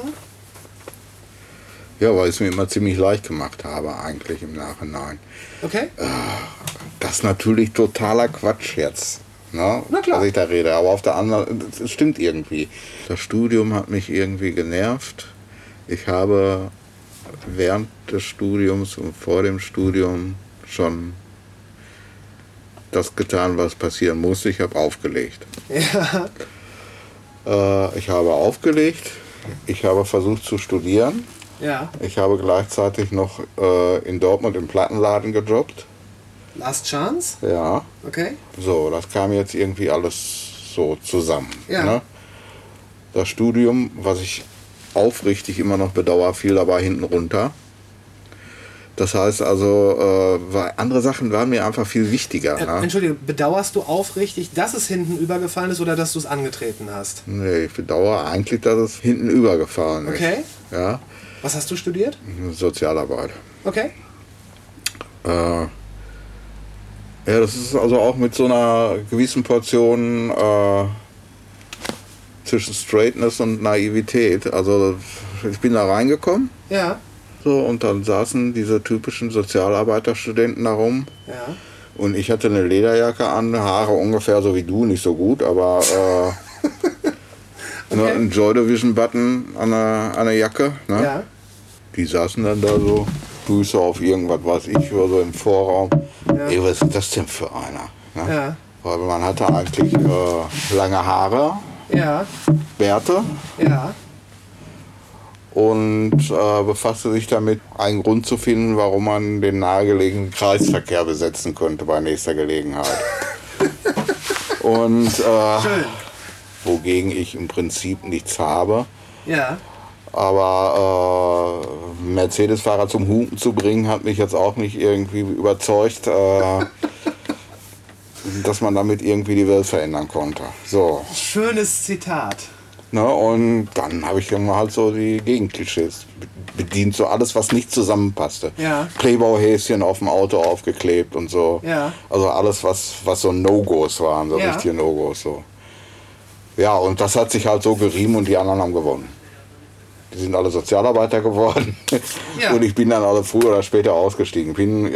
Ja, weil ich es mir immer ziemlich leicht gemacht habe, eigentlich im Nachhinein. Okay. Das ist natürlich totaler Quatsch jetzt. Ne? Na klar. Was ich da rede. Aber auf der anderen, es stimmt irgendwie. Das Studium hat mich irgendwie genervt. Ich habe während des Studiums und vor dem Studium schon das getan, was passieren musste. Ich habe aufgelegt. Ja. Ich habe aufgelegt. Ich habe versucht zu studieren. Ja. Ich habe gleichzeitig noch in Dortmund im Plattenladen gejobbt. Last Chance? Ja. Okay. So, das kam jetzt irgendwie alles so zusammen. Ja. Ne? Das Studium, was ich aufrichtig immer noch bedauere, fiel dabei hinten runter. Das heißt also, andere Sachen waren mir einfach viel wichtiger. Ne? Entschuldige, bedauerst du aufrichtig, dass es hinten übergefallen ist oder dass du es angetreten hast? Nee, ich bedauere eigentlich, dass es hinten übergefallen ist. Okay. Ja. Was hast du studiert? Sozialarbeit. Okay. Ja, das ist also auch mit so einer gewissen Portion zwischen Straightness und Naivität. Also ich bin da reingekommen. Ja. So, und dann saßen diese typischen Sozialarbeiterstudenten da rum. Ja. Und ich hatte eine Lederjacke an, Haare ungefähr so wie du, nicht so gut, aber Okay. ein Joy Division Button an der Jacke. Ne? Ja. Die saßen dann da so, Füße auf irgendwas, weiß ich, oder so im Vorraum. Ja. Ey, was ist das denn für einer? Ne? Ja. Weil man hatte eigentlich lange Haare, Ja. Bärte Ja. und befasste sich damit, einen Grund zu finden, warum man den nahegelegenen Kreisverkehr besetzen könnte bei nächster Gelegenheit. Und Schön. wogegen ich im Prinzip nichts habe. Ja. Aber Mercedes-Fahrer zum Hupen zu bringen, hat mich jetzt auch nicht irgendwie überzeugt, dass man damit irgendwie die Welt verändern konnte. So. Schönes Zitat. Ne, und dann habe ich dann halt so die Gegenklischees bedient, so alles, was nicht zusammenpasste. Ja. Playbauhäschen auf dem Auto aufgeklebt und so. Ja. Also alles, was so No-Gos waren, so Ja. richtige No-Gos. So. Ja, und das hat sich halt so gerieben und die anderen haben gewonnen. Die sind alle Sozialarbeiter geworden. Ja. Und ich bin dann alle früher oder später ausgestiegen. Bin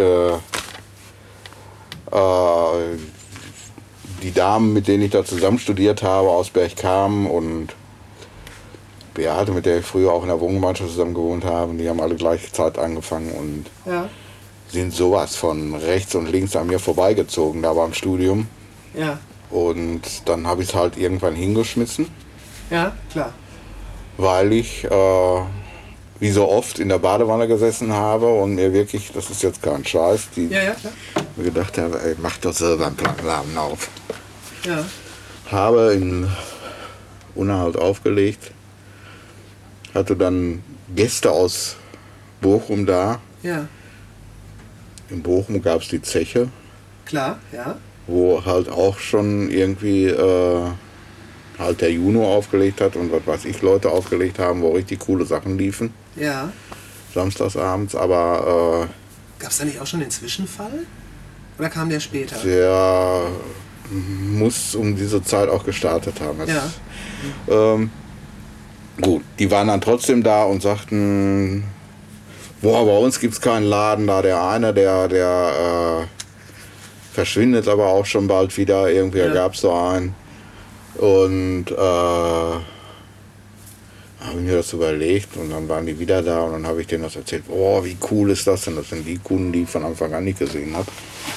die Damen, mit denen ich da zusammen studiert habe, aus Bergkamen und Beate, mit der ich früher auch in der Wohngemeinschaft zusammen gewohnt habe, die haben alle gleiche Zeit angefangen und Ja. sind sowas von rechts und links an mir vorbeigezogen da beim Studium. Ja. Und dann habe ich es halt irgendwann hingeschmissen, Ja, klar. weil ich wie so oft in der Badewanne gesessen habe und mir wirklich, das ist jetzt kein Scheiß, Ja, ja, klar. mir gedacht habe, ey, mach doch selber einen Plattenladen auf. Ja. Habe in Unna halt aufgelegt, hatte dann Gäste aus Bochum da. Ja. In Bochum gab es die Zeche, Klar, ja. wo halt auch schon irgendwie halt der Juno aufgelegt hat und was weiß ich, Leute aufgelegt haben, wo richtig coole Sachen liefen, Ja. samstagsabends, aber Gab es da nicht auch schon den Zwischenfall? Oder kam der später? der muss um diese Zeit auch gestartet haben. Ja. Gut, die waren dann trotzdem da und sagten, boah, bei uns gibt es keinen Laden da. Der eine, der verschwindet aber auch schon bald wieder. Irgendwie Ja. gab es so einen. Und habe mir das überlegt und dann waren die wieder da und dann habe ich denen das erzählt. Boah, wie cool ist das denn? Das sind die Kunden, die ich von Anfang an nicht gesehen habe.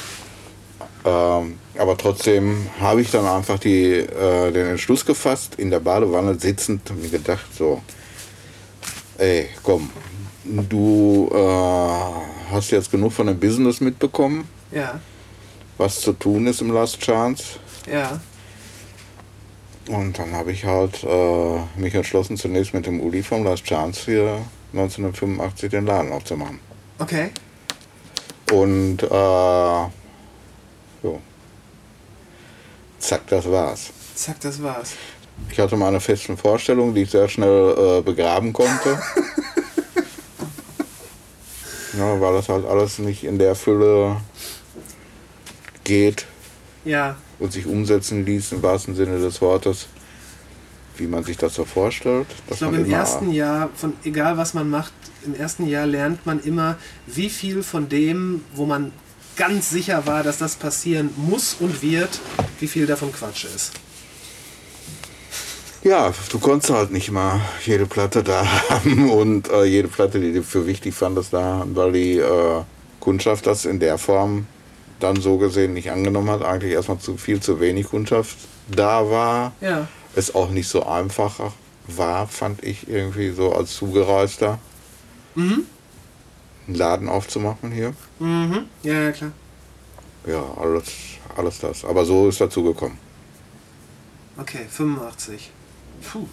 Aber trotzdem habe ich dann einfach den Entschluss gefasst, in der Badewanne sitzend und mir gedacht, so, ey, komm, du hast jetzt genug von dem Business mitbekommen, Ja. was zu tun ist im Last Chance. Ja. Und dann habe ich halt mich entschlossen, zunächst mit dem Uli vom Last Chance hier 1985 den Laden aufzumachen. Okay. Und so. Zack, das war's. Zack, das war's. Ich hatte meine festen Vorstellungen, die ich sehr schnell begraben konnte. Ja, weil das halt alles nicht in der Fülle geht Ja. und sich umsetzen ließ, im wahrsten Sinne des Wortes, wie man sich das so vorstellt. Ich glaube, im ersten Jahr, egal was man macht, im ersten Jahr lernt man immer, wie viel von dem, wo man ganz sicher war, dass das passieren muss und wird, wie viel davon Quatsch ist. Ja, du konntest halt nicht mal jede Platte da haben und jede Platte, die du für wichtig fandest, da haben, weil die Kundschaft das in der Form dann so gesehen nicht angenommen hat. Eigentlich erstmal zu wenig Kundschaft da war. Ja. Es auch nicht so einfach war, fand ich irgendwie so als Zugereister, einen Laden aufzumachen hier. Mhm. Ja, klar. Ja, alles das. Aber so ist dazu gekommen. Okay, 85. Puh.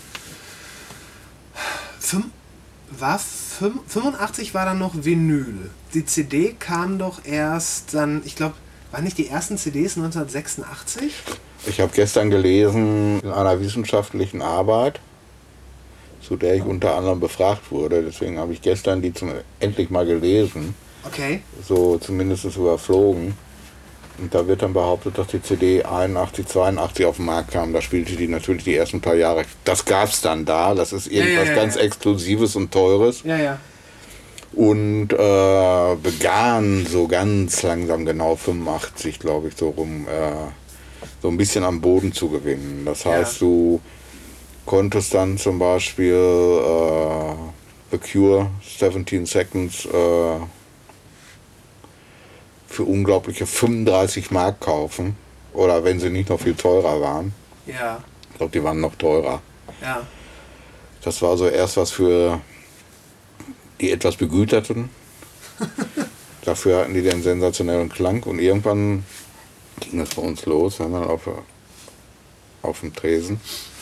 85 war dann noch Vinyl. Die CD kam doch erst dann, ich glaube, waren nicht die ersten CDs 1986? Ich habe gestern gelesen in einer wissenschaftlichen Arbeit, zu der ich unter anderem befragt wurde. Deswegen habe ich gestern die endlich mal gelesen. Okay. So zumindest überflogen. Und da wird dann behauptet, dass die CD 81, 82 auf den Markt kam. Da spielte die natürlich die ersten paar Jahre. Das gab es dann da. Das ist irgendwas ganz Exklusives und Teures. Ja, ja. Und begann so ganz langsam, genau 85, glaube ich, so rum, so ein bisschen am Boden zu gewinnen. Das heißt, du konntest dann zum Beispiel The Cure, 17 Seconds, für unglaubliche 35 Mark kaufen. Oder wenn sie nicht noch viel teurer waren. Ja. Ich glaube, die waren noch teurer. Ja. Das war so erst was für die etwas Begüterten. Dafür hatten die den sensationellen Klang. Und irgendwann ging das bei uns los. Wir haben dann auf dem Tresen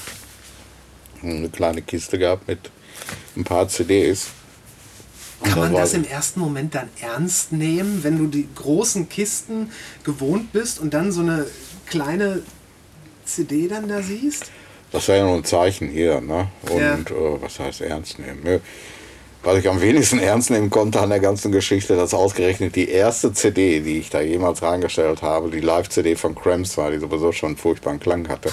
eine kleine Kiste gehabt mit ein paar CDs. Kann man das im ersten Moment dann ernst nehmen, wenn du die großen Kisten gewohnt bist und dann so eine kleine CD dann da siehst? Das war ja nur ein Zeichen hier, ne? Und was heißt ernst nehmen? Ne? Was ich am wenigsten ernst nehmen konnte an der ganzen Geschichte, dass ausgerechnet die erste CD, die ich da jemals reingestellt habe, die Live-CD von Cramps war, die sowieso schon einen furchtbaren Klang hatte.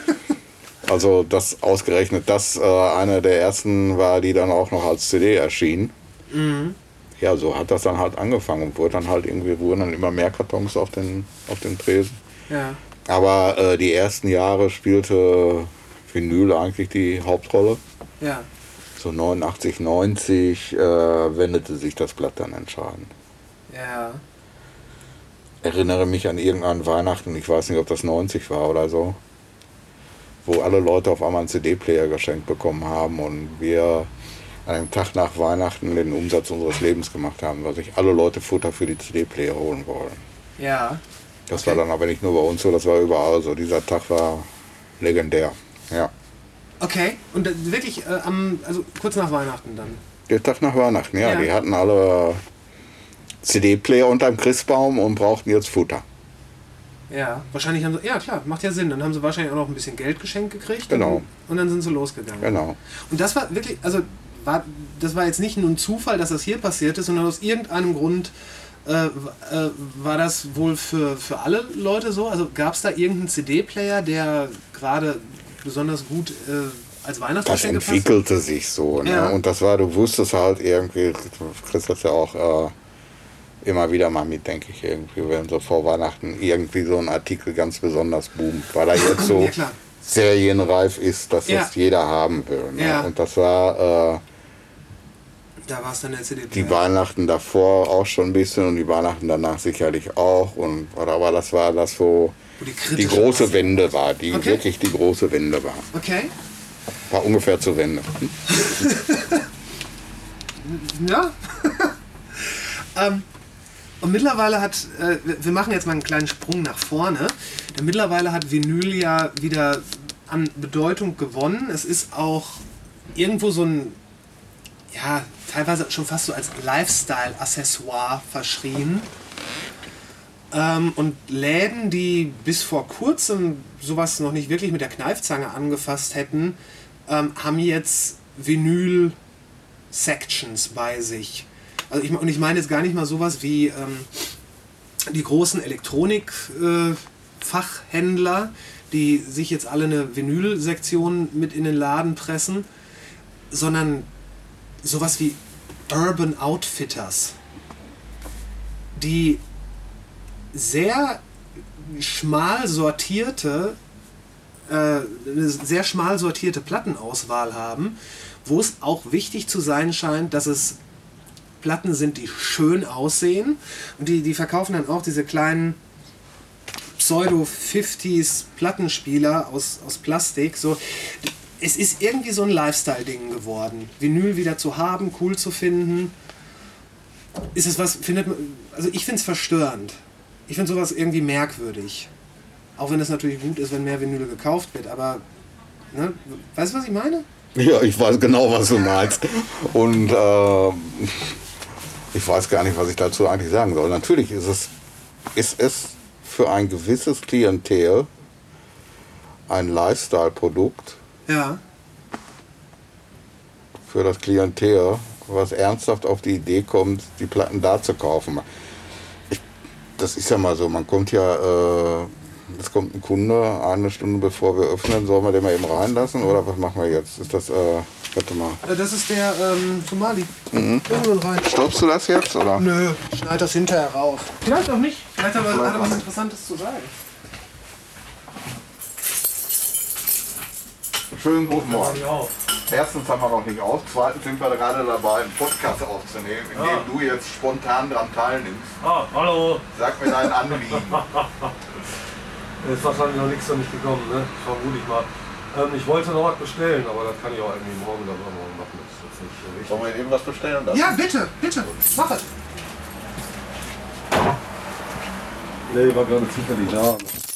Also das ausgerechnet das eine der ersten war, die dann auch noch als CD erschien. Mhm. Ja, so hat das dann halt angefangen und wurden dann immer mehr Kartons auf den Tresen. Ja. Aber die ersten Jahre spielte Vinyl eigentlich die Hauptrolle. Ja. So 89, 90 wendete sich das Blatt dann entscheidend. Ja. Erinnere mich an irgendeinen Weihnachten, ich weiß nicht, ob das 90 war oder so, wo alle Leute auf einmal einen CD-Player geschenkt bekommen haben und wir an dem Tag nach Weihnachten den Umsatz unseres Lebens gemacht haben, weil sich alle Leute Futter für die CD-Player holen wollen. Ja. Das war dann aber nicht nur bei uns so, das war überall so. Dieser Tag war legendär. Ja. Okay, und wirklich also kurz nach Weihnachten dann? Der Tag nach Weihnachten, ja. Die hatten alle CD-Player unterm Christbaum und brauchten jetzt Futter. Ja, wahrscheinlich haben sie, ja klar, macht ja Sinn. Dann haben sie wahrscheinlich auch noch ein bisschen Geld geschenkt gekriegt. Genau. Und dann sind sie losgegangen. Genau. Und das war wirklich, also das war jetzt nicht nur ein Zufall, dass das hier passiert ist, sondern aus irgendeinem Grund war das wohl für alle Leute so? Also gab es da irgendeinen CD-Player, der gerade besonders gut als Weihnachtsgeschenk gepasst hat? Das entwickelte sich so. Ne? Ja. Und das war, du wusstest halt irgendwie, du kriegst das ja auch immer wieder mal mit, denke ich, irgendwie, wenn so vor Weihnachten irgendwie so ein Artikel ganz besonders boomt, weil er jetzt so serienreif ist, dass das jeder haben will. Ne? Ja. Und das war da war es dann der CD-Player. Die Weihnachten davor auch schon ein bisschen und die Weihnachten danach sicherlich auch. Aber das war das, wo die große Wende war, die wirklich die große Wende war. Okay. War ungefähr zur Wende. Ja. Und mittlerweile wir machen jetzt mal einen kleinen Sprung nach vorne, denn mittlerweile hat Vinyl ja wieder an Bedeutung gewonnen. Es ist auch irgendwo so ein, ja, teilweise schon fast so als Lifestyle-Accessoire verschrien. Und Läden, die bis vor kurzem sowas noch nicht wirklich mit der Kneifzange angefasst hätten, haben jetzt Vinyl-Sections bei sich. Also ich meine jetzt gar nicht mal sowas wie die großen Elektronik-Fachhändler, die sich jetzt alle eine Vinyl-Sektion mit in den Laden pressen, sondern sowas wie Urban Outfitters, die sehr schmal sortierte eine sehr schmal sortierte Plattenauswahl haben, wo es auch wichtig zu sein scheint, dass es Platten sind, die schön aussehen. Und die verkaufen dann auch diese kleinen Pseudo-50s Plattenspieler aus Plastik. So, es ist irgendwie so ein Lifestyle-Ding geworden. Vinyl wieder zu haben, cool zu finden. Ist es was, findet man, also ich finde es verstörend. Ich finde sowas irgendwie merkwürdig. Auch wenn es natürlich gut ist, wenn mehr Vinyl gekauft wird, aber ne, weißt du, was ich meine? Ja, ich weiß genau, was du meinst. Und ich weiß gar nicht, was ich dazu eigentlich sagen soll. Natürlich ist es für ein gewisses Klientel ein Lifestyle-Produkt. Ja. Für das Klientel, was ernsthaft auf die Idee kommt, die Platten da zu kaufen. Das ist ja mal so, man kommt ja, es kommt ein Kunde, eine Stunde bevor wir öffnen, sollen wir den mal eben reinlassen oder was machen wir jetzt? Ist das, warte mal. Das ist der Somali. Irgendwann rein. Stoppst du das jetzt, oder? Nö, schneid das hinterher raus. Vielleicht auch nicht. Vielleicht hat er was Interessantes zu sagen. Schönen guten Morgen. Erstens haben wir noch nicht auf, zweitens sind wir gerade dabei, einen Podcast aufzunehmen, in dem du jetzt spontan daran teilnimmst. Hallo. Sag mir dein Anliegen. Ist wahrscheinlich noch nichts für mich gekommen, ne? Vermute ich mal. Ich wollte noch was bestellen, aber das kann ich auch irgendwie morgen oder übermorgen machen. Das ist jetzt nicht so wichtig. Sollen wir eben was bestellen lassen? Ja, bitte, mach es. Nee, war gerade zufällig da.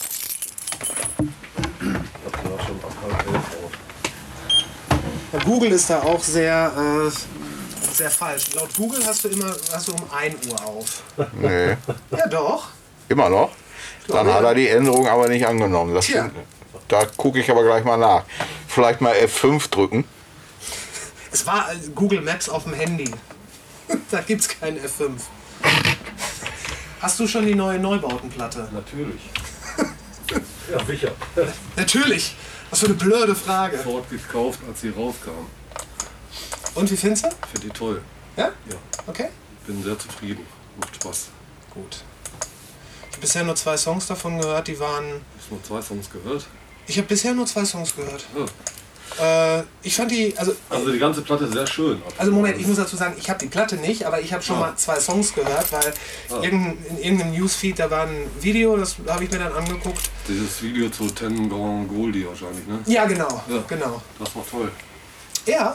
Das war schon ab 10:30 auf. Google ist da auch sehr falsch. Laut Google hast du um 1 Uhr auf. Nee. Ja, doch. Immer noch? Dann hat er die Änderung aber nicht angenommen. Da gucke ich aber gleich mal nach. Vielleicht mal F5 drücken. Es war Google Maps auf dem Handy. Da gibt's keinen F5. Hast du schon die neue Neubautenplatte? Natürlich. Ja, sicher. Natürlich. Was für eine blöde Frage. Sofort gekauft, als sie rauskam. Und wie findest du? Ich finde die toll. Ja? Ja. Okay. Bin sehr zufrieden. Macht Spaß. Gut. Ich habe bisher nur 2 Songs davon gehört, die waren... Hast du nur 2 Songs gehört? Ich habe bisher nur 2 Songs gehört. Ja. Ich fand die... Also die ganze Platte ist sehr schön. Also Moment, ich muss dazu sagen, ich habe die Platte nicht, aber ich habe schon mal 2 Songs gehört, weil in irgendeinem Newsfeed, da war ein Video, das habe ich mir dann angeguckt. Dieses Video zu Ten Gone Goldie wahrscheinlich, ne? Ja, genau. Ja. Genau. Das war toll. Ja.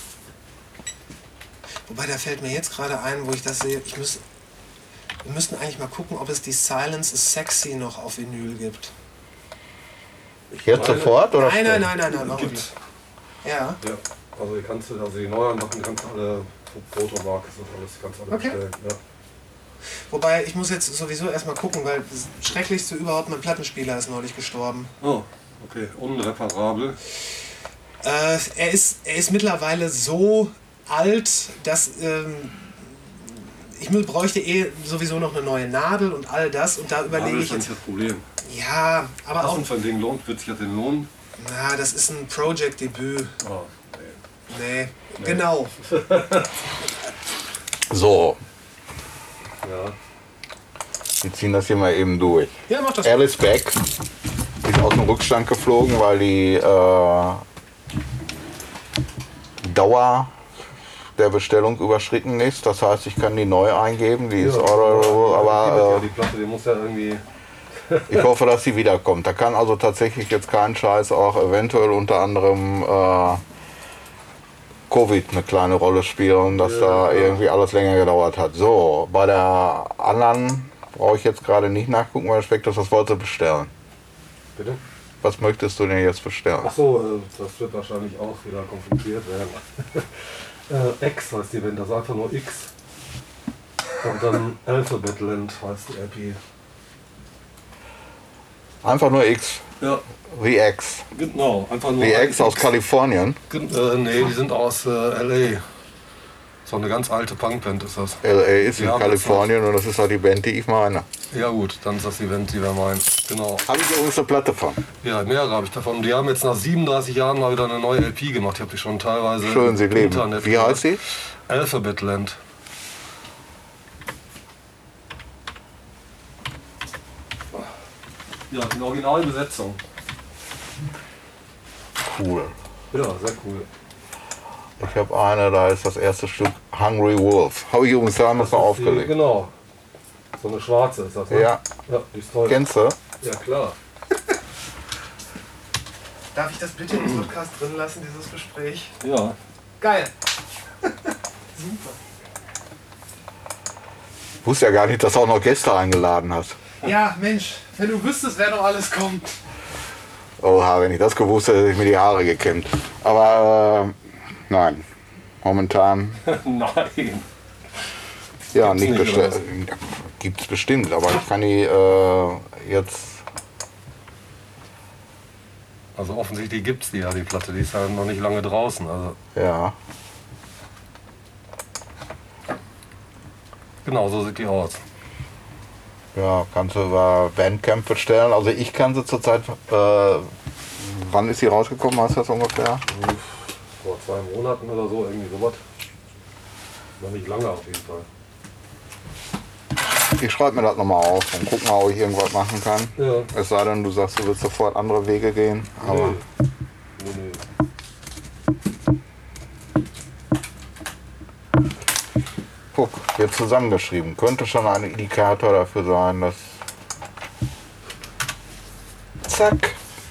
Wobei, da fällt mir jetzt gerade ein, wo ich das sehe, wir müssten eigentlich mal gucken, ob es die Silence is Sexy noch auf Vinyl gibt. Jetzt sofort? Oder Nein, warum Gibt. nicht? Ja. Ja, also die neuen Sachen kannst du alle, Fotomark ist das alles, kannst du alle Okay. bestellen. Ja. Wobei, ich muss jetzt sowieso erstmal gucken, weil das Schrecklichste überhaupt, mein Plattenspieler ist neulich gestorben. Oh, okay, unreparabel. Er ist mittlerweile so alt, dass ich bräuchte sowieso noch eine neue Nadel und all das. Und da überlege ich Das jetzt... ist das Problem. Ja, aber auch... Was von Ding lohnt, wird sich ja den lohnen? Na, das ist ein Project-Debüt. Oh, Nee, genau. So, ja. wir ziehen das hier mal eben durch. Ja, mach das. Alice Beck ist aus dem Rückstand geflogen, weil die Dauer der Bestellung überschritten ist. Das heißt, ich kann die neu eingeben. Die ist orderable, aber die Platte, die muss ja irgendwie... ich hoffe, dass sie wiederkommt. Da kann also tatsächlich jetzt kein Scheiß auch eventuell unter anderem Covid eine kleine Rolle spielen, dass da irgendwie alles länger gedauert hat. So, bei der anderen brauche ich jetzt gerade nicht nachgucken, weil Spektrum das wollte bestellen. Bitte? Was möchtest du denn jetzt bestellen? Achso, das wird wahrscheinlich auch wieder kompliziert werden. X heißt die Band, das ist einfach nur X. Und dann Alphabet Land heißt die LP. Einfach nur X. Ja, The X. genau, einfach nur The X aus Kalifornien. Nee, die sind aus L.A. So eine ganz alte Punkband ist das. LA ist in Ja, Kalifornien und das ist halt die Band, die ich meine. Ja gut, dann ist das die Band, die wir meinen. Genau. Habe ich übrigens eine Platte von. Ja, mehrere habe ich davon. Die haben jetzt nach 37 Jahren mal wieder eine neue LP gemacht. Ich habe die schon teilweise Schön, sie im leben. Internet Wie heißt sie? Alphabet Land. Ja, in Originalbesetzung. cool. Ja, sehr cool. Ich habe eine, da ist das erste Stück Hungry Wolf. Habe ich übrigens damals noch aufgelegt. Genau. So eine schwarze ist das, ne? Ja. Ja, die ist toll. Kennst du? Ja, klar. Darf ich das bitte im Podcast drin lassen, dieses Gespräch? Ja. Geil. Super. Ich wusste ja gar nicht, dass du auch noch Gäste eingeladen hast. Ja, Mensch, wenn du wüsstest, wer noch alles kommt. Oha, wenn ich das gewusst hätte, hätte ich mir die Haare gekämmt. Aber nein, momentan Nein. ja Gibt's nicht nicht, bestellt. oder Gibt es bestimmt, aber ich kann die jetzt. Also offensichtlich gibt es die ja, die Platte. Die ist ja noch nicht lange draußen. Also Ja. genau, so sieht die aus. Ja, kannst du über Bandcamp bestellen. Also ich kann sie zurzeit. Wann ist sie rausgekommen? Hast du das ungefähr? Vor 2 Monaten oder so, irgendwie sowas. Noch nicht lange auf jeden Fall. Ich schreibe mir das nochmal auf und guck mal, ob ich irgendwas machen kann. Ja. Es sei denn, du sagst, du willst sofort andere Wege gehen. Aber Nee. guck, hier zusammengeschrieben. Könnte schon ein Indikator dafür sein, dass. Zack.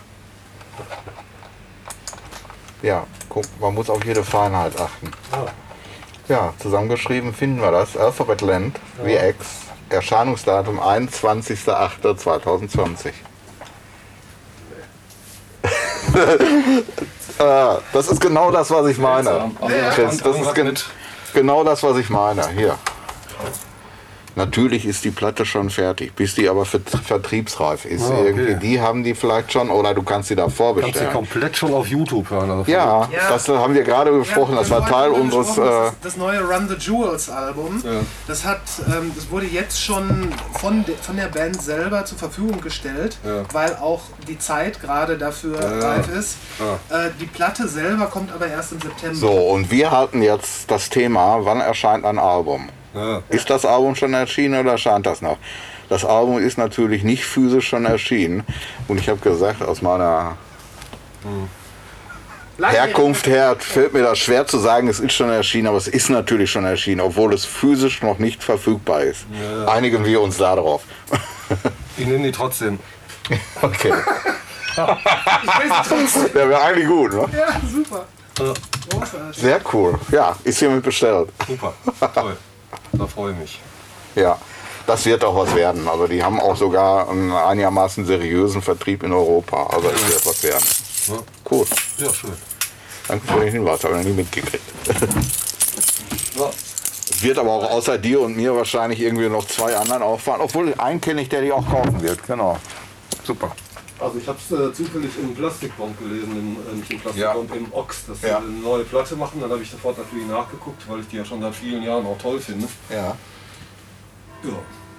Ja, guck, man muss auf jede Feinheit achten. Ah, Ja, zusammengeschrieben finden wir das. Alphabet Land, VX, Erscheinungsdatum 21.08.2020. Das ist genau das, was ich meine. Also, Chris, das ist genau das, was ich meine. Hier. Natürlich ist die Platte schon fertig, bis die aber vertriebsreif ist. Ah, okay. Irgendwie, die haben die vielleicht schon, oder du kannst sie da kannst du vorbestellen. komplett schon auf YouTube hören. Also Ja, Ja. das haben wir gerade besprochen. Das war Teil unseres. Das neue Run the Jewels Album. Ja. Das wurde jetzt schon von der Band selber zur Verfügung gestellt, Ja. weil auch die Zeit gerade dafür reif ist. Die Platte selber kommt aber erst im September. So, und wir hatten jetzt das Thema, wann erscheint ein Album? Ja. Ist das Album schon erschienen oder erscheint das noch? Das Album ist natürlich nicht physisch schon erschienen. Und ich habe gesagt, aus meiner Herkunft her fällt mir das schwer zu sagen, es ist schon erschienen, aber es ist natürlich schon erschienen, obwohl es physisch noch nicht verfügbar ist. Ja. Einigen wir uns darauf. Ich nehme die trotzdem. Okay. Ich weiß trotzdem. Der wäre eigentlich gut, ne? Ja, super. Ja, Großartig. Sehr cool. Ja, ist hiermit bestellt. super, toll. Da freue ich mich. Ja, das wird auch was werden. Also die haben auch sogar einen einigermaßen seriösen Vertrieb in Europa. Also es wird was werden. Ja, Cool. ja schön. Danke für den Hinweis, habe ich noch nie mitgekriegt. Ja. Es wird aber auch außer dir und mir wahrscheinlich irgendwie noch 2 anderen auffahren. Obwohl einen kenne ich, der die auch kaufen wird. Genau. Super. Also ich habe es zufällig im Plastikbomb gelesen, nicht im Plastikbomb, im Ox, dass sie Ja. eine neue Platte machen. Dann habe ich sofort natürlich nachgeguckt, weil ich die ja schon seit vielen Jahren auch toll finde. Ja. Ja.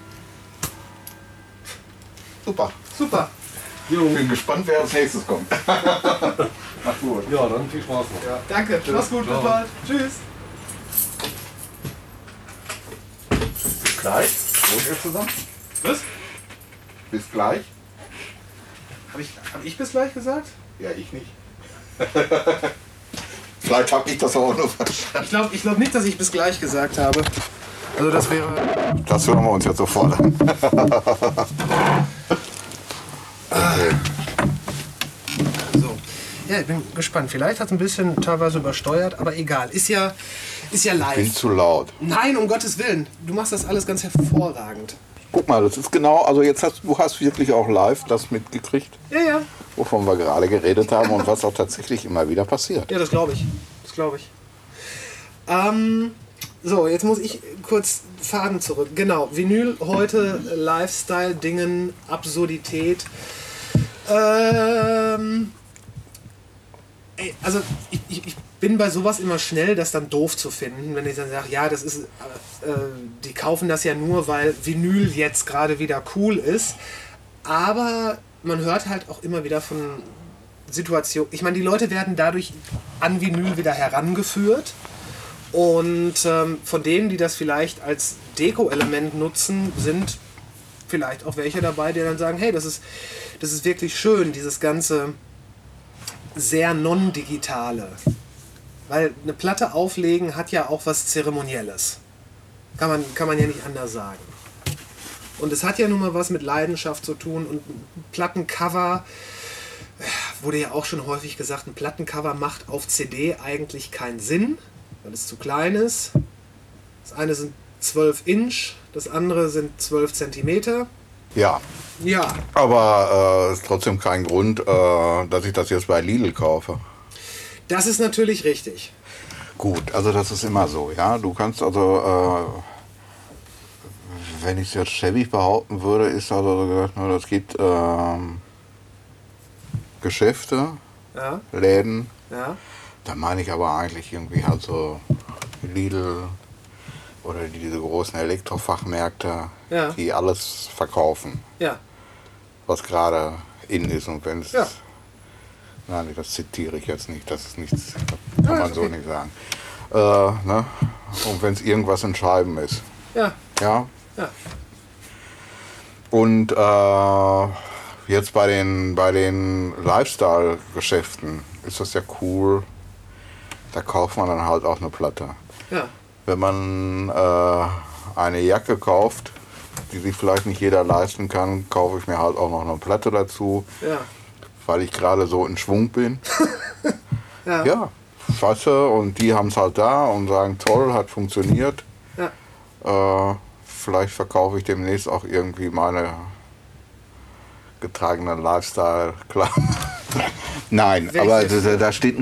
Super. Super. Jo. Bin gespannt, wer als nächstes kommt. Mach gut. Ja, dann viel Spaß noch. Ja, danke. Mach's gut. Bis Ciao. bald. Tschüss. Bis gleich. Wohnt ihr zusammen? Was? Bis gleich. Hab ich bis gleich gesagt? Ja, ich nicht. Vielleicht habe ich das auch nur verstanden. Ich glaub nicht, dass ich bis gleich gesagt habe. Also das wäre... Das hören wir uns jetzt sofort an. Okay. So. Ja, ich bin gespannt. Vielleicht hat es ein bisschen teilweise übersteuert, aber egal. Ist ja Bin live. zu laut. Nein, um Gottes Willen. Du machst das alles ganz hervorragend. Guck mal, das ist genau, also jetzt du hast wirklich auch live das mitgekriegt, Ja, ja. wovon wir gerade geredet haben und was auch tatsächlich immer wieder passiert. Ja, das glaube ich. Das glaube ich. So, jetzt muss ich kurz Faden zurück. Genau, Vinyl heute, Lifestyle, Dingen, Absurdität. Also ich bin bei sowas immer schnell, das dann doof zu finden, wenn ich dann sage, ja, das ist, die kaufen das ja nur, weil Vinyl jetzt gerade wieder cool ist. Aber man hört halt auch immer wieder von Situationen. Ich meine, die Leute werden dadurch an Vinyl wieder herangeführt. Und von denen, die das vielleicht als Deko-Element nutzen, sind vielleicht auch welche dabei, die dann sagen, hey, das ist wirklich schön, dieses ganze sehr non-digitale. Weil eine Platte auflegen hat ja auch was Zeremonielles. Kann man ja nicht anders sagen. Und es hat ja nun mal was mit Leidenschaft zu tun. Und ein Plattencover, wurde ja auch schon häufig gesagt, ein Plattencover macht auf CD eigentlich keinen Sinn, weil es zu klein ist. Das eine sind 12 Inch, das andere sind 12 Zentimeter. Ja. Ja. Aber ist trotzdem kein Grund, dass ich das jetzt bei Lidl kaufe. Das ist natürlich richtig. Gut, also das ist immer so, ja. Du kannst also, wenn ich es jetzt schäbig behaupten würde, ist also gesagt, es gibt Geschäfte, Ja. Läden. Ja. Da meine ich aber eigentlich irgendwie halt so Lidl oder diese großen Elektrofachmärkte, Ja. die alles verkaufen, Ja. was gerade in ist. Und wenn es... Ja. Nein, das zitiere ich jetzt nicht, das ist nichts, Ja, kann man ist so okay. nicht sagen. Ne? Und wenn es irgendwas in Scheiben ist. Ja. Ja. Ja. Und jetzt bei den Lifestyle-Geschäften ist das ja cool. Da kauft man dann halt auch eine Platte. Ja. Wenn man eine Jacke kauft, die sich vielleicht nicht jeder leisten kann, kaufe ich mir halt auch noch eine Platte dazu, Ja. weil ich gerade so in Schwung bin. Ja. Ja, fasse und die haben es halt da und sagen, toll, hat funktioniert. Ja. Vielleicht verkaufe ich demnächst auch irgendwie meine getragenen Lifestyle-Klamotten. Nein, aber da steht ein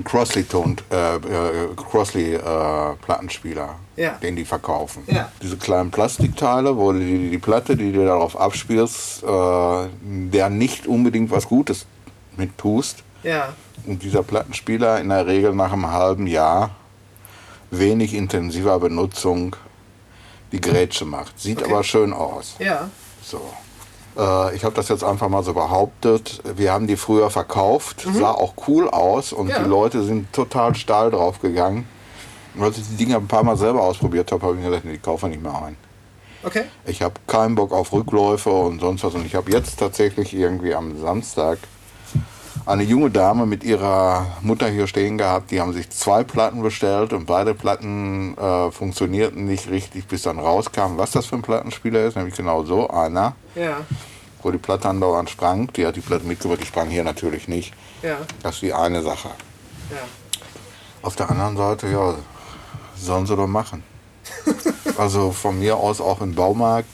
Crossley-Plattenspieler, Ja. den die verkaufen. Ja. Diese kleinen Plastikteile, wo du die Platte, die du darauf abspielst, der nicht unbedingt was Gutes mit tust. Ja. Und dieser Plattenspieler in der Regel nach einem halben Jahr wenig intensiver Benutzung die Grätsche macht. Sieht Okay. aber schön aus. Ja. So. Ich habe das jetzt einfach mal so behauptet. Wir haben die früher verkauft, sah auch cool aus und Ja. die Leute sind total steil drauf gegangen. Und als ich die Dinger ein paar Mal selber ausprobiert habe, habe ich mir gedacht, nee, die kaufe ich nicht mehr ein. Okay. Ich habe keinen Bock auf Rückläufe und sonst was. Und ich habe jetzt tatsächlich irgendwie am Samstag eine junge Dame mit ihrer Mutter hier stehen gehabt. Die haben sich 2 Platten bestellt und beide Platten funktionierten nicht richtig, bis dann rauskam, was das für ein Plattenspieler ist. Nämlich genau so einer, Ja. wo die Platte andauernd sprang. Die hat die Platte mitgebracht, die sprang hier natürlich nicht. Ja. Das ist die eine Sache. Ja. Auf der anderen Seite, ja, sollen sie doch machen. Also von mir aus auch im Baumarkt.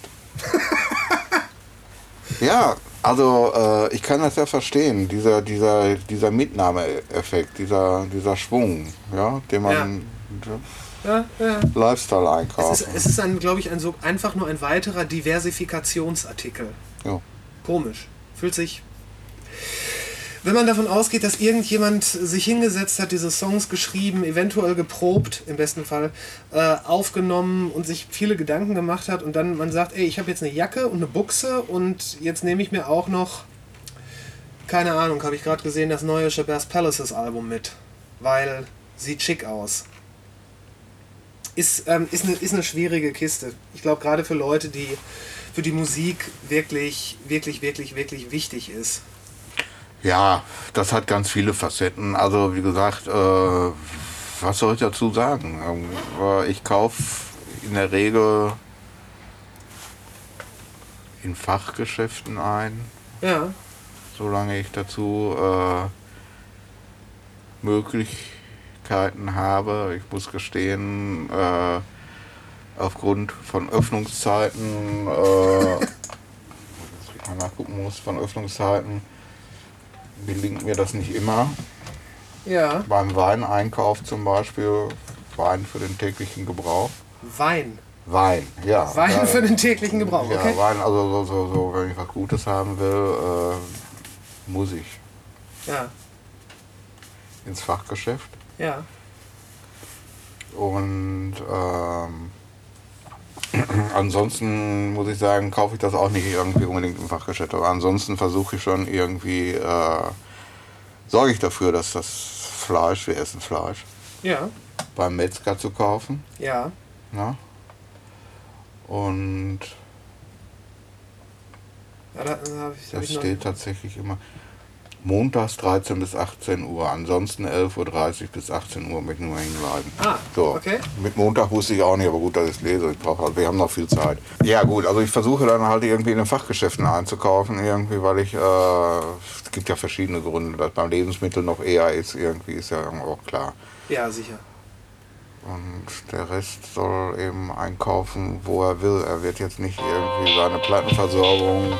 Ja, also ich kann das ja verstehen, dieser Mitnahmeeffekt, dieser Schwung, ja, den man Ja. Ja. Lifestyle Es einkauft. ist glaube ich, einfach nur ein weiterer Diversifikationsartikel. Ja. Komisch. Fühlt sich... Wenn man davon ausgeht, dass irgendjemand sich hingesetzt hat, diese Songs geschrieben, eventuell geprobt, im besten Fall, aufgenommen und sich viele Gedanken gemacht hat und dann man sagt, ey, ich habe jetzt eine Jacke und eine Buchse und jetzt nehme ich mir auch noch, keine Ahnung, habe ich gerade gesehen, das neue Shabazz Palaces Album mit, weil sieht schick aus. Ist eine schwierige Kiste. Ich glaube, gerade für Leute, die für die Musik wirklich wichtig ist. Ja, das hat ganz viele Facetten. Also wie gesagt, was soll ich dazu sagen? Ich kaufe in der Regel in Fachgeschäften ein, Ja, solange ich dazu Möglichkeiten habe. Ich muss gestehen, aufgrund von Öffnungszeiten, ich mal nachgucken muss, von Öffnungszeiten, gelingt mir das nicht immer. ja. Beim Weineinkauf zum Beispiel, Wein für den täglichen Gebrauch. Wein. Wein, ja. Wein für den täglichen Gebrauch, Ja, okay? Wein, also so, wenn ich was Gutes haben will, muss ich Ja, ins Fachgeschäft. ja. Und ansonsten muss ich sagen, kaufe ich das auch nicht irgendwie unbedingt im Fachgeschäft. Aber ansonsten versuche ich schon irgendwie, sorge ich dafür, dass das Fleisch, wir essen Fleisch, Ja, beim Metzger zu kaufen. ja. Ne? Und Ja, da hab ich das noch. steht tatsächlich immer. Montags 13 bis 18 Uhr, ansonsten 11:30 Uhr bis 18 Uhr mit nur hängen bleiben. So. Okay. Mit Montag wusste ich auch nicht, aber gut, dass ich es lese. Wir haben noch viel Zeit. Ja gut, also ich versuche dann halt irgendwie in den Fachgeschäften einzukaufen, irgendwie, weil es gibt ja verschiedene Gründe, dass beim Lebensmittel noch eher ist, irgendwie ist ja auch klar. Ja, sicher. Und der Rest soll eben einkaufen, wo er will. Er wird jetzt nicht irgendwie seine Plattenversorgung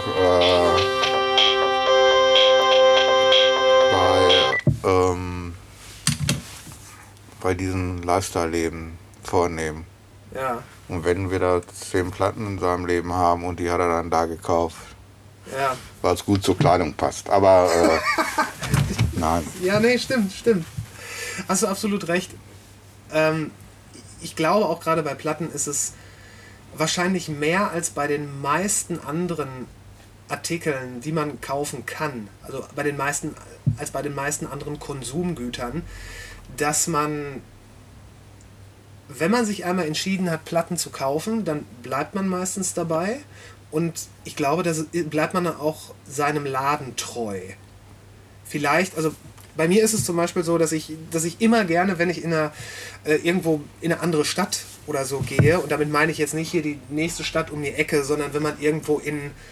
bei diesen Lifestyle-Leben vornehmen. Ja. Und wenn wir da 10 Platten in seinem Leben haben und die hat er dann da gekauft, Ja. weil es gut zur Kleidung passt. Aber nein. Ja, nee, stimmt. Hast du absolut recht. Ich glaube, auch gerade bei Platten ist es wahrscheinlich mehr als bei den meisten anderen Artikeln, die man kaufen kann, also als bei den meisten anderen Konsumgütern, dass man, wenn man sich einmal entschieden hat, Platten zu kaufen, dann bleibt man meistens dabei und ich glaube, da bleibt man dann auch seinem Laden treu. Vielleicht, also bei mir ist es zum Beispiel so, dass ich immer gerne, wenn ich irgendwo in eine andere Stadt oder so gehe, und damit meine ich jetzt nicht hier die nächste Stadt um die Ecke, sondern wenn man irgendwo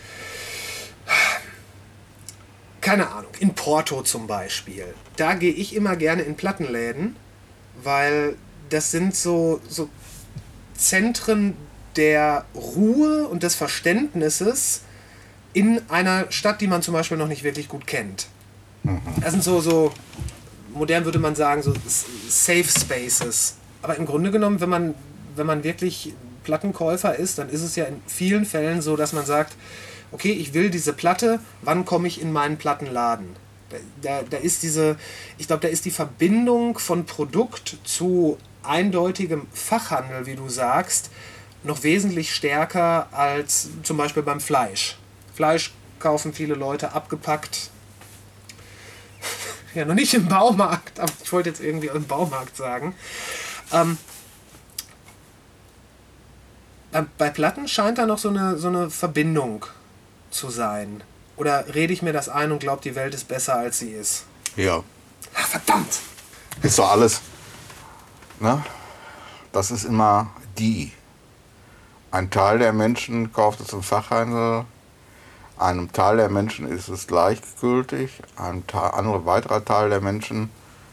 keine Ahnung, in Porto zum Beispiel, da gehe ich immer gerne in Plattenläden, weil das sind so Zentren der Ruhe und des Verständnisses in einer Stadt, die man zum Beispiel noch nicht wirklich gut kennt. Das sind so modern würde man sagen, so Safe Spaces. Aber im Grunde genommen, wenn man wirklich Plattenkäufer ist, dann ist es ja in vielen Fällen so, dass man sagt, okay, ich will diese Platte, wann komme ich in meinen Plattenladen? Da ist ich glaube, da ist die Verbindung von Produkt zu eindeutigem Fachhandel, wie du sagst, noch wesentlich stärker als zum Beispiel beim Fleisch. Fleisch kaufen viele Leute abgepackt. Ja, noch nicht im Baumarkt, aber ich wollte jetzt irgendwie im Baumarkt sagen. Bei Platten scheint da noch so eine Verbindung zu sein. Oder rede ich mir das ein und glaube, die Welt ist besser, als sie ist? Ja. Ach, verdammt! Ist doch alles. Ne? Das ist immer ein Teil der Menschen kauft es im Fachhandel, einem Teil der Menschen ist es gleichgültig, ein weiterer Teil der Menschen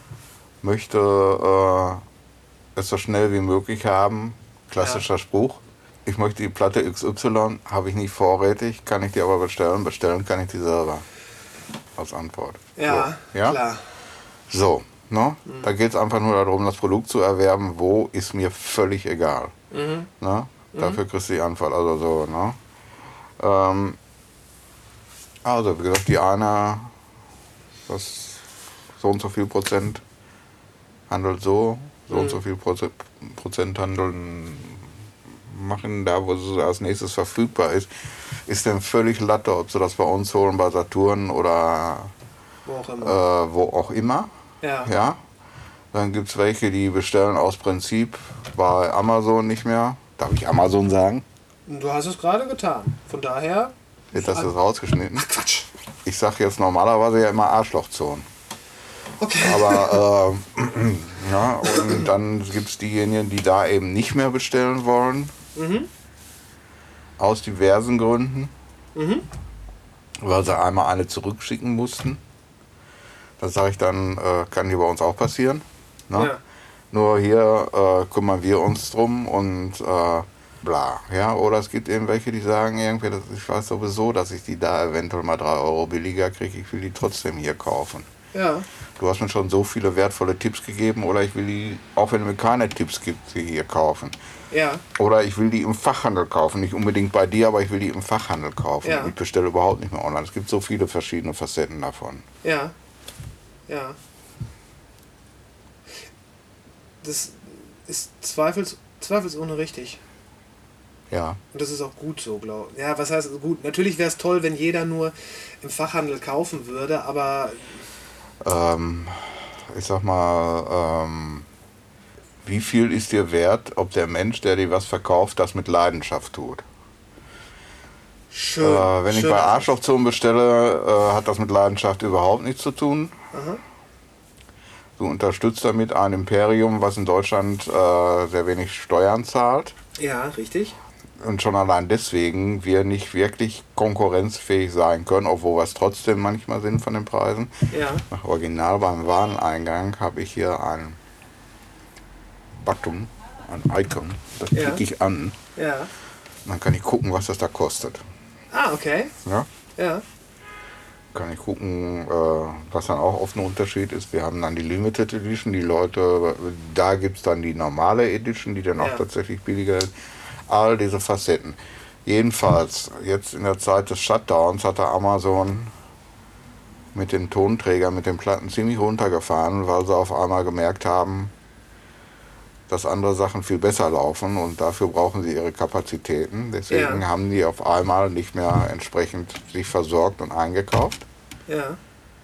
möchte es so schnell wie möglich haben. Klassischer Spruch. Ich möchte die Platte XY, habe ich nicht vorrätig, kann ich die aber bestellen. Bestellen kann ich die selber. Als Antwort. Ja, so, ja? Klar. So, ne? Da geht es einfach nur darum, das Produkt zu erwerben, wo ist mir völlig egal. Ne? Dafür kriegst du die Antwort. Also so, ne? Also, wie gesagt, die eine, das so und so viel Prozent handelt so und so viel Prozent handeln machen, da wo es als nächstes verfügbar ist dann völlig Latte, ob sie das bei uns holen, bei Saturn oder wo auch immer. Ja? Dann gibt es welche, die bestellen aus Prinzip bei Amazon nicht mehr. Darf ich Amazon sagen? Du hast es gerade getan. Von daher... Jetzt hast du es rausgeschnitten. Ach, Quatsch. Ich sage jetzt normalerweise ja immer Arschlochzonen. Okay. Aber ja, und dann gibt es diejenigen, die da eben nicht mehr bestellen wollen. Aus diversen Gründen. Weil sie einmal eine zurückschicken mussten. Das sage ich dann, kann die bei uns auch passieren. Ne? Ja. Nur hier kümmern wir uns drum und bla. Ja? Oder es gibt eben welche, die sagen, irgendwie, ich weiß sowieso, dass ich die da eventuell mal 3 Euro billiger kriege, ich will die trotzdem hier kaufen. Ja. Du hast mir schon so viele wertvolle Tipps gegeben, oder ich will die, auch wenn du mir keine Tipps gibst, die hier kaufen. Ja. Oder ich will die im Fachhandel kaufen, nicht unbedingt bei dir, aber ich will die im Fachhandel kaufen. Ja. Ich bestelle überhaupt nicht mehr online. Es gibt so viele verschiedene Facetten davon. Ja. Ja. Das ist zweifelsohne richtig. Ja. Und das ist auch gut so, glaube ich. Ja, was heißt gut? Natürlich wäre es toll, wenn jeder nur im Fachhandel kaufen würde, aber... ich sag mal, wie viel ist dir wert, ob der Mensch, der dir was verkauft, das mit Leidenschaft tut? Schön. Wenn ich bei Arschlochzonen bestelle, hat das mit Leidenschaft überhaupt nichts zu tun. Aha. Du unterstützt damit ein Imperium, was in Deutschland sehr wenig Steuern zahlt. Ja, richtig. Und schon allein deswegen wir nicht wirklich konkurrenzfähig sein können, obwohl wir es trotzdem manchmal sind von den Preisen. Ja. Nach Original beim Wareneingang habe ich hier ein Button, ein Icon. Das klicke ich an. Ja. Und dann kann ich gucken, was das da kostet. Ah, okay. Ja? Ja. Kann ich gucken, was dann auch oft ein Unterschied ist. Wir haben dann die Limited Edition, die Leute, da gibt es dann die normale Edition, die dann auch tatsächlich billiger ist. All diese Facetten. Jedenfalls, jetzt in der Zeit des Shutdowns hat der Amazon mit den Tonträgern, mit den Platten ziemlich runtergefahren, weil sie auf einmal gemerkt haben, dass andere Sachen viel besser laufen und dafür brauchen sie ihre Kapazitäten. Deswegen haben die auf einmal nicht mehr entsprechend sich versorgt und eingekauft. Ja.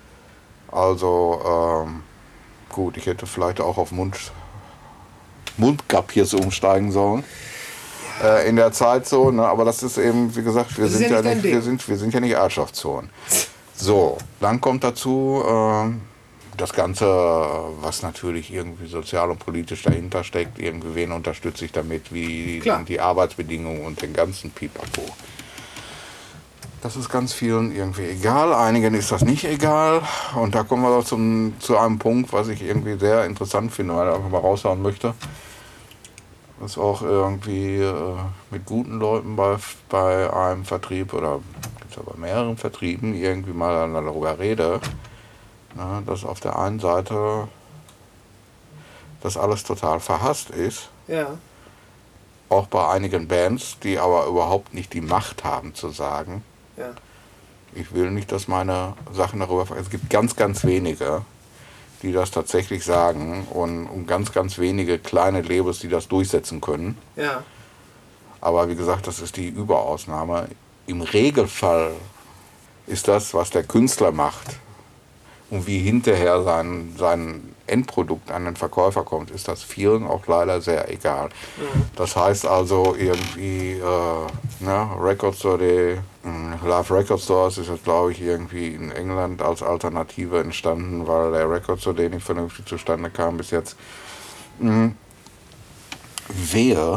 Also gut, ich hätte vielleicht auch auf Mundkapiers umsteigen sollen. In der Zeit so, ne? Aber das ist eben, wie gesagt, wir sind ja nicht Arschlochzonen. So, dann kommt dazu das Ganze, was natürlich irgendwie sozial und politisch dahinter steckt, irgendwie wen unterstütze ich damit, wie die Arbeitsbedingungen und den ganzen Pipapo. Das ist ganz vielen irgendwie egal, einigen ist das nicht egal und da kommen wir doch zu einem Punkt, was ich irgendwie sehr interessant finde, weil ich einfach mal raushauen möchte. Das auch irgendwie mit guten Leuten bei einem Vertrieb oder gibt's aber mehreren Vertrieben irgendwie mal darüber rede, ne, dass auf der einen Seite das alles total verhasst ist. Ja. Auch bei einigen Bands, die aber überhaupt nicht die Macht haben zu sagen, ich will nicht, dass meine Sachen darüber... Es gibt ganz, ganz wenige, die das tatsächlich sagen und ganz, ganz wenige kleine Labels, die das durchsetzen können. Ja. Aber wie gesagt, das ist die Überausnahme. Im Regelfall ist das, was der Künstler macht und wie hinterher sein Endprodukt an den Verkäufer kommt, ist das vielen auch leider sehr egal. Mhm. Das heißt also irgendwie, Record Store, Love Record Stores ist jetzt, glaube ich, irgendwie in England als Alternative entstanden, weil der Record Store nicht vernünftig zustande kam bis jetzt. Wer,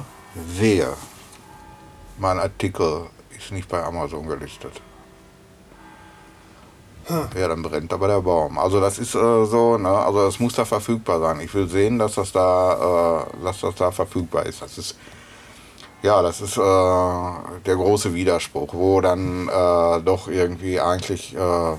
mein Artikel ist nicht bei Amazon gelistet. Ja, dann brennt aber der Baum. Also das ist so, ne? Also das muss da verfügbar sein. Ich will sehen, dass das da verfügbar ist. Das ist der große Widerspruch, wo dann doch irgendwie eigentlich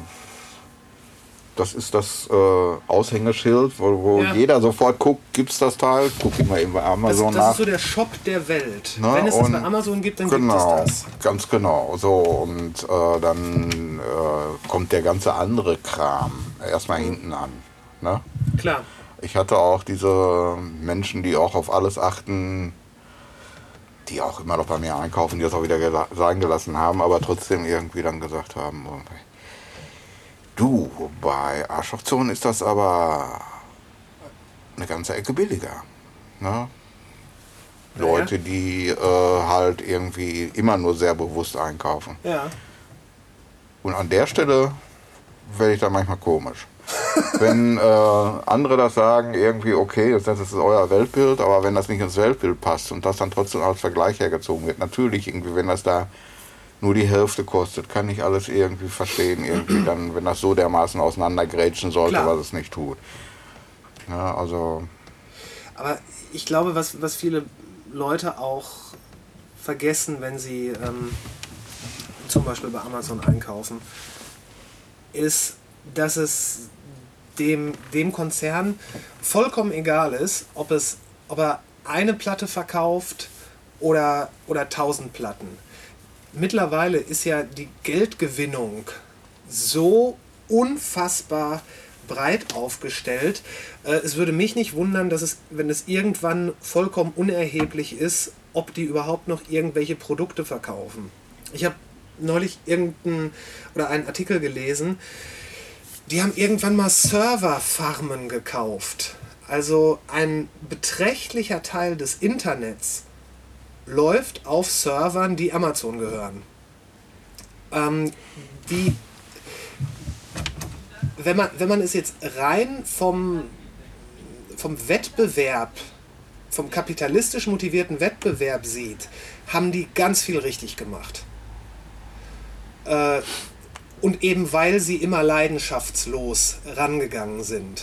das ist das Aushängeschild, wo jeder sofort guckt, gibt's das Teil? Guck ich mal eben bei Amazon nach. Das ist so der Shop der Welt. Ne? Wenn es das bei Amazon gibt, dann gibt es das. Ganz genau. So, und dann kommt der ganze andere Kram erstmal hinten an. Ne? Klar. Ich hatte auch diese Menschen, die auch auf alles achten, die auch immer noch bei mir einkaufen, die das auch wieder sein gelassen haben, aber trotzdem irgendwie dann gesagt haben, du, bei Arschlochzonen ist das aber eine ganze Ecke billiger. Ne? Leute, die halt irgendwie immer nur sehr bewusst einkaufen. Ja. Und an der Stelle werde ich dann manchmal komisch. Wenn andere das sagen, irgendwie okay, das ist euer Weltbild, aber wenn das nicht ins Weltbild passt und das dann trotzdem als Vergleich hergezogen wird, natürlich irgendwie, wenn das da nur die Hälfte kostet, kann ich alles irgendwie verstehen, irgendwie dann, wenn das so dermaßen auseinandergrätschen sollte, was es nicht tut. Ja, also. Aber ich glaube, was viele Leute auch vergessen, wenn sie zum Beispiel bei Amazon einkaufen, ist, dass es dem Konzern vollkommen egal ist, ob er eine Platte verkauft oder 1000 Platten. Mittlerweile ist ja die Geldgewinnung so unfassbar breit aufgestellt. Es würde mich nicht wundern, wenn es irgendwann vollkommen unerheblich ist, ob die überhaupt noch irgendwelche Produkte verkaufen. Ich habe neulich einen Artikel gelesen, die haben irgendwann mal Serverfarmen gekauft. Also ein beträchtlicher Teil des Internets läuft auf Servern, die Amazon gehören. Wenn man es jetzt rein vom Wettbewerb, vom kapitalistisch motivierten Wettbewerb sieht, haben die ganz viel richtig gemacht. Und eben weil sie immer leidenschaftslos rangegangen sind.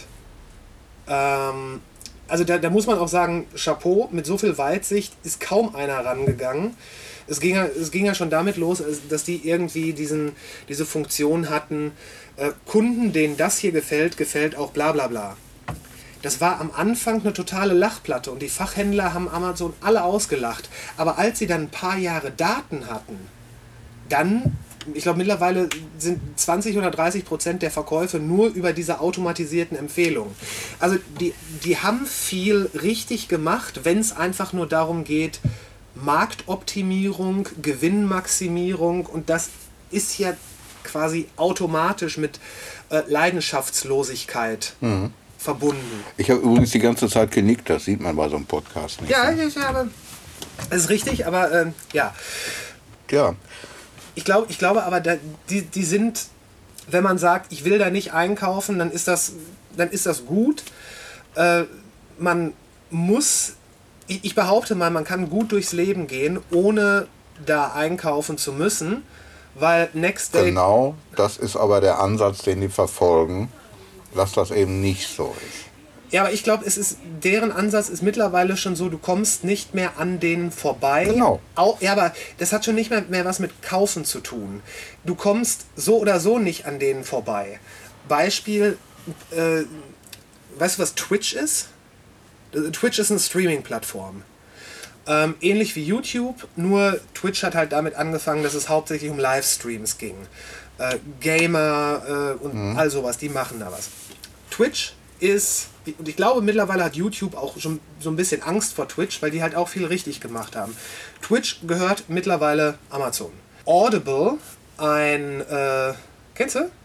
Also da muss man auch sagen, Chapeau, mit so viel Weitsicht ist kaum einer rangegangen. Es ging ja schon damit los, dass die irgendwie diese Funktion hatten, Kunden, denen das hier gefällt auch bla bla bla. Das war am Anfang eine totale Lachplatte und die Fachhändler haben Amazon alle ausgelacht. Aber als sie dann ein paar Jahre Daten hatten, dann, ich glaube mittlerweile sind 20 oder 30% der Verkäufe nur über diese automatisierten Empfehlungen. Also die haben viel richtig gemacht, wenn es einfach nur darum geht, Marktoptimierung, Gewinnmaximierung, und das ist ja quasi automatisch mit Leidenschaftslosigkeit verbunden. Ich habe übrigens die ganze Zeit genickt, das sieht man bei so einem Podcast nicht. Ja, das ist richtig, aber ja. Ja. Ich glaube aber, die sind, wenn man sagt, ich will da nicht einkaufen, dann ist das gut. Man muss, ich behaupte mal, man kann gut durchs Leben gehen, ohne da einkaufen zu müssen, weil Next Day... Genau, das ist aber der Ansatz, den die verfolgen, dass das eben nicht so ist. Ja, aber ich glaube, deren Ansatz ist mittlerweile schon so, du kommst nicht mehr an denen vorbei. Genau. Ja, aber das hat schon nicht mehr was mit Kaufen zu tun. Du kommst so oder so nicht an denen vorbei. Beispiel, weißt du, was Twitch ist? Twitch ist eine Streaming-Plattform. Ähnlich wie YouTube, nur Twitch hat halt damit angefangen, dass es hauptsächlich um Livestreams ging. Gamer und all sowas, die machen da was. Twitch ist, und ich glaube mittlerweile hat YouTube auch schon so ein bisschen Angst vor Twitch, weil die halt auch viel richtig gemacht haben. Twitch gehört mittlerweile Amazon. Audible, kennst du?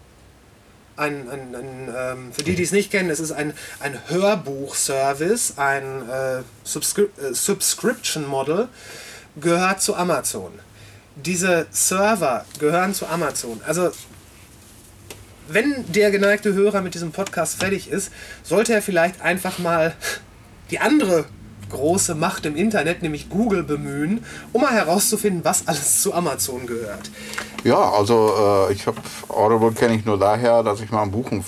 Für die es nicht kennen, es ist ein Hörbuchservice, ein Subscription Model, gehört zu Amazon. Diese Server gehören zu Amazon. Also wenn der geneigte Hörer mit diesem Podcast fertig ist, sollte er vielleicht einfach mal die andere große Macht im Internet, nämlich Google, bemühen, um mal herauszufinden, was alles zu Amazon gehört. Ja, also Audible kenne ich nur daher, dass ich mal ein Buch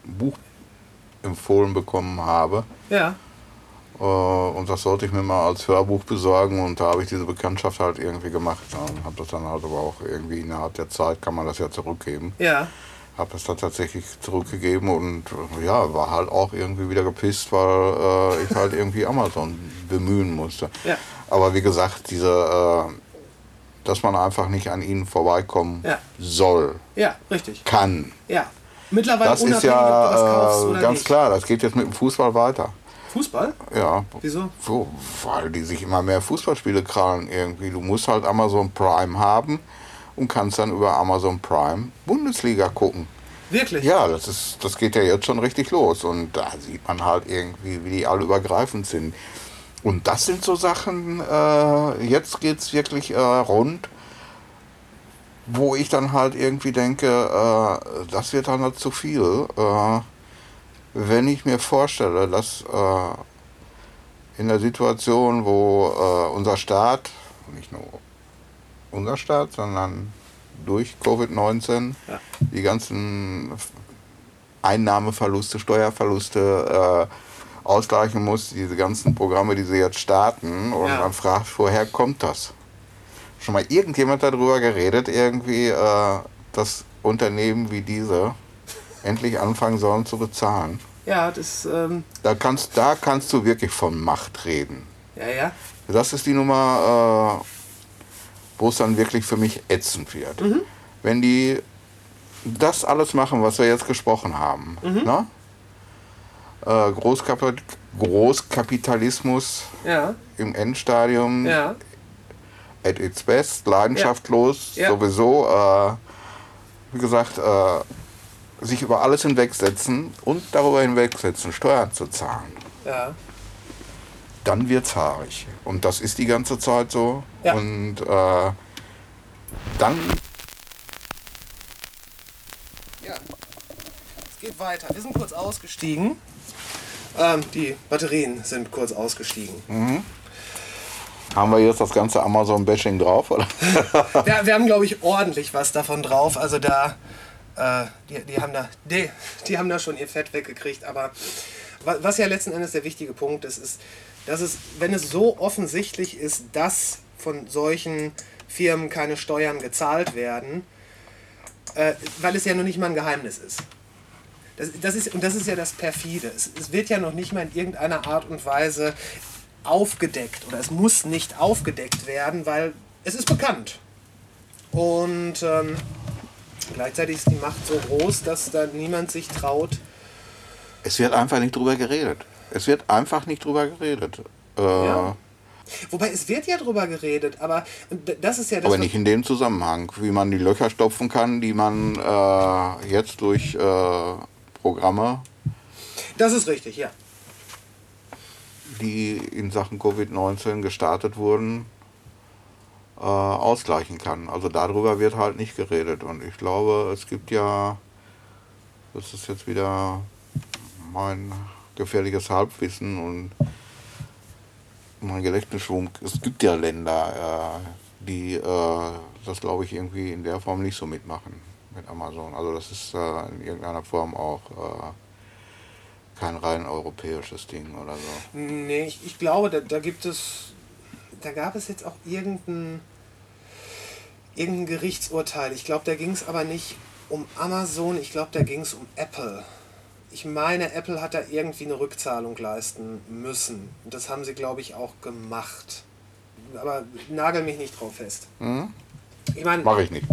empfohlen bekommen habe. Ja. Und das sollte ich mir mal als Hörbuch besorgen, und da habe ich diese Bekanntschaft halt irgendwie gemacht. Und habe das dann halt aber auch irgendwie innerhalb der Zeit, kann man das ja zurückgeben. Ja. Habe das dann tatsächlich zurückgegeben und ja, war halt auch irgendwie wieder gepisst, weil ich halt irgendwie Amazon bemühen musste. Ja. Aber wie gesagt, dass man einfach nicht an ihnen vorbeikommen soll. Ja, richtig. Kann. Ja. Mittlerweile das ist ja du was kaufst oder ganz nicht. Klar, das geht jetzt mit dem Fußball weiter. Fußball? Ja. Wieso? So, weil die sich immer mehr Fußballspiele krallen irgendwie. Du musst halt Amazon Prime haben und kannst dann über Amazon Prime Bundesliga gucken. Wirklich? Ja, das geht ja jetzt schon richtig los. Und da sieht man halt irgendwie, wie die alle übergreifend sind. Und das sind so Sachen, jetzt geht's wirklich rund, wo ich dann halt irgendwie denke, das wird dann halt zu viel. Wenn ich mir vorstelle, dass in der Situation, wo unser Staat, nicht nur unser Staat, sondern durch Covid-19 die ganzen Einnahmeverluste, Steuerverluste ausgleichen muss, diese ganzen Programme, die sie jetzt starten, und man fragt, woher kommt das? Schon mal irgendjemand darüber geredet, irgendwie, dass Unternehmen wie diese endlich anfangen sollen zu bezahlen? Ja, das... Da kannst du wirklich von Macht reden. Ja, ja. Das ist die Nummer, wo es dann wirklich für mich ätzend wird. Mhm. Wenn die das alles machen, was wir jetzt gesprochen haben, ne? Großkapitalismus im Endstadium, at its best, leidenschaftlos, sowieso, wie gesagt, sich über alles hinwegsetzen und darüber hinwegsetzen, Steuern zu zahlen. Ja. Dann wird's haarig. Und das ist die ganze Zeit so. Ja. Und dann geht weiter. Wir sind kurz ausgestiegen. Die Batterien sind kurz ausgestiegen. Haben wir jetzt das ganze Amazon-Bashing drauf, oder? Ja, wir haben, glaube ich, ordentlich was davon drauf. Also da, die haben da schon ihr Fett weggekriegt. Aber was ja letzten Endes der wichtige Punkt ist, dass es, wenn es so offensichtlich ist, dass von solchen Firmen keine Steuern gezahlt werden, weil es ja noch nicht mal ein Geheimnis ist. Das ist ja das Perfide. Es wird ja noch nicht mal in irgendeiner Art und Weise aufgedeckt oder es muss nicht aufgedeckt werden, weil es ist bekannt. Und gleichzeitig ist die Macht so groß, dass da niemand sich traut. Es wird einfach nicht drüber geredet. Ja. Wobei, es wird ja drüber geredet, aber das ist ja das... Aber nicht in dem Zusammenhang, wie man die Löcher stopfen kann, die man jetzt durch Programme, Das ist richtig, ja. die in Sachen Covid-19 gestartet wurden, ausgleichen kann. Also darüber wird halt nicht geredet. Und ich glaube, es gibt ja, das ist jetzt wieder mein gefährliches Halbwissen und mein Gedächtnisschwung, es gibt ja Länder, die das, glaube ich, irgendwie in der Form nicht so mitmachen mit Amazon. Also das ist in irgendeiner Form auch kein rein europäisches Ding oder so. Nee, ich glaube, da gab es jetzt auch irgendein Gerichtsurteil. Ich glaube, da ging es aber nicht um Amazon, ich glaube, da ging es um Apple. Ich meine, Apple hat da irgendwie eine Rückzahlung leisten müssen. Und das haben sie, glaube ich, auch gemacht. Aber nagel mich nicht drauf fest. Ich meine, Mache ich nicht.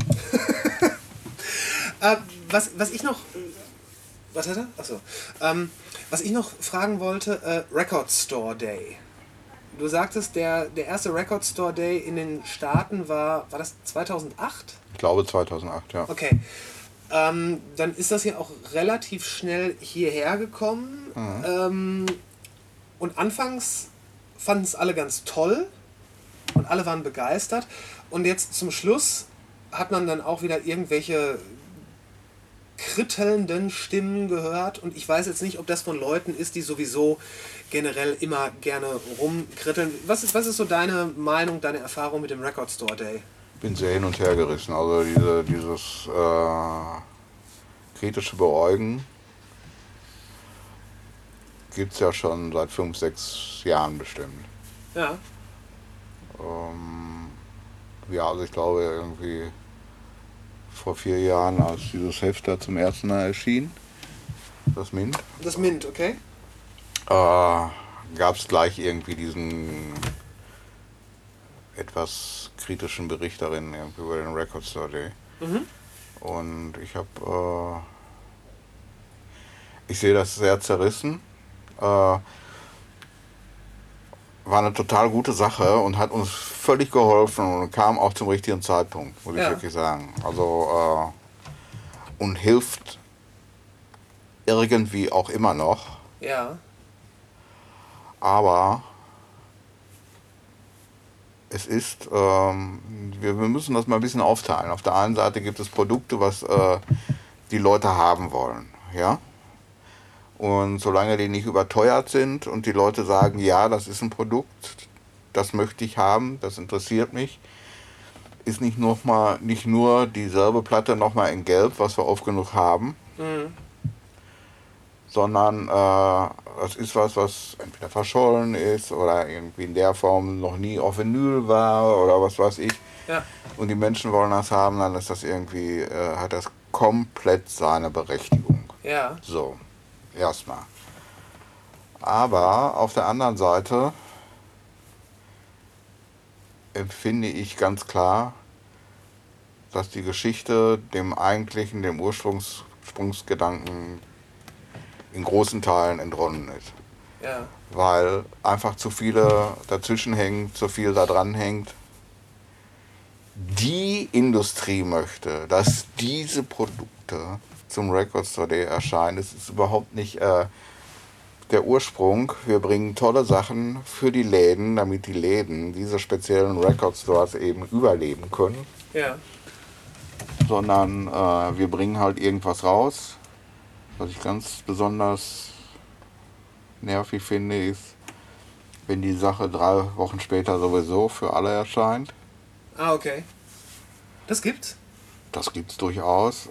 was ich noch... Was hat er? Achso. Was ich noch fragen wollte, Record Store Day. Du sagtest, der erste Record Store Day in den Staaten war das 2008? Ich glaube 2008, ja. Okay. Dann ist das ja auch relativ schnell hierher gekommen. Und anfangs fanden es alle ganz toll und alle waren begeistert. Und jetzt zum Schluss hat man dann auch wieder irgendwelche krittelnden Stimmen gehört. Und ich weiß jetzt nicht, ob das von Leuten ist, die sowieso generell immer gerne rumkritteln. Was ist so deine Meinung, deine Erfahrung mit dem Record Store Day? Bin sehr hin und her gerissen. Also dieses kritische Beäugen gibt es ja schon seit 5, 6 Jahren bestimmt. Ja. Ja, also ich glaube irgendwie vor 4 Jahren, als dieses Heft da zum ersten Mal erschien, das Mint. Das Mint, okay. Gab es gleich irgendwie diesen etwas kritischen Bericht darin irgendwie über den Record Store Day. Und ich sehe das sehr zerrissen. War eine total gute Sache und hat uns völlig geholfen und kam auch zum richtigen Zeitpunkt, muss ich wirklich sagen. Also und hilft irgendwie auch immer noch. Ja. Aber es ist, wir müssen das mal ein bisschen aufteilen. Auf der einen Seite gibt es Produkte, was die Leute haben wollen, ja. Und solange die nicht überteuert sind und die Leute sagen, ja, das ist ein Produkt, das möchte ich haben, das interessiert mich, ist nicht nur dieselbe Platte nochmal in Gelb, was wir oft genug haben, sondern das ist was entweder verschollen ist oder irgendwie in der Form noch nie auf Vinyl war oder was weiß ich. Ja. Und die Menschen wollen das haben, dann ist das irgendwie, hat das komplett seine Berechtigung. Ja. So, erstmal. Aber auf der anderen Seite empfinde ich ganz klar, dass die Geschichte dem Ursprungsgedanken in großen Teilen entronnen ist. Ja. Weil einfach zu viele dazwischen hängen, zu viel da dran hängt. Die Industrie möchte, dass diese Produkte zum Record Store Day erscheinen. Es ist überhaupt nicht der Ursprung. Wir bringen tolle Sachen für die Läden, damit die Läden diese speziellen Record Stores eben überleben können. Ja. Sondern wir bringen halt irgendwas raus, Was ich ganz besonders nervig finde, ist, wenn die Sache 3 Wochen später sowieso für alle erscheint. Ah, okay. Das gibt's? Das gibt's durchaus.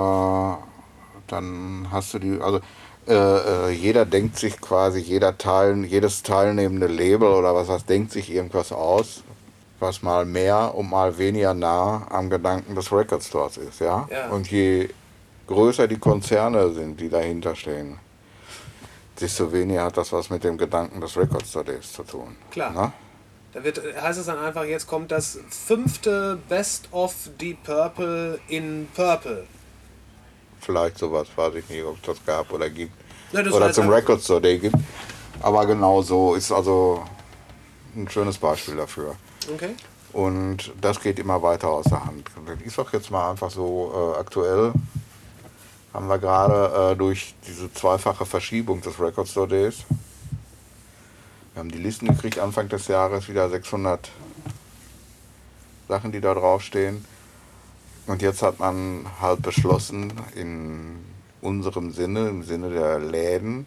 Dann hast du jeder denkt sich quasi, jedes teilnehmende Label oder was heißt, denkt sich irgendwas aus, was mal mehr und mal weniger nah am Gedanken des Record Stores ist, ja? Ja. Und je größer die Konzerne sind, die dahinter stehen, desto weniger hat das was mit dem Gedanken des Record Stores zu tun. Klar. Ne? Da heißt es dann einfach, jetzt kommt das 5. Best of Deep Purple in Purple. Vielleicht sowas, weiß ich nicht, ob es das gab oder gibt. Ja, das Oder heißt zum einfach- Record Store Day gibt. Aber genau so ist also ein schönes Beispiel dafür. Okay. Und das geht immer weiter aus der Hand. Ich sag jetzt mal einfach so, aktuell haben wir gerade durch diese zweifache Verschiebung des Record Store Days, wir haben die Listen gekriegt Anfang des Jahres, wieder 600 Sachen, die da draufstehen. Und jetzt hat man halt beschlossen, in unserem Sinne, im Sinne der Läden,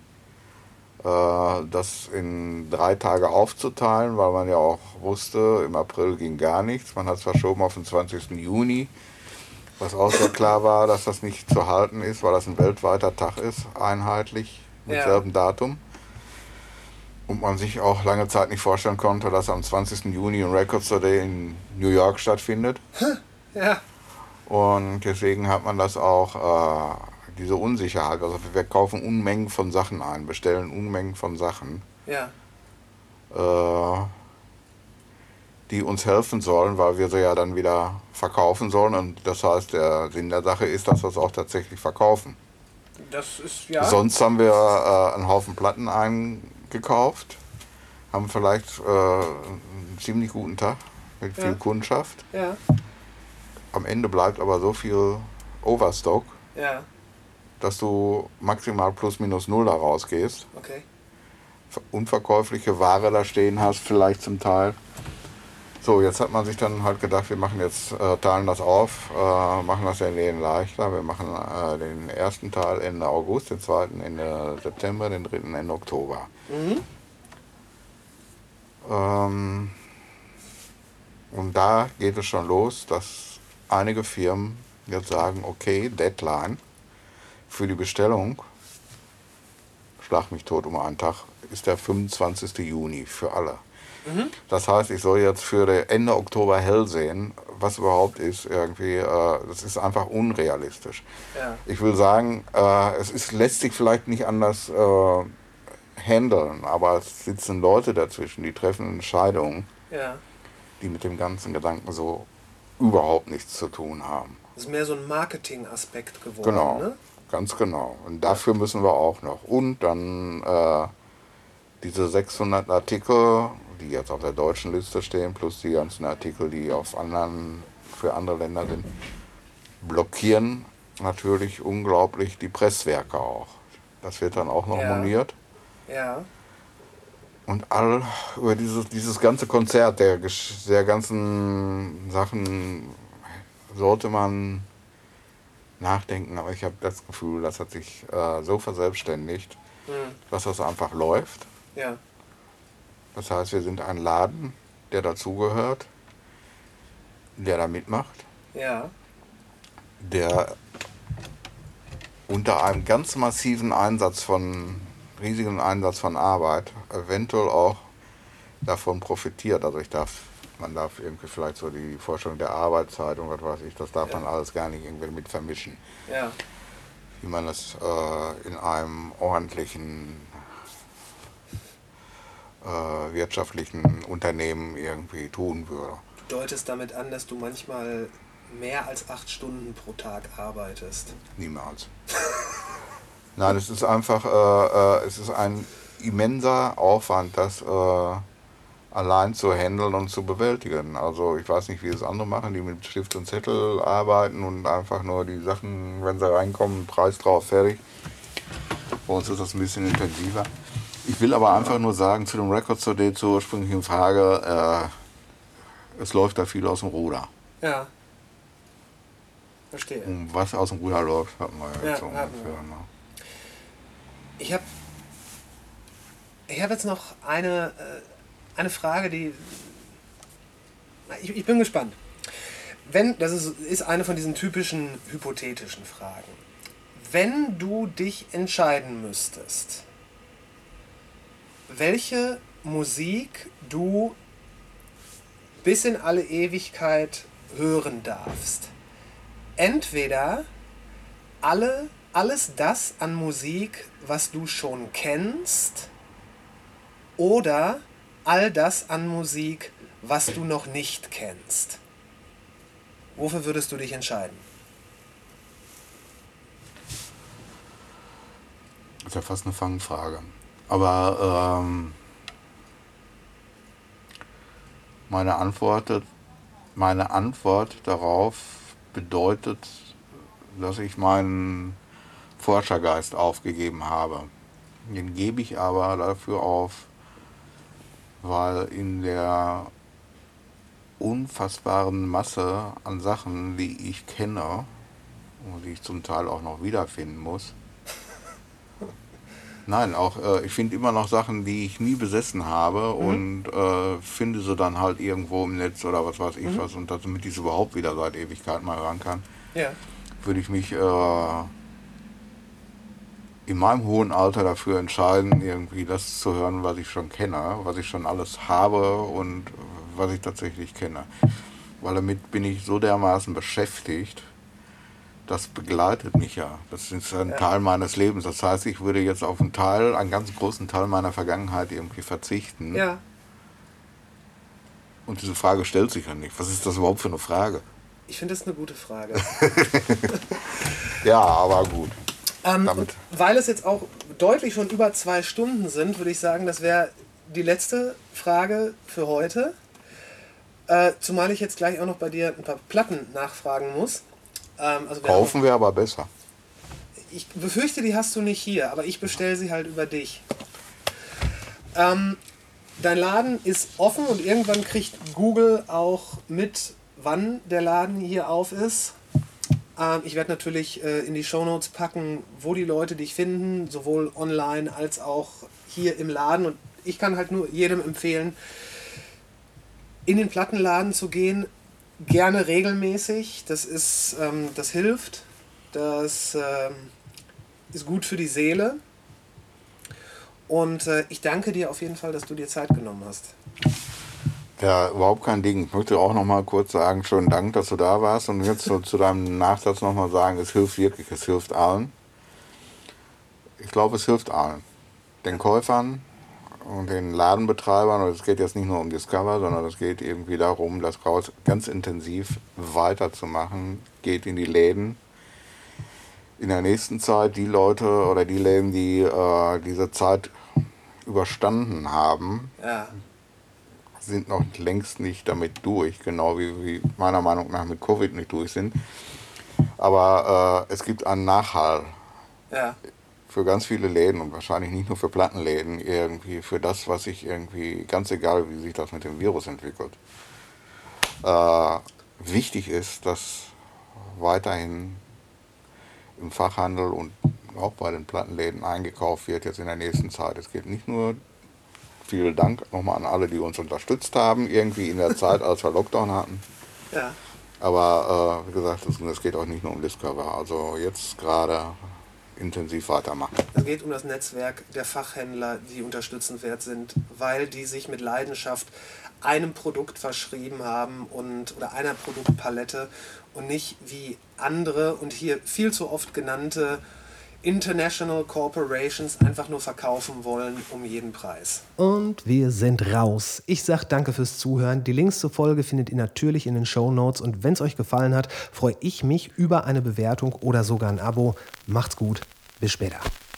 das in 3 Tage aufzuteilen, weil man ja auch wusste, im April ging gar nichts. Man hat es verschoben auf den 20. Juni, was auch sehr klar war, dass das nicht zu halten ist, weil das ein weltweiter Tag ist, einheitlich, mit Ja. selben Datum. Und man sich auch lange Zeit nicht vorstellen konnte, dass am 20. Juni ein Record Store Day in New York stattfindet. Ja. Und deswegen hat man das auch, diese Unsicherheit. Also wir kaufen Unmengen von Sachen ein, bestellen Unmengen von Sachen, Ja. die uns helfen sollen, weil wir sie ja dann wieder verkaufen sollen. Und das heißt, der Sinn der Sache ist, dass wir es auch tatsächlich verkaufen. Das ist ja. Sonst haben wir einen Haufen Platten eingekauft, haben vielleicht einen ziemlich guten Tag mit viel Ja. Kundschaft. Ja. Am Ende bleibt aber so viel Overstock, Ja. dass du maximal plus minus null da rausgehst. Okay. Unverkäufliche Ware da stehen hast, vielleicht zum Teil. So, jetzt hat man sich dann halt gedacht, wir machen jetzt, teilen das auf, machen das den Läden leichter. Wir machen den ersten Teil Ende August, den zweiten Ende September, den dritten Ende Oktober. Und da geht es schon los, dass einige Firmen jetzt sagen, okay, Deadline für die Bestellung, schlag mich tot um einen Tag, ist der 25. Juni für alle. Das heißt, ich soll jetzt für Ende Oktober hell sehen, was überhaupt ist. Irgendwie, das ist einfach unrealistisch. Ja. Ich will sagen, lässt sich vielleicht nicht anders handeln, aber es sitzen Leute dazwischen, die treffen Entscheidungen, Ja. die mit dem ganzen Gedanken so überhaupt nichts zu tun haben. Das ist mehr so ein Marketing-Aspekt geworden, Genau, ne? ganz genau. Und dafür müssen wir auch noch. Und dann diese 600 Artikel, die jetzt auf der deutschen Liste stehen, plus die ganzen Artikel, die für andere Länder sind, blockieren natürlich unglaublich die Presswerke auch. Das wird dann auch noch Ja. moniert. Ja. Und über dieses ganze Konzert der ganzen Sachen sollte man nachdenken. Aber ich habe das Gefühl, das hat sich so verselbstständigt, dass das einfach läuft. Ja. Das heißt, wir sind ein Laden, der dazugehört, der da mitmacht, Ja. der unter einem ganz massiven riesigen Einsatz von Arbeit eventuell auch davon profitiert. Also man darf irgendwie vielleicht so die Vorstellung der Arbeitszeit und was weiß ich, das darf man alles gar nicht irgendwie mit vermischen. Ja. Wie man es in einem ordentlichen wirtschaftlichen Unternehmen irgendwie tun würde. Du deutest damit an, dass du manchmal mehr als 8 Stunden pro Tag arbeitest. Niemals. Nein, es ist einfach, es ist ein immenser Aufwand, das allein zu handeln und zu bewältigen. Also ich weiß nicht, wie es andere machen, die mit Stift und Zettel arbeiten und einfach nur die Sachen, wenn sie reinkommen, Preis drauf, fertig. Bei uns ist das ein bisschen intensiver. Ich will aber einfach nur sagen, zu dem Record Store Day zur ursprünglichen Frage, es läuft da viel aus dem Ruder. Ja. verstehe. Und was aus dem Ruder läuft, hatten wir ja jetzt so ungefähr. Ne? Ich hab jetzt noch eine Frage, die... Ich bin gespannt. Das ist eine von diesen typischen hypothetischen Fragen. Wenn du dich entscheiden müsstest, welche Musik du bis in alle Ewigkeit hören darfst, entweder alles das an Musik, was du schon kennst, oder all das an Musik, was du noch nicht kennst. Wofür würdest du dich entscheiden? Das ist ja fast eine Fangfrage. Aber meine Antwort darauf bedeutet, dass ich meinen Forschergeist aufgegeben habe. Den gebe ich aber dafür auf, weil in der unfassbaren Masse an Sachen, die ich kenne und die ich zum Teil auch noch wiederfinden muss. Nein, auch ich finde immer noch Sachen, die ich nie besessen habe und finde sie dann halt irgendwo im Netz oder was weiß ich was, und damit ich es überhaupt wieder seit Ewigkeit mal ran kann, würde ich mich in meinem hohen Alter dafür entscheiden, irgendwie das zu hören, was ich schon kenne, was ich schon alles habe und was ich tatsächlich kenne. Weil damit bin ich so dermaßen beschäftigt, das begleitet mich ja. Das ist ein Teil meines Lebens. Das heißt, ich würde jetzt auf einen ganz großen Teil meiner Vergangenheit irgendwie verzichten. Ja. Und diese Frage stellt sich ja nicht. Was ist das überhaupt für eine Frage? Ich finde das eine gute Frage. Ja, aber gut. Weil es jetzt auch deutlich schon über 2 Stunden sind, würde ich sagen, das wäre die letzte Frage für heute. Zumal ich jetzt gleich auch noch bei dir ein paar Platten nachfragen muss. Kaufen wir aber besser. Ich befürchte, die hast du nicht hier, aber ich bestelle sie halt über dich. Dein Laden ist offen und irgendwann kriegt Google auch mit, wann der Laden hier auf ist. Ich werde natürlich in die Shownotes packen, wo die Leute dich finden, sowohl online als auch hier im Laden. Und ich kann halt nur jedem empfehlen, in den Plattenladen zu gehen, gerne regelmäßig. Das hilft, das ist gut für die Seele. Und ich danke dir auf jeden Fall, dass du dir Zeit genommen hast. Ja, überhaupt kein Ding. Ich möchte auch noch mal kurz sagen, schönen Dank, dass du da warst. Und jetzt zu deinem Nachsatz noch mal sagen, es hilft wirklich, es hilft allen. Ich glaube, es hilft allen. Den Käufern und den Ladenbetreibern. Und es geht jetzt nicht nur um Discover, sondern es geht irgendwie darum, das ganz intensiv weiterzumachen. Geht in die Läden. In der nächsten Zeit die Leute oder die Läden, die diese Zeit überstanden haben, sind noch längst nicht damit durch, genau wie meiner Meinung nach mit Covid nicht durch sind. Aber es gibt einen Nachhall für ganz viele Läden und wahrscheinlich nicht nur für Plattenläden, irgendwie für das, was sich irgendwie, ganz egal wie sich das mit dem Virus entwickelt, wichtig ist, dass weiterhin im Fachhandel und auch bei den Plattenläden eingekauft wird jetzt in der nächsten Zeit. Es geht nicht nur, vielen Dank nochmal an alle, die uns unterstützt haben, irgendwie in der Zeit, als wir Lockdown hatten. Ja. Aber wie gesagt, es geht auch nicht nur um Discover. Also jetzt gerade intensiv weitermachen. Es geht um das Netzwerk der Fachhändler, die unterstützenswert sind, weil die sich mit Leidenschaft einem Produkt verschrieben haben oder einer Produktpalette und nicht wie andere und hier viel zu oft genannte International Corporations einfach nur verkaufen wollen um jeden Preis. Und wir sind raus. Ich sage danke fürs Zuhören. Die Links zur Folge findet ihr natürlich in den Shownotes. Und wenn es euch gefallen hat, freue ich mich über eine Bewertung oder sogar ein Abo. Macht's gut. Bis später.